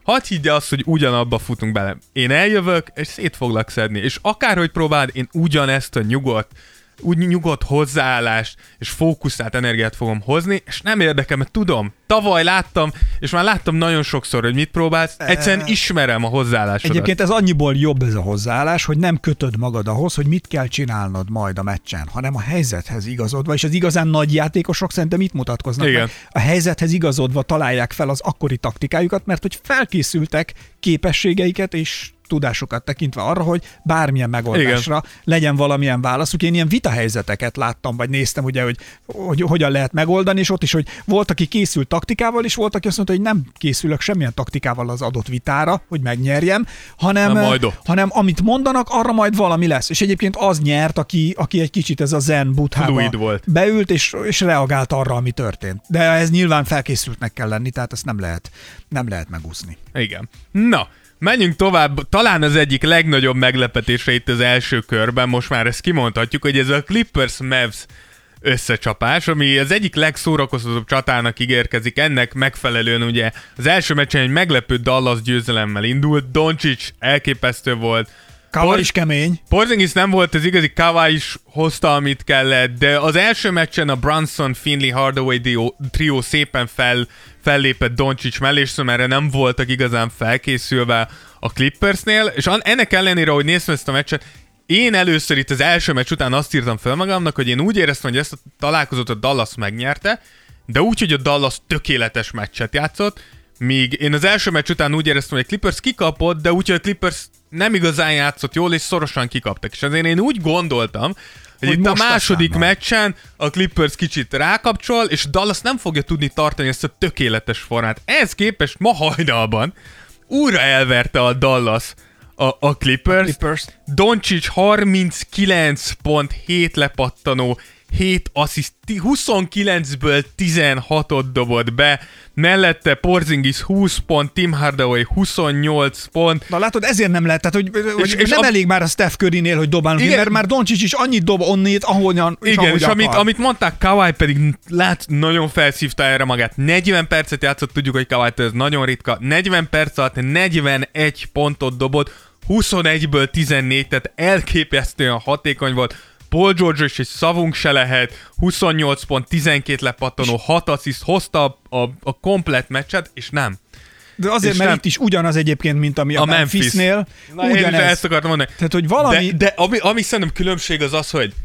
Speaker 4: hadd higgye azt, hogy ugyanabba futunk bele. Én eljövök, és szét foglak szedni. És akárhogy próbáld, én ugyanezt a nyugodt, úgy nyugodt hozzáállást és fókuszált energiát fogom hozni, és nem érdekel, mert tudom, tavaly láttam, és már láttam nagyon sokszor, hogy mit próbálsz, egyszerűen ismerem a hozzáállásodat.
Speaker 3: Egyébként ez annyiból jobb ez a hozzáállás, hogy nem kötöd magad ahhoz, hogy mit kell csinálnod majd a meccsen, hanem a helyzethez igazodva, és az igazán nagy játékosok szerintem itt mutatkoznak.
Speaker 4: Igen.
Speaker 3: Meg. A helyzethez igazodva találják fel az akkori taktikájukat, mert hogy felkészültek képességeiket és tudásukat tekintve arra, hogy bármilyen megoldásra igen. legyen valamilyen válaszuk. Én ilyen vitahelyzeteket láttam, vagy néztem, ugye, hogy, hogy hogyan lehet megoldani, és ott is, hogy volt, aki készült taktikával, és volt, aki azt mondta, hogy nem készülök semmilyen taktikával az adott vitára, hogy megnyerjem, hanem, hanem amit mondanak, arra majd valami lesz. És egyébként az nyert, aki, aki egy kicsit ez a zen buthába beült, és, és reagált arra, ami történt. De ez nyilván felkészültnek kell lenni, tehát ezt nem lehet, nem lehet megúszni.
Speaker 4: Igen. Na, menjünk tovább. Talán az egyik legnagyobb meglepetése itt az első körben, most már ezt kimondhatjuk, hogy ez a Clippers-Mavs összecsapás, ami az egyik legszórakoztatóbb csatának ígérkezik. Ennek megfelelően ugye az első meccsen egy meglepő Dallas győzelemmel indult, Doncic elképesztő volt,
Speaker 3: Kawhi is kemény.
Speaker 4: Porzingis nem volt az igazi, Kawhi is hozta, amit kellett, de az első meccsen a Brunson, Finley, Hardaway trió szépen fel, fellépett Doncic mellé, és szóval erre nem voltak igazán felkészülve a Clippersnél, és ennek ellenére, hogy néztem ezt a meccset, én először itt az első meccs után azt írtam fel magamnak, hogy én úgy éreztem, hogy ezt a találkozót a Dallas megnyerte, de úgy, hogy a Dallas tökéletes meccset játszott, míg én az első meccs után úgy éreztem, hogy a Clippers kikapott, de úgy, hogy a Clippers nem igazán játszott jól, és szorosan kikaptak. És azért én úgy gondoltam, hogy, hogy itt a második meccsen a Clippers kicsit rákapcsol, és Dallas nem fogja tudni tartani ezt a tökéletes formát. Ehhez képest ma hajnalban újra elverte a Dallas a, a Clippers. A Clippers. Doncic harminckilenc pont hét lepattanó, hét assziszt, huszonkilencből tizenhatot dobott be, mellette Porzingis húsz pont, Tim Hardaway huszonnyolc pont.
Speaker 3: Na látod, ezért nem lehet, tehát hogy,
Speaker 4: és,
Speaker 3: hogy
Speaker 4: és
Speaker 3: nem
Speaker 4: a...
Speaker 3: elég már a Steph Currynél, hogy dobálunk, igen, mert már Doncic is annyit dob onnét, ahogyan és
Speaker 4: igen,
Speaker 3: ahogy
Speaker 4: és amit, amit mondták, Kawhi pedig lát, nagyon felszívta erre magát. negyven percet játszott, tudjuk, hogy Kawhi ez nagyon ritka. negyven perc alatt negyvenegy pontot dobott, huszonegyből tizennégy, tehát elképesztően hatékony volt. Paul George is egy szavunk se lehet, huszonnyolc pont, tizenkét lepattanó, hat assziszt, hozta a, a, a komplett meccset, és nem.
Speaker 3: De azért,
Speaker 4: és
Speaker 3: mert
Speaker 4: nem.
Speaker 3: itt is ugyanaz egyébként, mint ami a, a Memphis-nél.
Speaker 4: Na, én is ezt akartam mondani.
Speaker 3: Tehát, hogy valami...
Speaker 4: De, de ami, ami szerintem különbség az az, hogy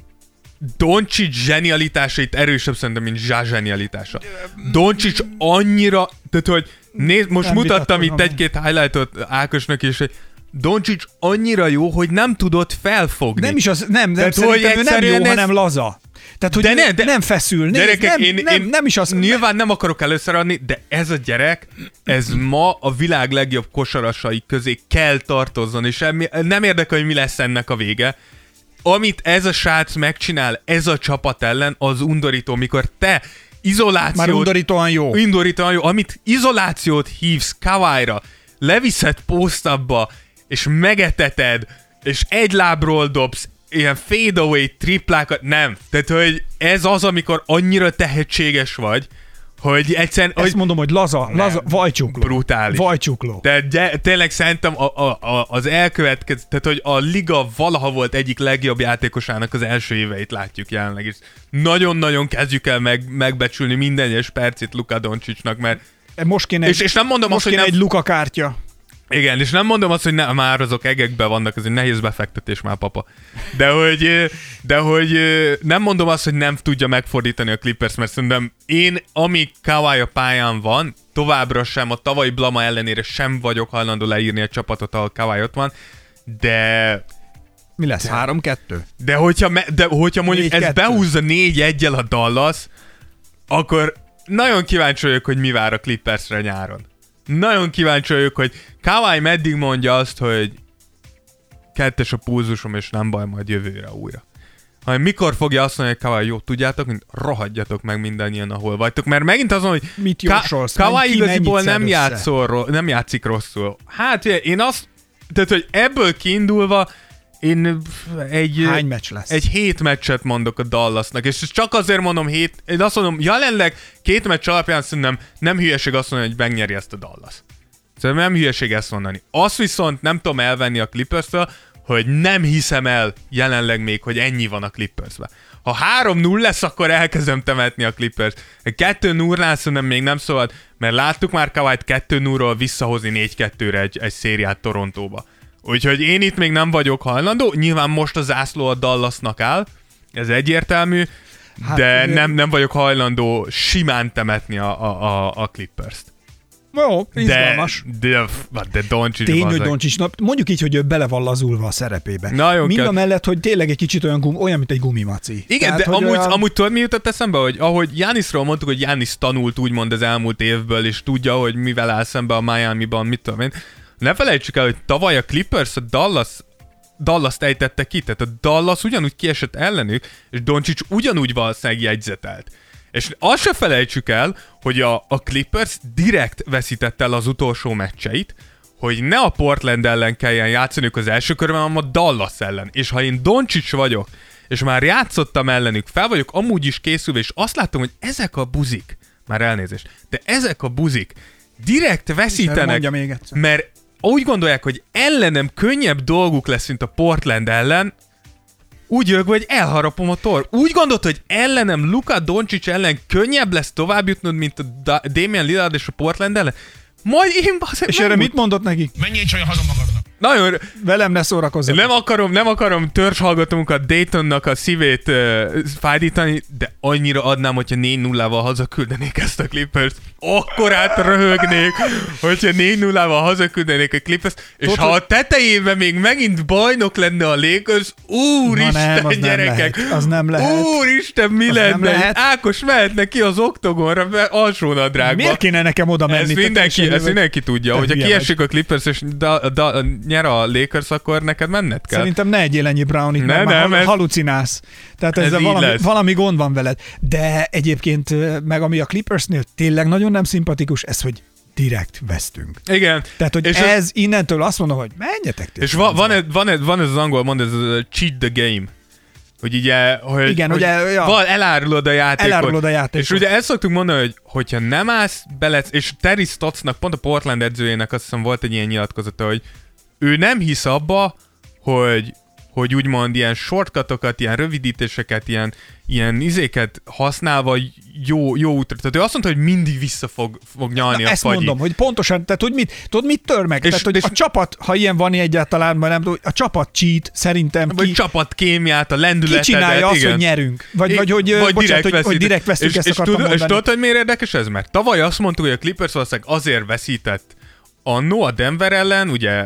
Speaker 4: Doncic zsenialitása itt erősebb szerintem, mint Zsá zsenialitása. Doncic annyira, tehát hogy nézd, most nem mutattam itt egy-két highlightot Ákosnak is, hogy Doncic annyira jó, hogy nem tudott felfogni.
Speaker 3: Nem is az, nem, nem,
Speaker 4: tehát,
Speaker 3: szerintem ő nem jó, ez... hanem laza. Tehát, hogy
Speaker 4: de ne, de...
Speaker 3: nem feszül.
Speaker 4: Gyerekek,
Speaker 3: nem,
Speaker 4: én,
Speaker 3: nem,
Speaker 4: én
Speaker 3: nem is az...
Speaker 4: Nyilván nem akarok először adni, de ez a gyerek, ez ma a világ legjobb kosarasai közé kell tartozzon, és nem érdekel, hogy mi lesz ennek a vége. Amit ez a srác megcsinál, ez a csapat ellen, az undorító, mikor te izolációt...
Speaker 3: Már undorítóan jó.
Speaker 4: Undorítóan jó. Amit izolációt hívsz Kawhira, leviszed posztabba, és megeteted, és egy lábról dobsz, ilyen fadeaway triplákat, nem. Tehát, hogy ez az, amikor annyira tehetséges vagy, hogy egyszerűen...
Speaker 3: Ezt
Speaker 4: hogy
Speaker 3: mondom, hogy laza,
Speaker 4: nem,
Speaker 3: laza, vajcsukló.
Speaker 4: Brutális.
Speaker 3: Vajcsukló.
Speaker 4: Tehát gy- tényleg szerintem a, a, a, az elkövetkező, tehát, hogy a liga valaha volt egyik legjobb játékosának az első éveit látjuk jelenleg is. Nagyon-nagyon kezdjük el meg, megbecsülni minden egyes percét Luka Doncicnak, mert...
Speaker 3: Most kéne egy,
Speaker 4: és, és nem mondom
Speaker 3: most
Speaker 4: azt,
Speaker 3: kéne
Speaker 4: hogy
Speaker 3: egy
Speaker 4: nem...
Speaker 3: Luka kártya.
Speaker 4: Igen, és nem mondom azt, hogy ne, már azok egekben vannak, ez egy nehéz befektetés már, papa. De hogy, de hogy nem mondom azt, hogy nem tudja megfordítani a Clippers, mert szerintem én, ami Kawhi a pályán van, továbbra sem, a tavalyi blama ellenére sem vagyok hajlandó leírni a csapatot, ahol Kawhi ott van, de...
Speaker 3: Mi lesz? három kettő?
Speaker 4: De hogyha, me, de hogyha mondjuk ez behúzza négy egyel a Dallas, akkor nagyon kíváncsi vagyok, hogy mi vár a Clippersre nyáron. Nagyon kíváncsi vagyok, hogy Kawhi meddig mondja azt, hogy kettes a pulzusom, és nem baj, majd jövőre újra. Ha mikor fogja azt mondani, hogy Kawhi, jó, tudjátok, mint rohadjatok meg mindannyian, ahol vagytok. Mert megint azon, hogy
Speaker 3: mit jósolsz?
Speaker 4: Ka- Kawhi igaziból nem, játszol, nem játszik rosszul. Hát én azt, tehát, hogy ebből kiindulva én egy,
Speaker 3: Hány meccs lesz?
Speaker 4: egy hét meccset mondok a Dallasnak, és csak azért mondom hét, én azt mondom, jelenleg két meccs alapján szerintem nem hülyeség azt mondani, hogy megnyeri ezt a Dallas. Szóval nem hülyeség ezt mondani. Azt viszont nem tudom elvenni a Clippers-től, hogy nem hiszem el jelenleg még, hogy ennyi van a Clippers-ben. Ha három null lesz, akkor elkezdem temetni a Clippers. kettő nullnál szerintem még nem szabad, mert láttuk már Kawait kettő nullról visszahozni négy kettőre egy, egy szériát Torontóba. Úgyhogy én itt még nem vagyok hajlandó. Nyilván most a zászló a Dallasnak áll, ez egyértelmű, hát, de nem, nem vagyok hajlandó simán temetni a, a, a, a Clippers-t.
Speaker 3: Jó, izgalmas.
Speaker 4: De, de, de Doncic
Speaker 3: Tény, hogy Doncic, mondjuk így, hogy ő bele van lazulva a szerepébe. Mind a mellett, hogy tényleg egy kicsit olyan, gum, olyan mint egy gumimaci.
Speaker 4: Igen, tehát, de amúgy, olyan... amúgy tudod, mi jutott eszembe, hogy ahogy Giannisról mondtuk, hogy Giannis tanult úgymond az elmúlt évből, és tudja, hogy mivel áll szembe a Miami-ban, mit tudom én. Ne felejtsük el, hogy tavaly a Clippers a Dallas Dallas-t ejtette ki, tehát a Dallas ugyanúgy kiesett ellenük, és Doncic ugyanúgy valószínűleg jegyzetelt. És azt se felejtsük el, hogy a, a Clippers direkt veszítette el az utolsó meccseit, hogy ne a Portland ellen kelljen játszaniuk az első körben, hanem a Dallas ellen. És ha én Doncic vagyok, és már játszottam ellenük, fel vagyok amúgy is készülve, és azt láttam, hogy ezek a buzik, már elnézést, de ezek a buzik direkt veszítenek, mert úgy gondolják, hogy ellenem könnyebb dolguk lesz, mint a Portland ellen, úgy jövök, hogy elharapom a tor. Úgy gondolt, hogy ellenem Luka Doncic ellen könnyebb lesz továbbjutnod, mint a da- Damian Lillard és a Portland ellen? Majd én bazeg
Speaker 3: És erre mit mondott neki?
Speaker 8: Menjél csak haza magadnak.
Speaker 4: Nagyon...
Speaker 3: Velem ne szórakozzak.
Speaker 4: Nem akarom, nem akarom törzshallgatómunkat Daytonnak a szívét uh, fájdítani, de annyira adnám, hogyha négy nullával hazaküldenék ezt a Clippers. Akkorát röhögnék, hogyha négy nullával hazaküldenék a Clippers, és Tot, ha a tetejében még megint bajnok lenne a Lakers, úristen,
Speaker 3: nem,
Speaker 4: gyerekek!
Speaker 3: Nem az nem lehet.
Speaker 4: Úristen, mi az lenne? Ákos mehetne ki az oktogonra alsónadrágba.
Speaker 3: Miért kéne nekem oda menni?
Speaker 4: Ezt mindenki, ezt mindenki tudja, hogyha kiesik a Clippers, és da, da, nyer a Lakers, akkor neked menned kell.
Speaker 3: Szerintem ne egyél ennyi Brownit,
Speaker 4: ne,
Speaker 3: mert
Speaker 4: nem,
Speaker 3: már
Speaker 4: ez,
Speaker 3: halucinálsz. Tehát ez valami, valami gond van veled. De egyébként meg ami a Clippersnél tényleg nagyon nem szimpatikus, ez, hogy direkt vesztünk.
Speaker 4: Igen.
Speaker 3: Tehát, hogy
Speaker 4: és
Speaker 3: ez a... innentől azt mondom, hogy menjetek.
Speaker 4: És va, van, ez, van, ez, van ez az angol mond, ez a cheat the game. Hogy ugye, hogy,
Speaker 3: igen,
Speaker 4: hogy
Speaker 3: ugye, ja.
Speaker 4: val, elárulod a játékot.
Speaker 3: Elárulod a játékot.
Speaker 4: És ugye ezt szoktuk mondani, hogy hogyha nem állsz bele, és Terry Stottsnak, pont a Portland edzőjének azt hiszem volt egy ilyen nyilatkozata, hogy ő nem hisz abba, hogy, hogy úgymond ilyen shortcutokat, ilyen rövidítéseket, ilyen, ilyen izéket használva jó, jó útra. Tehát ő azt mondta, hogy mindig vissza fog, fog nyalni
Speaker 3: Na,
Speaker 4: a
Speaker 3: ezt
Speaker 4: fagyi.
Speaker 3: mondom, hogy pontosan, tehát hogy mit, tudod, mit tör meg?
Speaker 4: És,
Speaker 3: tehát, hogy
Speaker 4: és,
Speaker 3: a csapat, ha ilyen van egyáltalán, vagy nem tudom, a csapat cheat, szerintem
Speaker 4: vagy
Speaker 3: ki...
Speaker 4: csapat kémiát, a lendületedet.
Speaker 3: Ki csinálja azt,
Speaker 4: igen.
Speaker 3: hogy nyerünk? Vagy, vagy, hogy,
Speaker 4: vagy
Speaker 3: bocsánat,
Speaker 4: direkt,
Speaker 3: hogy, hogy direkt vesztük,
Speaker 4: és,
Speaker 3: ezt
Speaker 4: és
Speaker 3: akartam
Speaker 4: tud,
Speaker 3: mondani.
Speaker 4: És tudod, hogy miért érdekes ez? Mert tavaly azt mondtuk, hogy a Clippers valószínűleg azért veszített annó a Denver ellen, ugye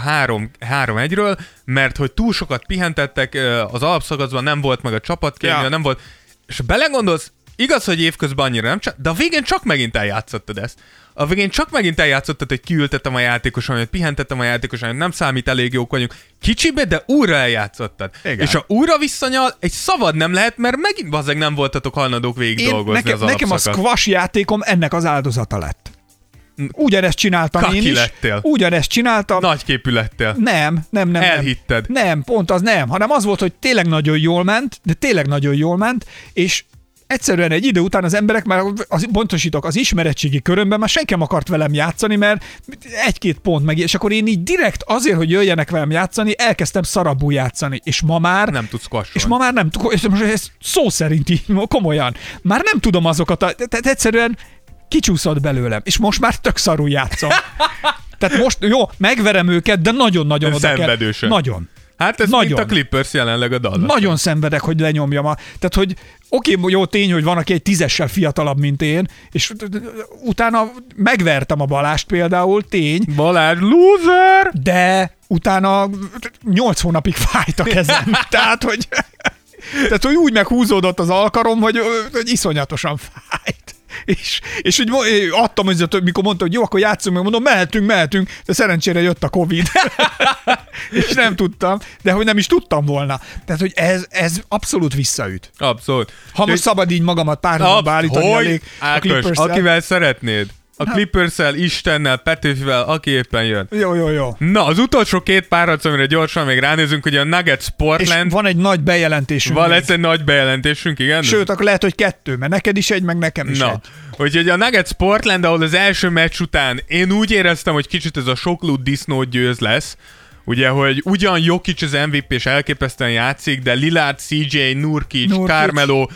Speaker 4: három egyről, mert hogy túl sokat pihentettek, az alapszakaszban nem volt meg a csapatkémia, ja. nem volt, és belegondolsz, igaz, hogy évközben annyira nem, de a végén csak megint eljátszottad ezt. A végén csak megint eljátszottad, hogy kiültettem a játékosan, hogy pihentettem a játékosan, hogy nem számít, elég jók vagyunk. Kicsibe, de újra eljátszottad. Igen. És ha újra visszanyal, egy szavad nem lehet, mert megint bazzeg nem voltatok hajlandók végig dolgozni nekem, az
Speaker 3: nekem a squash játékom ennek az áldozata lett. Ugyanezt csináltam
Speaker 4: Kaki
Speaker 3: én is.
Speaker 4: lettél.
Speaker 3: Ugyanezt csináltam.
Speaker 4: Nagyképű lettél.
Speaker 3: Nem, nem, nem.
Speaker 4: Elhitted.
Speaker 3: Nem, nem, pont az nem, hanem az volt, hogy tényleg nagyon jól ment, de tényleg nagyon jól ment, és egyszerűen egy idő után az emberek már, az, pontosítok, az ismeretségi körömben már senki nem akart velem játszani, mert egy-két pont meg, és akkor én így direkt azért, hogy jöjjenek velem játszani, elkezdtem szarabbul játszani, és ma már...
Speaker 4: Nem tudsz squasholni.
Speaker 3: És ma már nem tudok, és most ez szó szerint így, komolyan, már nem tudom azokat, a, tehát egyszerűen kicsúszott belőlem, és most már tök szarul játszom. Tehát most, jó, megverem őket, de nagyon-nagyon oda kell.
Speaker 4: Szenvedősen.
Speaker 3: Nagyon.
Speaker 4: Hát ez nagyon. Mint a Clippers jelenleg a Dallas.
Speaker 3: Nagyon szenvedek, hogy lenyomjam. A, tehát, hogy oké, jó tény, hogy van, aki egy tízessel fiatalabb, mint én, és utána megvertem a Balást például, tény.
Speaker 4: Balázs loser!
Speaker 3: De utána nyolc hónapig fájt a kezem. Tehát, hogy, tehát, hogy úgy meghúzódott az alkarom, hogy, hogy iszonyatosan fájt. És, és úgy adtam, hogy mikor mondta, hogy jó, akkor játszunk, meg mondom, mehetünk, mehetünk, de szerencsére jött a Covid. És nem tudtam, de hogy nem is tudtam volna. Tehát, hogy ez, ez abszolút visszaüt.
Speaker 4: Abszolút.
Speaker 3: Ha most szabad így magamat párhuzamba állítani elég.
Speaker 4: Ákos, akivel szeretnéd, A Clippers-szel, Istennel, Petőfivel, aki éppen jön.
Speaker 3: Jó, jó, jó.
Speaker 4: Na, az utolsó két párharc, amire gyorsan még ránézünk, hogy a Nuggets Portland.
Speaker 3: És van egy nagy bejelentésünk.
Speaker 4: Van lesz egy nagy bejelentésünk, igen?
Speaker 3: Sőt, akkor lehet, hogy kettő, mert neked is egy, meg nekem is
Speaker 4: Na,
Speaker 3: egy.
Speaker 4: úgyhogy a Nuggets Portland, ahol az első meccs után én úgy éreztem, hogy kicsit ez a sokló disznó győz lesz. Ugye, hogy ugyan Jokic az em vé pé és elképesztően játszik, de Lillard, cé jé, Nurkic, Nurkic. Carmelo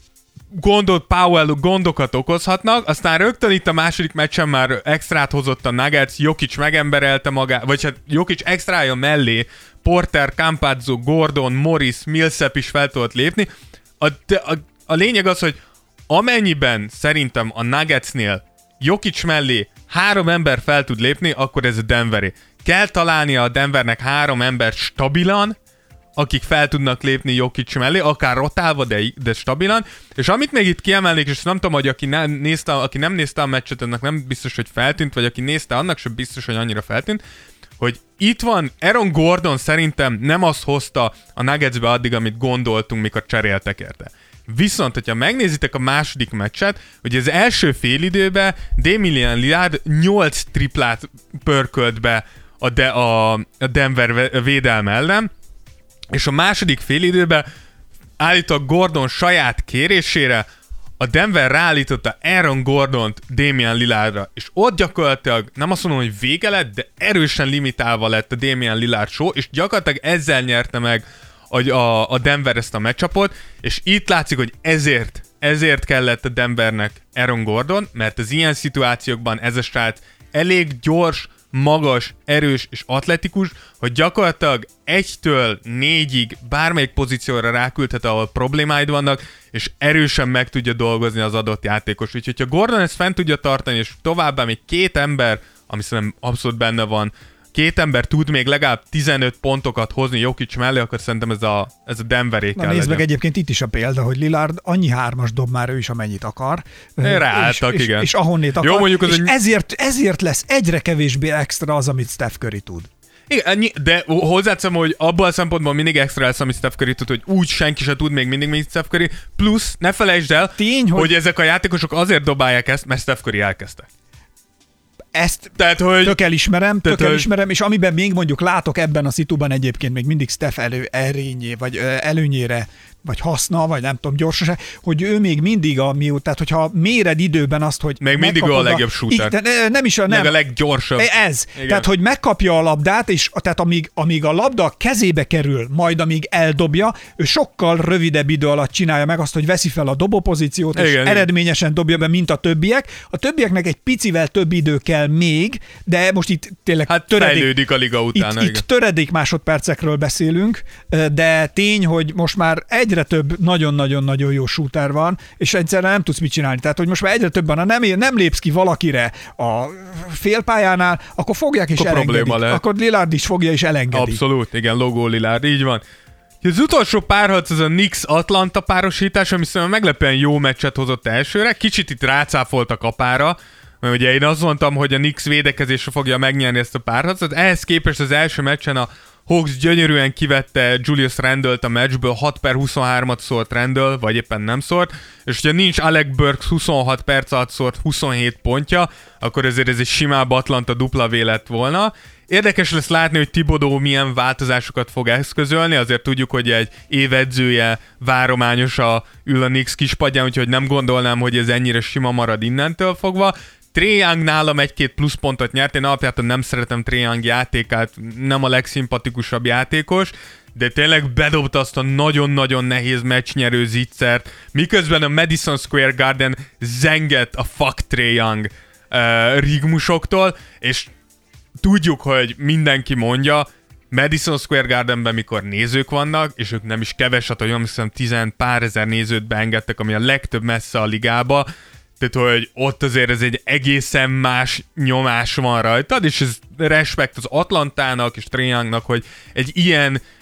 Speaker 4: gondot, Powell gondokat okozhatnak, aztán rögtön itt a második meccsen már extrát hozott a Nuggets, Jokic megemberelte magát, vagy hát Jokic extrája mellé Porter, Campazzo, Gordon, Morris, Millsap is fel tudott lépni. A, a, a lényeg az, hogy amennyiben szerintem a Nuggetsnél Jokic mellé három ember fel tud lépni, akkor ez a Denveré. Kell találnia a Denvernek három embert stabilan, akik fel tudnak lépni Jokic mellé, akár rotálva, de, de stabilan. És amit még itt kiemelnék, és nem tudom, hogy aki, ne, nézte, aki nem nézte a meccset, annak nem biztos, hogy feltűnt, vagy aki nézte, annak sem biztos, hogy annyira feltűnt, hogy itt van, Aaron Gordon szerintem nem azt hozta a Nuggetsbe addig, amit gondoltunk, mikor cseréltek érte. Viszont, hogyha megnézitek a második meccset, hogy az első félidőben Damian Lillard nyolc triplát pörkölt be a, de, a, a Denver védelme ellen, és a második félidőben állítólag Gordon saját kérésére a Denver ráállította Aaron Gordont Damian Lillardra, és ott gyakorlatilag nem azt mondom, hogy vége lett, de erősen limitálva lett a Damian Lillard show, és gyakorlatilag ezzel nyerte meg a, a, a Denver ezt a matchupot, és itt látszik, hogy ezért, ezért kellett a Denvernek Aaron Gordon, mert az ilyen szituációkban ez a srác elég gyors, magas, erős és atletikus, hogy gyakorlatilag egytől négyig bármelyik pozícióra ráküldhet, ahol problémáid vannak, és erősen meg tudja dolgozni az adott játékos. Úgyhogy ha Gordon ezt fent tudja tartani, és továbbá még két ember, ami szerintem abszolút benne van, két ember tud még legalább tizenöt pontokat hozni Jokic mellé, akkor szerintem ez a, ez a Denveré kell.
Speaker 3: Na nézd
Speaker 4: legyen.
Speaker 3: meg egyébként itt is a példa, hogy Lillard annyi hármas dob már ő is, amennyit akar.
Speaker 4: Ráálltak,
Speaker 3: és,
Speaker 4: igen.
Speaker 3: És, és ahonnét akar.
Speaker 4: Jó, mondjuk az
Speaker 3: és
Speaker 4: egy...
Speaker 3: ezért, ezért lesz egyre kevésbé extra az, amit Steph Curry tud.
Speaker 4: Igen, de hozzáteszem, hogy abban a szempontból mindig extra lesz, amit Steph Curry tud, hogy úgy senki se tud még mindig, mint Steph Curry. Plusz, ne felejtsd el,
Speaker 3: Tény, hogy...
Speaker 4: hogy ezek a játékosok azért dobálják ezt, mert Steph Curry elkezdte.
Speaker 3: Ezt
Speaker 4: Tehát, hogy...
Speaker 3: tök elismerem, tök
Speaker 4: Tehát,
Speaker 3: elismerem, és amiben még mondjuk látok ebben a szituban egyébként még mindig Steph elő, erényé, vagy ö, előnyére, vagy haszna, vagy nem tudom, gyorsaság, hogy ő még mindig a mióta, tehát hogyha méred időben azt, hogy
Speaker 4: még mindig ő a legjobb shooter.
Speaker 3: Igen, nem is a nem.
Speaker 4: Meg a leggyorsabb.
Speaker 3: Ez.
Speaker 4: Igen.
Speaker 3: Tehát, hogy megkapja a labdát, és tehát amíg, amíg a labda a kezébe kerül, majd amíg eldobja, ő sokkal rövidebb idő alatt csinálja meg azt, hogy veszi fel a dobópozíciót, és
Speaker 4: igen,
Speaker 3: eredményesen igen. dobja be, mint a többiek. A többieknek egy picivel több idő kell még, de most itt tényleg
Speaker 4: hát
Speaker 3: töredék,
Speaker 4: fejlődik a liga utána.
Speaker 3: Itt, itt töredék másodpercekről beszélünk, de tény, hogy most már egyre több nagyon-nagyon-nagyon jó shooter van, és egyszerűen nem tudsz mit csinálni. Tehát, hogy most már egyre többen, ha nem, nem lépsz ki valakire a félpályánál, akkor fogják és
Speaker 4: akkor
Speaker 3: elengedik. Akkor Lillard is fogja és elengedi.
Speaker 4: Abszolút, igen, logó Lillard, így van. Az utolsó párharc az a Knicks-Atlanta párosítás, ami szerintem meglepően jó meccset hozott elsőre. Kicsit itt rácáfolt a kapára, mert ugye én azt mondtam, hogy a Knicks védekezésre fogja megnyerni ezt a párharcot. Ehhez képest az első meccsen a Hawks gyönyörűen kivette Julius Randle-t a meccsből, hat per huszonhármat szólt Randle, vagy éppen nem szólt, és hogyha nincs Alec Burks huszonhat perc alatt szólt huszonhét pontja, akkor ezért ez egy simább Atlanta dupla V lett volna. Érdekes lesz látni, hogy Thibodeau milyen változásokat fog eszközölni, azért tudjuk, hogy egy évedzője várományosa ül a Knicks kispadján, úgyhogy nem gondolnám, hogy ez ennyire sima marad innentől fogva. Trae Young nálam egy-két pluszpontot nyert, én alapjában nem szeretem Trae Young játékát, nem a legszimpatikusabb játékos, de tényleg bedobta azt a nagyon-nagyon nehéz meccsnyerő zicsert, miközben a Madison Square Garden zengett a fuck Trae Young uh, rigmusoktól, és tudjuk, hogy mindenki mondja, Madison Square Gardenben, mikor nézők vannak, és ők nem is keveset, hogy nem hiszem tizen pár ezer nézőt beengedtek, ami a legtöbb messze a ligába, tehát, hogy ott azért ez egy egészen más nyomás van rajtad, és ez respekt az Atlantának és Trae Youngnak, hogy egy ilyen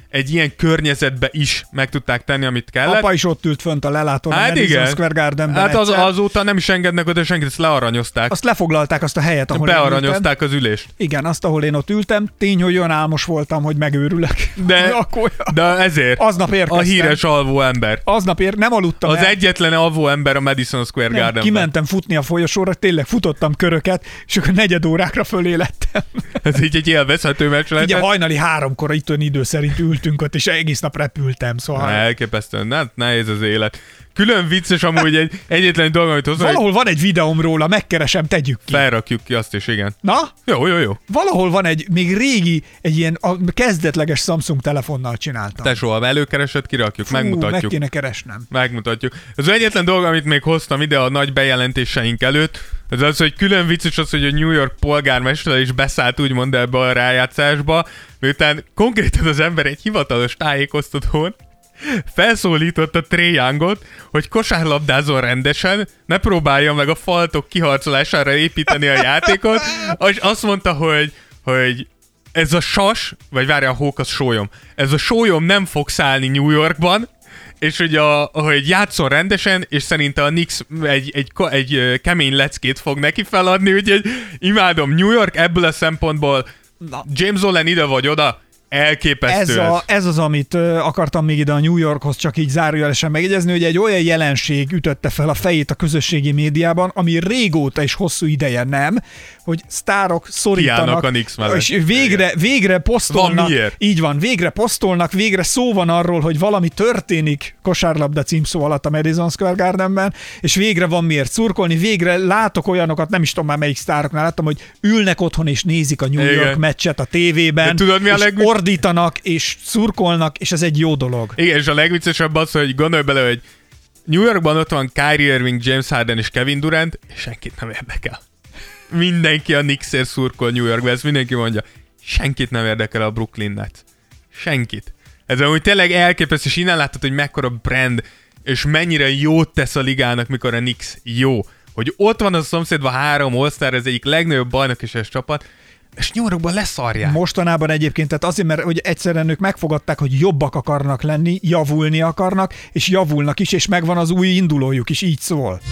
Speaker 4: egy ilyen környezetbe is meg tudták tenni, amit kellett.
Speaker 3: Apa is ott ült fönt a lelátón
Speaker 4: hát
Speaker 3: a Madison
Speaker 4: igen.
Speaker 3: Square Gardenben.
Speaker 4: Hát az,
Speaker 3: egyszer.
Speaker 4: azóta nem is engednek oda senkit, ezt learanyozták.
Speaker 3: Azt lefoglalták azt a helyet, ahol én ültem.
Speaker 4: Bearanyozták az ülést.
Speaker 3: Igen, azt, ahol én ott ültem. Tény, hogy olyan álmos voltam, hogy megőrülök.
Speaker 4: De,
Speaker 3: Akkor,
Speaker 4: de ezért
Speaker 3: aznap érkeztem.
Speaker 4: a híres alvó ember.
Speaker 3: Aznap ér, nem aludtam
Speaker 4: Az
Speaker 3: el.
Speaker 4: egyetlen alvó ember a Madison Square
Speaker 3: Nem,
Speaker 4: Gardenben.
Speaker 3: kimentem futni a folyosóra, tényleg futottam köröket, és akkor negyed órákra fölé lettem.
Speaker 4: Ez így egy élvezhető meccs
Speaker 3: Ugye
Speaker 4: lehet.
Speaker 3: hajnali háromkor itt olyan idő szerint ültünk ott, és egész nap repültem, szóval...
Speaker 4: Elképesztően, hát nehéz az élet. Külön vicces amúgy egy egyetlen dolog, amit hozzá, hogy
Speaker 3: Valahol van egy videóm róla, megkeresem, tegyük ki.
Speaker 4: felrakjuk ki azt is, igen.
Speaker 3: Na?
Speaker 4: Jó, jó, jó.
Speaker 3: Valahol van egy még régi, egy ilyen a kezdetleges Samsung telefonnal csináltam.
Speaker 4: Tesó, ha előkeresed, kirakjuk,
Speaker 3: Fú,
Speaker 4: megmutatjuk.
Speaker 3: meg kéne keresnem.
Speaker 4: Megmutatjuk. Az egyetlen dolog, amit még hoztam ide a nagy bejelentéseink előtt, az az, hogy külön vicces az, hogy a New York polgármester is beszállt úgymond ebbe a rájátszásba, miután konkrétan az ember egy hivatalos tájékoztatón felszólította Trae Youngot, hogy kosárlabdázol rendesen, ne próbálja meg a faltok kiharcolására építeni a játékot, és azt mondta, hogy, hogy ez a sas, vagy várja, a hók az sólyom, ez a sólyom nem fog szállni New Yorkban, és hogy, a, hogy játszol rendesen, és szerintem a Knicks egy, egy, egy, egy kemény leckét fog neki feladni, úgyhogy imádom New York ebből a szempontból.
Speaker 3: Na.
Speaker 4: James Dolan ide vagy oda, elképesztő
Speaker 3: Ez, a, ez az, amit ö, akartam még ide a New Yorkhoz csak így zárójelesen megjegyezni, hogy egy olyan jelenség ütötte fel a fejét a közösségi médiában, ami régóta és hosszú ideje nem, hogy sztárok szorítanak,
Speaker 4: Kiállnak a Knicks mellett.
Speaker 3: és végre, végre posztolnak,
Speaker 4: Van miért?
Speaker 3: így van, végre posztolnak, végre szó van arról, hogy valami történik kosárlabda címszó alatt a Madison Square Gardenben, és végre van miért szurkolni, végre látok olyanokat, nem is tudom már melyik sztároknál láttam, hogy ülnek otthon és nézik a New York
Speaker 4: Igen.
Speaker 3: meccset a tévében,
Speaker 4: De tudod, mi a
Speaker 3: és
Speaker 4: legvic-
Speaker 3: ordítanak, és szurkolnak, és ez egy jó dolog.
Speaker 4: Igen, és a legviccesebb az, hogy gondolj bele, hogy New Yorkban ott van Kyrie Irving, James Harden és Kevin Durant, és senkit nem érdekel. Mindenki a Knicksért szurkol New Yorkban, ezt mindenki mondja. Senkit nem érdekel a Brooklyn Nets. Senkit. Ez amúgy tényleg elképesztő, és innen látod, hogy mekkora brand, és mennyire jót tesz a ligának, mikor a Knicks jó. Hogy ott van a szomszédban három All-Star, ez egyik legnagyobb bajnok és ez csapat, és New Yorkban leszarják.
Speaker 3: Mostanában egyébként, tehát azért, mert hogy egyszerűen ők megfogadták, hogy jobbak akarnak lenni, javulni akarnak, és javulnak is, és megvan az új indulójuk is, így szól.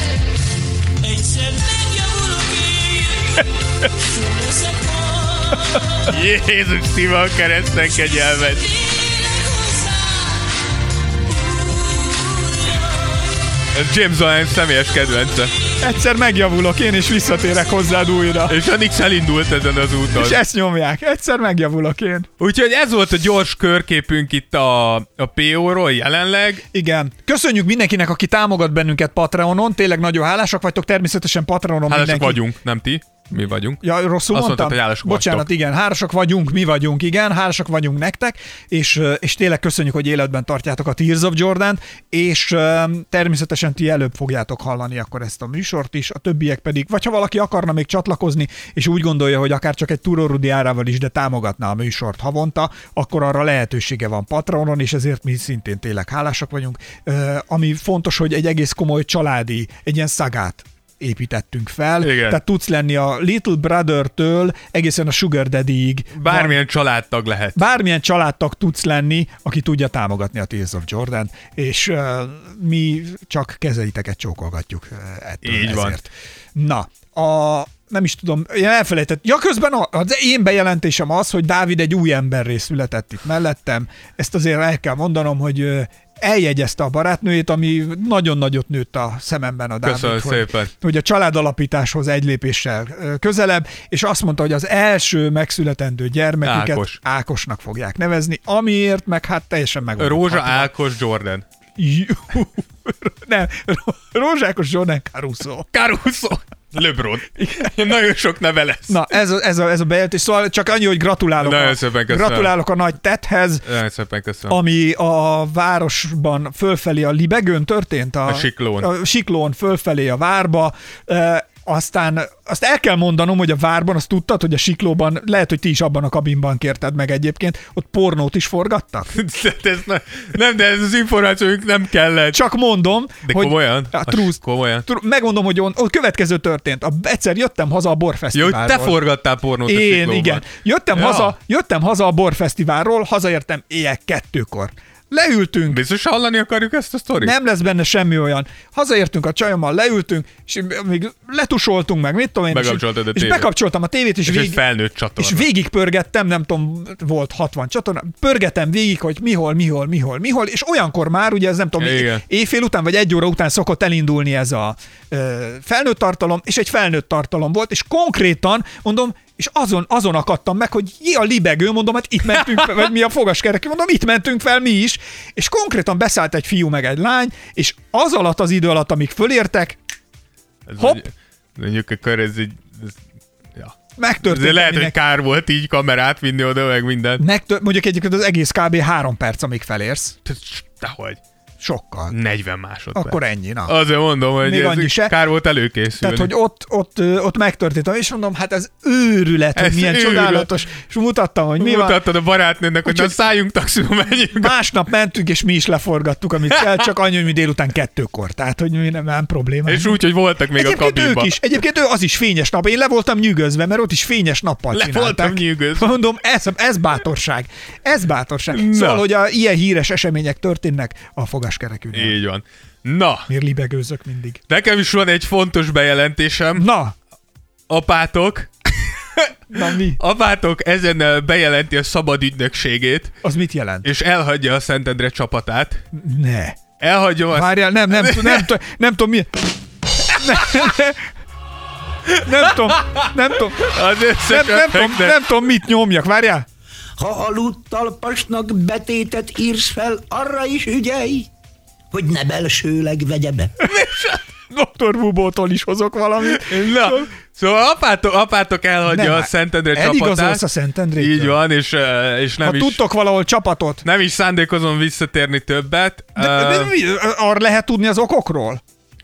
Speaker 4: Jézus szíva a kereszten kegyelmed. Ez James Dolan személyes kedvence.
Speaker 3: Egyszer megjavulok én, és visszatérek hozzád újra.
Speaker 4: És a Knicks elindult ezen az úton.
Speaker 3: És ezt nyomják. Egyszer megjavulok én.
Speaker 4: Úgyhogy ez volt a gyors körképünk itt a, a pé ó-ról jelenleg.
Speaker 3: Igen. Köszönjük mindenkinek, aki támogat bennünket Patreonon. Tényleg nagyon hálásak vagytok. Természetesen Patreonon
Speaker 4: Hálásak
Speaker 3: mindenki.
Speaker 4: vagyunk, nem ti? Mi vagyunk.
Speaker 3: Ja, rosszul
Speaker 4: Azt
Speaker 3: mondtam?
Speaker 4: mondtad, hogy hálásak
Speaker 3: Bocsánat,
Speaker 4: vagytok.
Speaker 3: igen, hálásak vagyunk, mi vagyunk, igen, hálásak vagyunk nektek, és, és tényleg köszönjük, hogy életben tartjátok a Tears of Jordan-t, és um, természetesen ti előbb fogjátok hallani akkor ezt a műsort is, a többiek pedig, vagy ha valaki akarna még csatlakozni, és úgy gondolja, hogy akár csak egy Turó Rudi árával is, de támogatná a műsort havonta, akkor arra lehetősége van Patronon, és ezért mi szintén tényleg hálásak vagyunk. Uh, ami fontos, hogy egy egész komoly családi, egy ilyen szagát építettünk fel.
Speaker 4: Igen.
Speaker 3: Tehát tudsz lenni a Little Brother-től egészen a Sugar Daddy-ig.
Speaker 4: Bármilyen családtag lehet.
Speaker 3: Bármilyen családtag tudsz lenni, aki tudja támogatni a Tears of Jordan, és uh, mi csak kezeiteket csókolgatjuk uh, ettől
Speaker 4: Így
Speaker 3: ezért.
Speaker 4: van.
Speaker 3: Na, a nem is tudom, én elfelejtett. Ja, közben az én bejelentésem az, hogy Dávid egy új emberré született itt mellettem. Ezt azért el kell mondanom, hogy uh, eljegyezte a barátnőjét, ami nagyon nagyot nőtt a szememben a Dávid,
Speaker 4: Köszönöm
Speaker 3: hogy,
Speaker 4: szépen.
Speaker 3: hogy a családalapításhoz egy lépéssel közelebb, és azt mondta, hogy az első megszületendő gyermeküket
Speaker 4: Ákos.
Speaker 3: Ákosnak fogják nevezni, amiért meg hát teljesen meg vagyok
Speaker 4: Rózsa
Speaker 3: hatva.
Speaker 4: Ákos Jordan.
Speaker 3: Jú, nem, Rózsákos Jordan Caruso.
Speaker 4: Caruso. LeBron. Nagyon sok neve lesz.
Speaker 3: Na, ez a, ez a, ez a bejelentés, szóval csak annyi, hogy gratulálok,
Speaker 4: Nagyon
Speaker 3: a,
Speaker 4: szépen köszönöm.
Speaker 3: gratulálok a nagy tetthez,
Speaker 4: Nagyon szépen köszönöm.
Speaker 3: ami a városban fölfelé a Libegőn történt. A,
Speaker 4: A Siklón.
Speaker 3: A Siklón fölfelé a várba. Aztán azt el kell mondanom, hogy a Várban azt tudtad, hogy a Siklóban, lehet, hogy ti is abban a kabinban kérted meg egyébként, ott pornót is forgattak?
Speaker 4: ez ne, nem, de ez az információink nem kellett.
Speaker 3: Csak mondom,
Speaker 4: de
Speaker 3: hogy...
Speaker 4: komolyan?
Speaker 3: A trusz,
Speaker 4: komolyan?
Speaker 3: Tr- megmondom, hogy on, ott következő történt. A, egyszer jöttem haza a
Speaker 4: Jó,
Speaker 3: Borfesztiválról.
Speaker 4: hogy te forgattál pornót a
Speaker 3: Én,
Speaker 4: Siklóban.
Speaker 3: igen. Jöttem,
Speaker 4: Ja.
Speaker 3: haza, jöttem haza a Borfesztiválról, hazaértem éjjel kettőkor. Leültünk.
Speaker 4: Biztos hallani akarjuk ezt a sztorit?
Speaker 3: Nem lesz benne semmi olyan. Hazaértünk a csajommal, leültünk, és még letusoltunk meg, mit tudom én.
Speaker 4: Bekapcsoltad a
Speaker 3: és, és
Speaker 4: tévét.
Speaker 3: bekapcsoltam a tévét, és,
Speaker 4: És
Speaker 3: vég,
Speaker 4: egy felnőtt csatorna.
Speaker 3: és végig pörgettem, nem tudom, volt hatvan csatorna, pörgetem végig, hogy mihol, mihol, mihol, mihol, és olyankor már, ugye ez nem tudom,
Speaker 4: Igen.
Speaker 3: éjfél után vagy egy óra után szokott elindulni ez a ö, felnőtt tartalom, és egy felnőtt tartalom volt, és konkrétan, mondom, és azon, azon akadtam meg, hogy jé, a libegő, mondom, hát itt mentünk fel, vagy mi a fogaskerekű, mondom, itt mentünk fel mi is, és konkrétan beszállt egy fiú meg egy lány, és az alatt az idő alatt, amíg fölértek,
Speaker 4: Ez
Speaker 3: hopp.
Speaker 4: Mondjuk, mondjuk akkor ez így... Ez, ja.
Speaker 3: megtörtént.
Speaker 4: Azért lehet, hogy
Speaker 3: aminek-
Speaker 4: kár volt így kamerát vinni oda, meg mindent.
Speaker 3: megtört, mondjuk egyébként az egész kb. három perc, amíg felérsz.
Speaker 4: Dehogy.
Speaker 3: Sokkal.
Speaker 4: negyven másodperc.
Speaker 3: Akkor ennyi, na.
Speaker 4: Azért mondom, hogy
Speaker 3: Még annyi
Speaker 4: ez
Speaker 3: se.
Speaker 4: kár volt előkészülni.
Speaker 3: Tehát, hogy ott, ott, ö, ott megtörtént, és mondom, hát ez őrület,
Speaker 4: Ez
Speaker 3: hogy milyen
Speaker 4: őrület.
Speaker 3: csodálatos, és mutattam, hogy mi van.
Speaker 4: Mutattad a barátnőnek, hogy na
Speaker 3: Úgyhogy-
Speaker 4: szálljunk taxiba, menjünk.
Speaker 3: Másnap mentünk, és mi is leforgattuk, amit kell, csak annyi, hogy mi délután kettőkor. Tehát, hogy mi nem, nem probléma.
Speaker 4: És úgy, hogy voltak még
Speaker 3: Egyébként
Speaker 4: a kabinban.
Speaker 3: ők is. Egyébként ő az is fényes nap. Én le voltam nyűgözve, mert ott is fényes nappal
Speaker 4: Le
Speaker 3: csinálták.
Speaker 4: voltam nyűgözve.
Speaker 3: Mondom, ez, ez bátorság. Ez bátorság.
Speaker 4: Na.
Speaker 3: Szóval, hogy a ilyen híres események történnek a fogaskerekűnél.
Speaker 4: Így van. Na,
Speaker 3: Miért libegőzök mindig?
Speaker 4: nekem is van egy fontos bejelentésem.
Speaker 3: Na,
Speaker 4: Apátok,
Speaker 3: na mi?
Speaker 4: apátok ezennel bejelenti a szabad ügynökségét,
Speaker 3: Az mit jelent?
Speaker 4: és elhagyja a Szentendre csapatát.
Speaker 3: Ne.
Speaker 4: Elhagyja a...
Speaker 3: Várjál, nem, nem, nem, nem, nem, nem tudom mi... Nem, nem tudom, nem tudom,
Speaker 4: Az
Speaker 3: nem, nem, tudom,
Speaker 4: összeköpnek.
Speaker 3: nem tudom, mit nyomjak, várjál.
Speaker 8: Ha aludtalpasnak betétet írsz fel, arra is ügyelj, hogy ne belsőleg vegye be.
Speaker 3: doktor Bubótól is hozok valamit.
Speaker 4: Na, szóval apátok, apátok elhagyja
Speaker 3: Nem,
Speaker 4: a Szentendre
Speaker 3: eligazolsz
Speaker 4: csapatát.
Speaker 3: a Szentendrétől?
Speaker 4: Így van, és, eh, és nem
Speaker 3: Ha
Speaker 4: is...
Speaker 3: tudtok valahol csapatot,
Speaker 4: Nem is szándékozom visszatérni többet.
Speaker 3: de, de,
Speaker 4: Ö,
Speaker 3: mi, arra lehet tudni az okokról?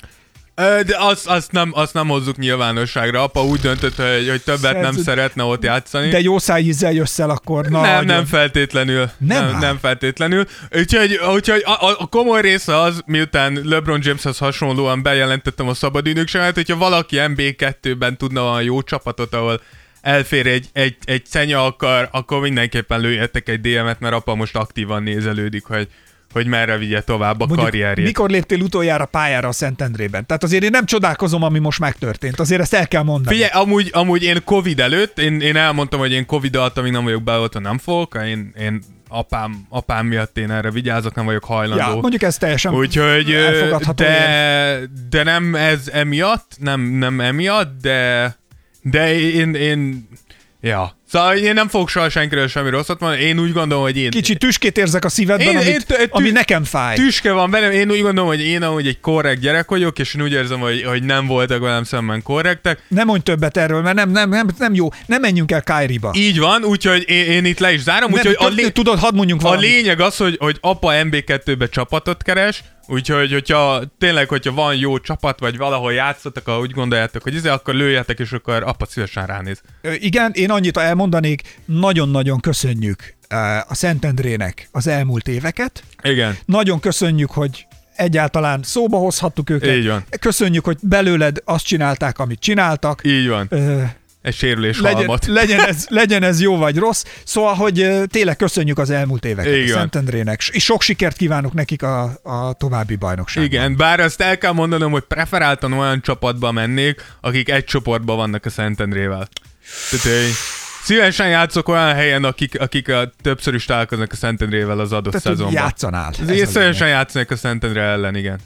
Speaker 4: ö, de azt, azt, nem, azt nem hozzuk nyilvánosságra. Apa úgy döntött, hogy, hogy többet nem
Speaker 3: Szerződ-
Speaker 4: szeretne ott játszani.
Speaker 3: De jó szájízzel jössz el akkor. Na,
Speaker 4: nem,
Speaker 3: nagyon.
Speaker 4: nem feltétlenül.
Speaker 3: Nem
Speaker 4: nem,
Speaker 3: áll.
Speaker 4: nem feltétlenül. Úgyhogy, úgyhogy a, a, a komoly része az, miután LeBron Jameshez hasonlóan bejelentettem a szabad ügynökséget, hogyha valaki en bé kettőben tudna olyan jó csapatot, ahol elfér egy, egy, egy szenya, akkor, akkor mindenképpen lőjetek egy dé em-et, mert apa most aktívan nézelődik, hogy, hogy merre vigye tovább a
Speaker 3: Mondjuk,
Speaker 4: karrierjét.
Speaker 3: mikor léptél utoljára pályára a Szentendrében? Tehát azért én nem csodálkozom, ami most megtörtént. Azért ezt el kell mondani.
Speaker 4: Figyelj, amúgy, amúgy én Covid előtt, én, én elmondtam, hogy én Covid alatt, amíg nem vagyok beoltva, nem fogok. Én, én apám, apám miatt én erre vigyázok, nem vagyok hajlandó.
Speaker 3: Ja, mondjuk ez teljesen
Speaker 4: Úgyhogy, ö,
Speaker 3: elfogadható.
Speaker 4: de, de nem ez emiatt, nem, nem emiatt, de, de én, én, ja. Szóval én nem fogok soha senkiről semmi rosszat mondani, én úgy gondolom, hogy én...
Speaker 3: Kicsit tüskét érzek a szívedben,
Speaker 4: Én-
Speaker 3: amit,
Speaker 4: én tü-
Speaker 3: ami nekem fáj.
Speaker 4: Tüske van velem, én úgy gondolom, hogy én ahogy egy korrekt gyerek vagyok, és én úgy érzem, hogy, hogy nem voltak velem szemben korrektek.
Speaker 3: Nem mondj többet erről, mert nem, nem, nem, nem jó. Nem menjünk el Kyrie-ba.
Speaker 4: Így van, úgyhogy én, én itt le is zárom,
Speaker 3: Nem,
Speaker 4: úgyhogy a,
Speaker 3: több-
Speaker 4: lé-
Speaker 3: tudod, hadd mondjunk
Speaker 4: a
Speaker 3: valamit.
Speaker 4: lényeg az, hogy, hogy apa en bé kettőbe csapatot keres, úgyhogy hogyha tényleg, hogyha van jó csapat, vagy valahol játszotok, ha úgy gondoljátok, hogy ez, akkor lőjetek, és akkor apa szívesen ránéz.
Speaker 3: Ö, Igen, én annyit elmondanék, nagyon-nagyon köszönjük ö, a Szentendrének az elmúlt éveket.
Speaker 4: Igen.
Speaker 3: Nagyon köszönjük, hogy egyáltalán szóba hozhattuk őket.
Speaker 4: Így van.
Speaker 3: Köszönjük, hogy belőled azt csinálták, amit csináltak.
Speaker 4: Így van.
Speaker 3: Ö,
Speaker 4: Egy sérülés
Speaker 3: legyen,
Speaker 4: halmot.
Speaker 3: legyen, ez, legyen ez jó vagy rossz. Szóval, hogy ö, tényleg köszönjük az elmúlt éveket
Speaker 4: Igen.
Speaker 3: a Szentendrének, és sok sikert kívánok nekik a, a további bajnokságban.
Speaker 4: Igen, bár azt el kell mondanom, hogy preferáltan olyan csapatba mennék, akik egy csoportban vannak a Szentendrével. Tehát, hogy szívesen játszok olyan helyen, akik, akik a, többször is találkoznak a Szentendrével az adott
Speaker 3: Tehát, hogy
Speaker 4: szezonban.
Speaker 3: játszanál. Ez a
Speaker 4: Én
Speaker 3: lényeg.
Speaker 4: szívesen játszanék a Szentendre ellen, igen.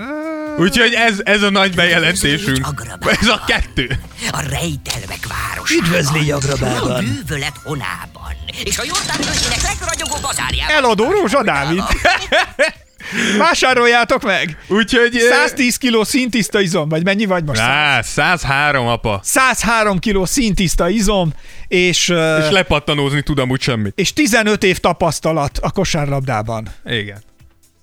Speaker 4: Úgyhogy ez, ez a nagy bejelentésünk. Ez a kettő.
Speaker 8: A rejtelmek városa.
Speaker 3: Üdvözlégy
Speaker 8: A
Speaker 3: Agrabában!
Speaker 8: bűvölet honában. És a Jordán völgyének legragyogóbb bazáriában.
Speaker 3: Eladó Rózsa Dávid! Vásároljátok meg!
Speaker 4: Úgyhogy... eh,
Speaker 3: száztíz kiló színtiszta izom, vagy mennyi vagy most?
Speaker 4: Á, száz három apa.
Speaker 3: százhárom kiló színtiszta izom, és, ö,
Speaker 4: És lepattanózni tudom úgy semmit.
Speaker 3: és tizenöt év tapasztalat a kosárlabdában.
Speaker 4: Igen.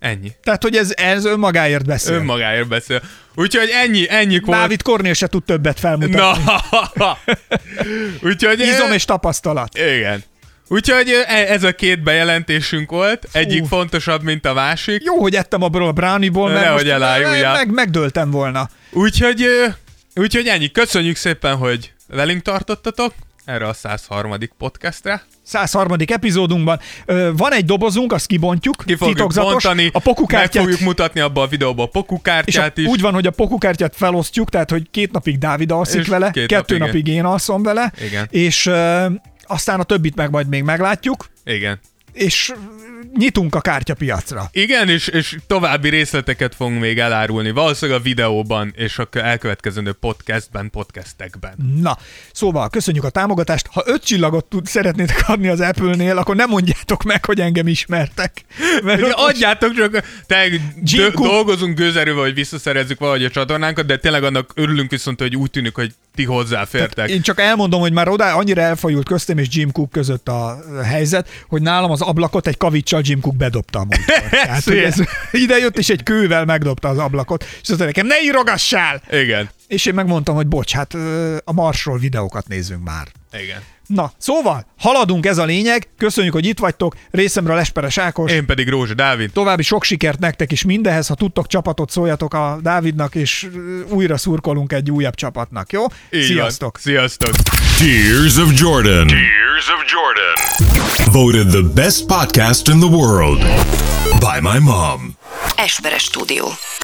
Speaker 4: Ennyi.
Speaker 3: Tehát, hogy ez, ez önmagáért beszél.
Speaker 4: Önmagáért beszél. Úgyhogy ennyi, ennyi volt.
Speaker 3: Dávid Kornél se tud többet felmutatni.
Speaker 4: Na. Úgyhogy...
Speaker 3: Izom és tapasztalat.
Speaker 4: Igen. Úgyhogy ez a két bejelentésünk volt. Egyik Fú. fontosabb, mint a másik.
Speaker 3: Jó, hogy ettem abból a brownie-ból, mert
Speaker 4: Nehogy
Speaker 3: most meg, meg, megdőltem volna.
Speaker 4: Úgyhogy, úgyhogy ennyi. Köszönjük szépen, hogy velünk tartottatok erre a száz harmadik podcastre.
Speaker 3: száz harmadik epizódunkban. Van egy dobozunk, azt kibontjuk.
Speaker 4: Ki fogjuk
Speaker 3: titokzatos.
Speaker 4: bontani,
Speaker 3: a pokukártyát...
Speaker 4: meg fogjuk mutatni abban a videóban a pokukártyát
Speaker 3: és a,
Speaker 4: is.
Speaker 3: úgy van, hogy a pokukártyát felosztjuk, tehát hogy két napig Dávid alszik
Speaker 4: és
Speaker 3: vele,
Speaker 4: két
Speaker 3: kettő
Speaker 4: napig,
Speaker 3: napig én alszom vele,
Speaker 4: igen.
Speaker 3: és uh, aztán a többit meg majd még meglátjuk.
Speaker 4: Igen.
Speaker 3: És nyitunk a kártyapiacra.
Speaker 4: Igen, és, és további részleteket fogunk még elárulni, valószínűleg a videóban és a elkövetkezendő podcastben, podcastekben.
Speaker 3: Na, szóval köszönjük a támogatást. Ha öt csillagot tud, szeretnétek adni az Apple-nél, akkor nem mondjátok meg, hogy engem ismertek.
Speaker 4: Mert ugye, adjátok csak, te d- dolgozunk gőzerővel, hogy visszaszerezzük valahogy a csatornánkat, de tényleg annak örülünk viszont, hogy úgy tűnik, hogy ti hozzáfértek. Tehát
Speaker 3: én csak elmondom, hogy már oda annyira elfajult köztem és Jim Cook között a helyzet, hogy nálam az ablakot egy kavicsal Jim Cook bedobta a múltkor. Tehát, hogy ez ide jött és egy kővel megdobta az ablakot, és azt mondta nekem, ne írogassál!
Speaker 4: Igen.
Speaker 3: És én megmondtam, hogy bocs, hát a Marsról videókat nézzünk már.
Speaker 4: Igen.
Speaker 3: Na, szóval, haladunk, ez a lényeg. Köszönjük, hogy itt vagytok. Részemről Esperes Ákos.
Speaker 4: Én pedig Rózsa Dávid.
Speaker 3: További sok sikert nektek is mindehez. Ha tudtok csapatot, szóljatok a Dávidnak, és újra szurkolunk egy újabb csapatnak, jó?
Speaker 4: Így
Speaker 3: Sziasztok!
Speaker 4: Van. Sziasztok!
Speaker 2: Tears of Jordan. Tears of Jordan. Voted the best podcast in the world by my mom.
Speaker 9: Esperes Stúdió.